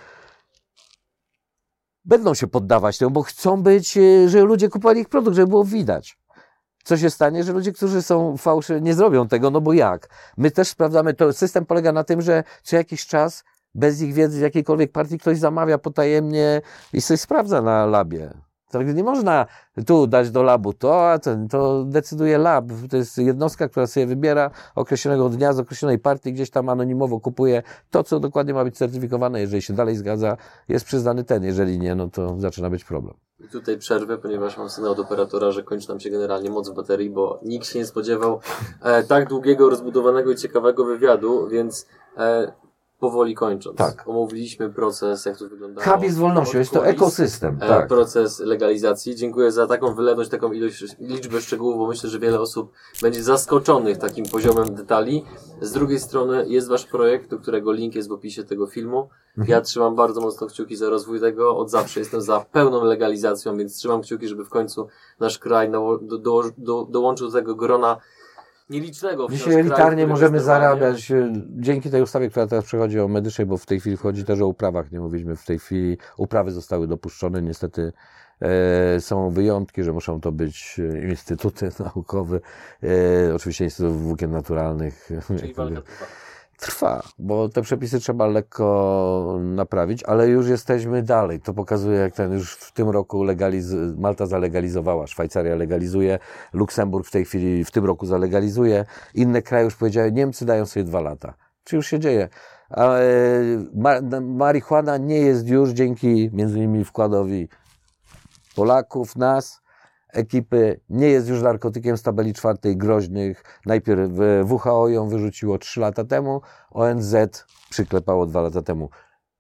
będą się poddawać temu, bo chcą być, żeby ludzie kupowali ich produkt, żeby było widać. Co się stanie, że ludzie, którzy są fałszywi, nie zrobią tego, no bo jak? My też sprawdzamy, to system polega na tym, że co jakiś czas, bez ich wiedzy, z jakiejkolwiek partii, ktoś zamawia potajemnie i sobie sprawdza na labie. Tak nie można tu dać do labu to, a ten, to decyduje lab. To jest jednostka, która sobie wybiera określonego dnia z określonej partii, gdzieś tam anonimowo kupuje to, co dokładnie ma być certyfikowane. Jeżeli się dalej zgadza, jest przyznany ten. Jeżeli nie, no to zaczyna być problem. I tutaj przerwę, ponieważ mam sygnał od operatora, że kończy nam się generalnie moc w baterii, bo nikt się nie spodziewał e, tak długiego, rozbudowanego i ciekawego wywiadu, więc e, powoli kończąc. Tak. Omówiliśmy proces, jak to wyglądało. Hub jest wolnością, jest to ekosystem. E, tak. Proces legalizacji. Dziękuję za taką wylewność, taką ilość, liczbę szczegółów, bo myślę, że wiele osób będzie zaskoczonych takim poziomem detali. Z drugiej strony jest wasz projekt, do którego link jest w opisie tego filmu. Mhm. Ja trzymam bardzo mocno kciuki za rozwój tego. Od zawsze jestem za pełną legalizacją, więc trzymam kciuki, żeby w końcu nasz kraj do, do, do, do, dołączył do tego grona nielicznego. Dzisiaj elitarnie możemy zarabiać dzięki tej ustawie, która teraz przechodzi o medycznej, bo w tej chwili wchodzi też o uprawach, nie mówiliśmy w tej chwili, uprawy zostały dopuszczone, niestety e, są wyjątki, że muszą to być instytuty naukowe, e, oczywiście Instytut Włókien Naturalnych. Czyli walka trwa. Trwa, bo te przepisy trzeba lekko naprawić, ale już jesteśmy dalej. To pokazuje, jak ten już w tym roku legaliz- Malta zalegalizowała, Szwajcaria legalizuje, Luksemburg w tej chwili w tym roku zalegalizuje, inne kraje już powiedziały, Niemcy dają sobie dwa lata. Czy już się dzieje? A e, ma- marihuana nie jest już dzięki między innymi wkładowi Polaków, nas, ekipy, nie jest już narkotykiem z tabeli czwartej groźnych. Najpierw W H O ją wyrzuciło trzy lata temu, O N Z przyklepało dwa lata temu.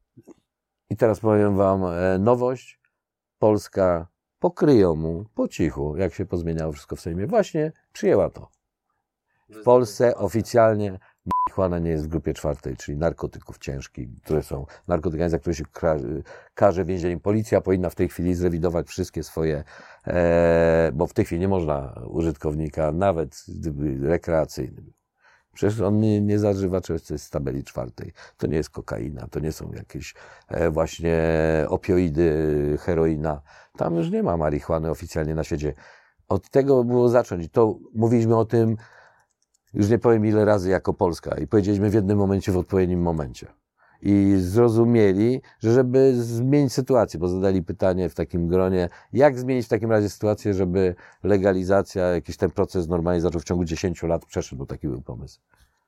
I teraz powiem wam e, nowość. Polska po kryjomu, po cichu, jak się pozmieniało wszystko w Sejmie, właśnie przyjęła to. W Polsce oficjalnie marihuana nie jest w grupie czwartej, czyli narkotyków ciężkich, które są narkotykami, za które się karze więzieniem. Policja powinna w tej chwili zrewidować wszystkie swoje, e, bo w tej chwili nie można użytkownika, nawet gdyby rekreacyjny. Przecież on nie, nie zażywa czegoś, co jest z tabeli czwartej. To nie jest kokaina, to nie są jakieś e, właśnie opioidy, heroina. Tam już nie ma marihuany oficjalnie na świecie. Od tego było zacząć. To mówiliśmy o tym, już nie powiem ile razy jako Polska i powiedzieliśmy w jednym momencie, w odpowiednim momencie. I zrozumieli, że żeby zmienić sytuację, bo zadali pytanie w takim gronie, jak zmienić w takim razie sytuację, żeby legalizacja, jakiś ten proces normalnie zaczął w ciągu dziesięciu lat przeszedł, taki był pomysł.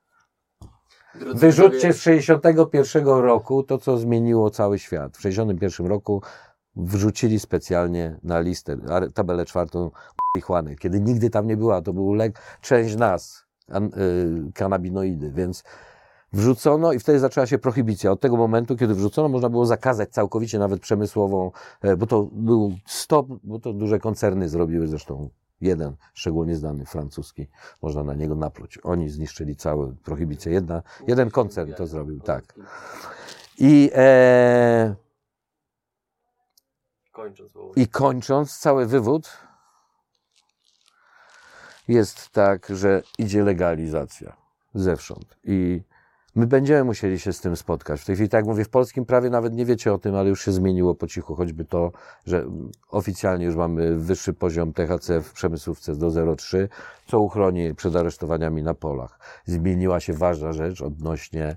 Wyrzućcie z sześćdziesiątego pierwszego roku to, co zmieniło cały świat. W sześćdziesiątym pierwszym roku wrzucili specjalnie na listę tabelę czwartą marihuany, kiedy nigdy tam nie była, to był lek, część nas, kanabinoidy, więc wrzucono i wtedy zaczęła się prohibicja. Od tego momentu, kiedy wrzucono, można było zakazać całkowicie nawet przemysłową, bo to był stop, bo to duże koncerny zrobiły, zresztą jeden szczególnie znany, francuski, można na niego napluć. Oni zniszczyli całą prohibicję. Jedna, jeden koncern to zrobił, tak. I, e, kończąc, i kończąc, cały wywód jest tak, że idzie legalizacja zewsząd i my będziemy musieli się z tym spotkać. W tej chwili, tak jak mówię, w polskim prawie nawet nie wiecie o tym, ale już się zmieniło po cichu, choćby to, że oficjalnie już mamy wyższy poziom T H C w przemysłówce do zero przecinek trzy, co uchroni przed aresztowaniami na polach. Zmieniła się ważna rzecz odnośnie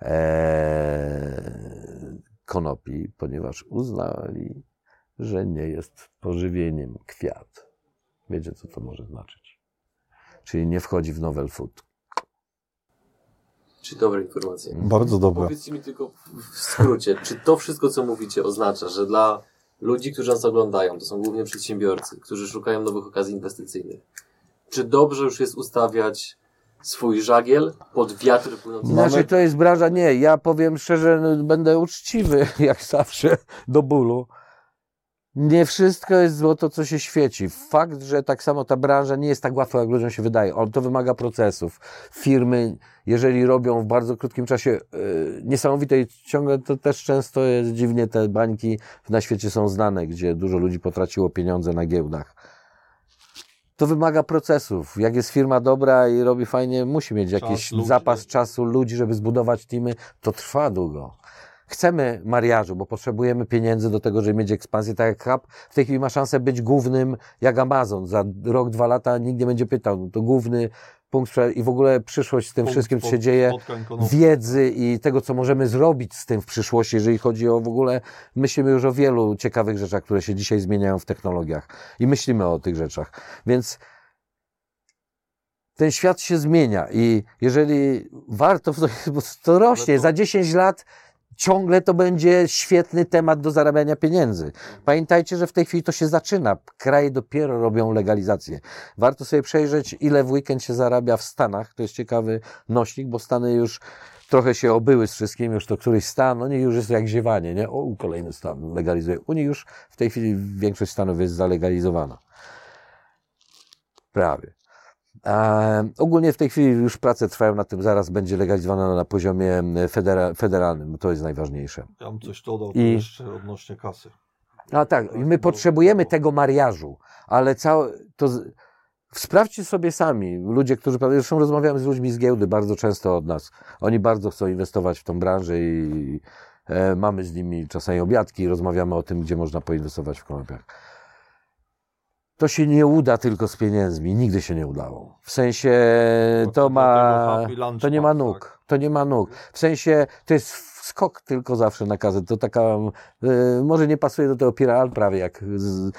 ee, konopi, ponieważ uznali, że nie jest pożywieniem kwiat. Wiecie, co to może znaczyć? Czyli nie wchodzi w novel food. Czyli dobre informacje. Bardzo dobre. Powiedzcie mi tylko w skrócie, czy to wszystko, co mówicie, oznacza, że dla ludzi, którzy nas oglądają, to są głównie przedsiębiorcy, którzy szukają nowych okazji inwestycyjnych, czy dobrze już jest ustawiać swój żagiel pod wiatr płynący? Znaczy, to jest branża, nie, ja powiem szczerze, będę uczciwy, jak zawsze, do bólu. Nie wszystko jest złoto, co się świeci. Fakt, że tak samo ta branża nie jest tak łatwa, jak ludziom się wydaje. On to wymaga procesów. Firmy, jeżeli robią w bardzo krótkim czasie yy, niesamowite i ciągle to też często jest dziwnie, te bańki na świecie są znane, gdzie dużo ludzi potraciło pieniądze na giełdach. To wymaga procesów. Jak jest firma dobra i robi fajnie, musi mieć jakiś Czas, zapas ludzi. czasu ludzi, żeby zbudować teamy. To trwa długo. Chcemy mariażu, bo potrzebujemy pieniędzy do tego, żeby mieć ekspansję. Tak jak Hub w tej chwili ma szansę być głównym jak Amazon. Za rok, dwa lata nikt nie będzie pytał. No to główny punkt i w ogóle przyszłość z tym Punkt wszystkim, co się spot- dzieje, spotkań konopnych. wiedzy i tego, co możemy zrobić z tym w przyszłości, jeżeli chodzi o w ogóle, myślimy już o wielu ciekawych rzeczach, które się dzisiaj zmieniają w technologiach i myślimy o tych rzeczach. Więc ten świat się zmienia i jeżeli warto, to, to rośnie. to- Za dziesięć lat ciągle to będzie świetny temat do zarabiania pieniędzy. Pamiętajcie, że w tej chwili to się zaczyna. Kraje dopiero robią legalizację. Warto sobie przejrzeć, ile w weekend się zarabia w Stanach. To jest ciekawy nośnik, bo Stany już trochę się obyły z wszystkim, już to któryś stan, no nie, już jest jak ziewanie, nie? O, kolejny stan legalizuje. U nich już w tej chwili większość stanów jest zalegalizowana. Prawie. E, ogólnie w tej chwili już prace trwają nad tym, zaraz będzie legalizowana na poziomie federa, federalnym, to jest najważniejsze. Ja bym coś dodał I- jeszcze odnośnie kasy. A tak, i my potrzebujemy tego mariażu, ale całe, to z, sprawdźcie sobie sami, ludzie, którzy, zresztą rozmawiamy z ludźmi z giełdy bardzo często od nas, oni bardzo chcą inwestować w tą branżę i e, mamy z nimi czasami obiadki, rozmawiamy o tym, gdzie można poinwestować w konopiach. To się nie uda tylko z pieniędzmi, nigdy się nie udało. W sensie to ma, to nie ma nóg, to nie ma nóg. W sensie to jest skok tylko zawsze na kasę. To taka, y, może nie pasuje do tego piral prawie jak z,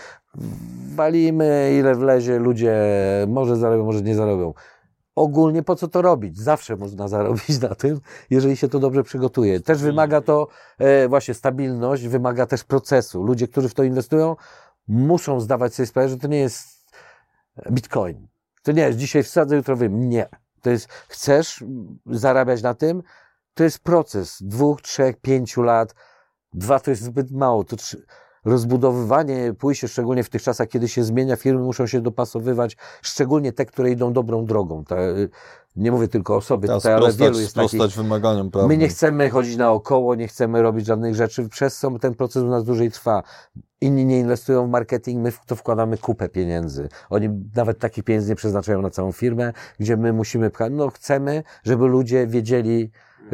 walimy ile wlezie, ludzie może zarobią, może nie zarobią. Ogólnie po co to robić? Zawsze można zarobić na tym, jeżeli się to dobrze przygotuje. Też wymaga to e, właśnie stabilność, wymaga też procesu. Ludzie, którzy w to inwestują, muszą zdawać sobie sprawę, że to nie jest bitcoin. To nie jest dzisiaj wsadzę, jutro wiem. Nie. To jest, chcesz zarabiać na tym, to jest proces dwóch, trzech, pięciu lat. Dwa to jest zbyt mało. To trzy, rozbudowywanie, pójście szczególnie w tych czasach, kiedy się zmienia, firmy muszą się dopasowywać, szczególnie te, które idą dobrą drogą. Ta, nie mówię tylko o sobie Teraz tutaj, ale sprostać, wielu jest takich. sprostać wymaganiom prawnym. My nie chcemy chodzić naokoło, nie chcemy robić żadnych rzeczy, przez co ten proces u nas dłużej trwa. Inni nie inwestują w marketing, my w to wkładamy kupę pieniędzy. Oni nawet takich pieniędzy nie przeznaczają na całą firmę, gdzie my musimy pchać. No chcemy, żeby ludzie wiedzieli,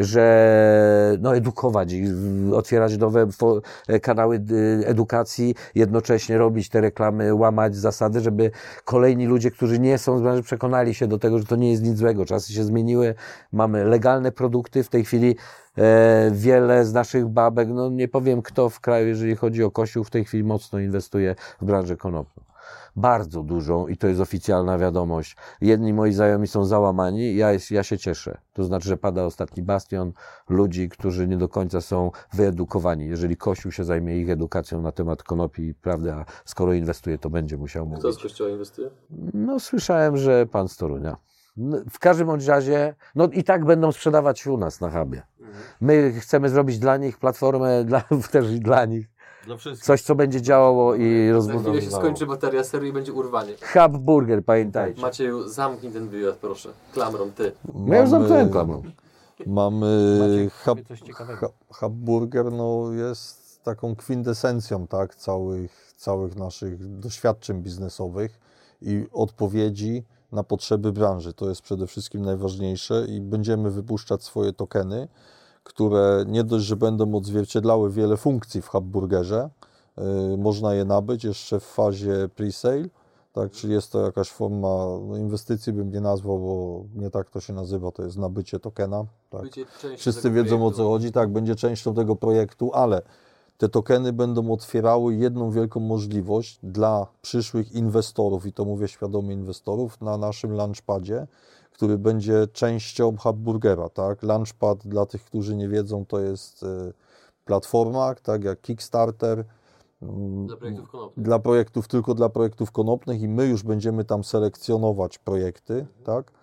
że no edukować ich, otwierać nowe fo- kanały y, edukacji, jednocześnie robić te reklamy, łamać zasady, żeby kolejni ludzie, którzy nie są z branży, przekonali się do tego, że to nie jest nic złego. Czasy się zmieniły, mamy legalne produkty, w tej chwili e, wiele z naszych babek, no nie powiem kto w kraju, jeżeli chodzi o Kościół, w tej chwili mocno inwestuje w branżę konopną. Bardzo dużą i to jest oficjalna wiadomość. Jedni moi znajomi są załamani, ja, jest, ja się cieszę. To znaczy, że pada ostatni bastion ludzi, którzy nie do końca są wyedukowani. Jeżeli Kościół się zajmie ich edukacją na temat konopi, prawda, a skoro inwestuje, to będzie musiał Kto z mówić. Kościoła inwestuje? No słyszałem, że pan z Torunia. No, w każdym bądź razie, no i tak będą sprzedawać u nas na hubie. My chcemy zrobić dla nich platformę, dla, też i dla nich. Dla wszystkich. Coś, co będzie działało i Za chwilę się rozbudowywało. skończy bateria serii i będzie urwanie. Hub Burger, pamiętajcie. Macieju, zamknij ten wywiad, proszę. Klamrą, ty. No ja już zamknąłem klamrą. Mamy Maciek, hub, powie coś ciekawego. hub, hub Burger, no jest taką kwintesencją, tak, całych, całych naszych doświadczeń biznesowych i odpowiedzi na potrzeby branży. To jest przede wszystkim najważniejsze i będziemy wypuszczać swoje tokeny, które nie dość, że będą odzwierciedlały wiele funkcji w Hub Burgerze, yy, można je nabyć jeszcze w fazie pre-sale, tak, czyli jest to jakaś forma no, inwestycji, bym nie nazwał, bo nie tak to się nazywa, to jest nabycie tokena. Tak. Bycie częścią Wszyscy tego wiedzą, o projektu. co chodzi, tak, będzie częścią tego projektu, ale te tokeny będą otwierały jedną wielką możliwość dla przyszłych inwestorów, i to mówię świadomie inwestorów, na naszym launchpadzie, który będzie częścią Hub Burgera, tak. Launchpad, dla tych, którzy nie wiedzą, to jest y, platforma, tak jak Kickstarter, Dla projektów konopnych. dla projektów, tylko dla projektów konopnych i my już będziemy tam selekcjonować projekty, tak,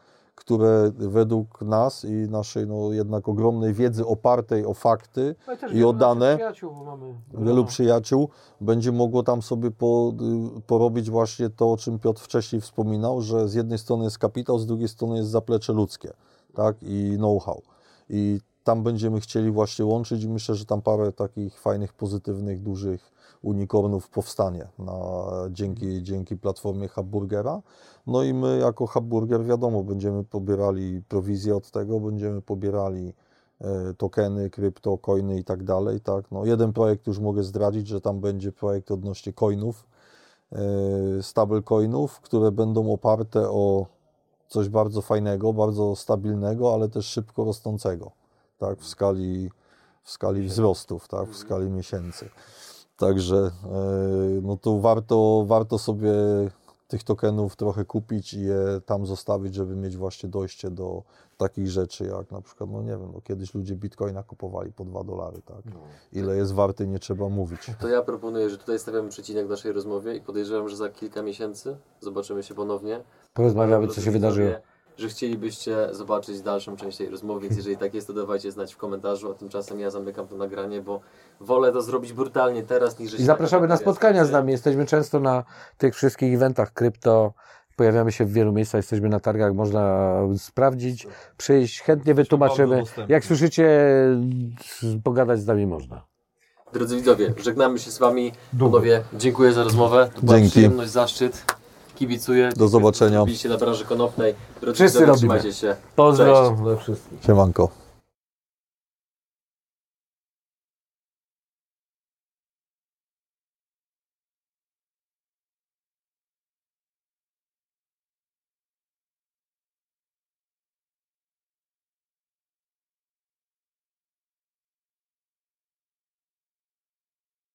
które według nas i naszej no, jednak ogromnej wiedzy opartej o fakty i o dane, mamy... wielu przyjaciół, będzie mogło tam sobie po, porobić właśnie to, o czym Piotr wcześniej wspominał, że z jednej strony jest kapitał, z drugiej strony jest zaplecze ludzkie, tak, i know-how. I tam będziemy chcieli właśnie łączyć i myślę, że tam parę takich fajnych, pozytywnych, dużych unicornów powstanie na, dzięki, dzięki platformie Hubburgera. No i my jako Hubburger wiadomo, będziemy pobierali prowizję od tego, będziemy pobierali e, tokeny, krypto, coiny i tak dalej. Tak? No, jeden projekt już mogę zdradzić, że tam będzie projekt odnośnie coinów, e, stablecoinów, które będą oparte o coś bardzo fajnego, bardzo stabilnego, ale też szybko rosnącego, tak? w skali, w skali wzrostów, tak? w skali miesięcy. Także no to warto, warto sobie tych tokenów trochę kupić i je tam zostawić, żeby mieć właśnie dojście do takich rzeczy jak na przykład, no nie wiem, no kiedyś ludzie bitcoina kupowali po dwa dolary, tak? Ile jest warty, nie trzeba mówić. To ja proponuję, że tutaj stawiamy przecinek w naszej rozmowie i podejrzewam, że za kilka miesięcy zobaczymy się ponownie. Porozmawiamy, co się wydarzyło. Że chcielibyście zobaczyć dalszą część tej rozmowy, więc jeżeli tak jest, to dawajcie znać w komentarzu, a tymczasem ja zamykam to nagranie, bo wolę to zrobić brutalnie teraz, niż... I zapraszamy na spotkania z nami, jesteśmy często na tych wszystkich eventach krypto, pojawiamy się w wielu miejscach, jesteśmy na targach, można sprawdzić, przyjść, chętnie wytłumaczymy. Jak słyszycie, pogadać z nami można. Drodzy widzowie, żegnamy się z Wami. Panowie, dziękuję za rozmowę. To była Dzięki. przyjemność, zaszczyt. Kibicuję. Do zobaczenia. Oczywiście na branży konopnej. Drodzy Wszyscy widzowie, robimy. trzymajcie się. Pozdro Cześć. dla wszystkich. Siemanko.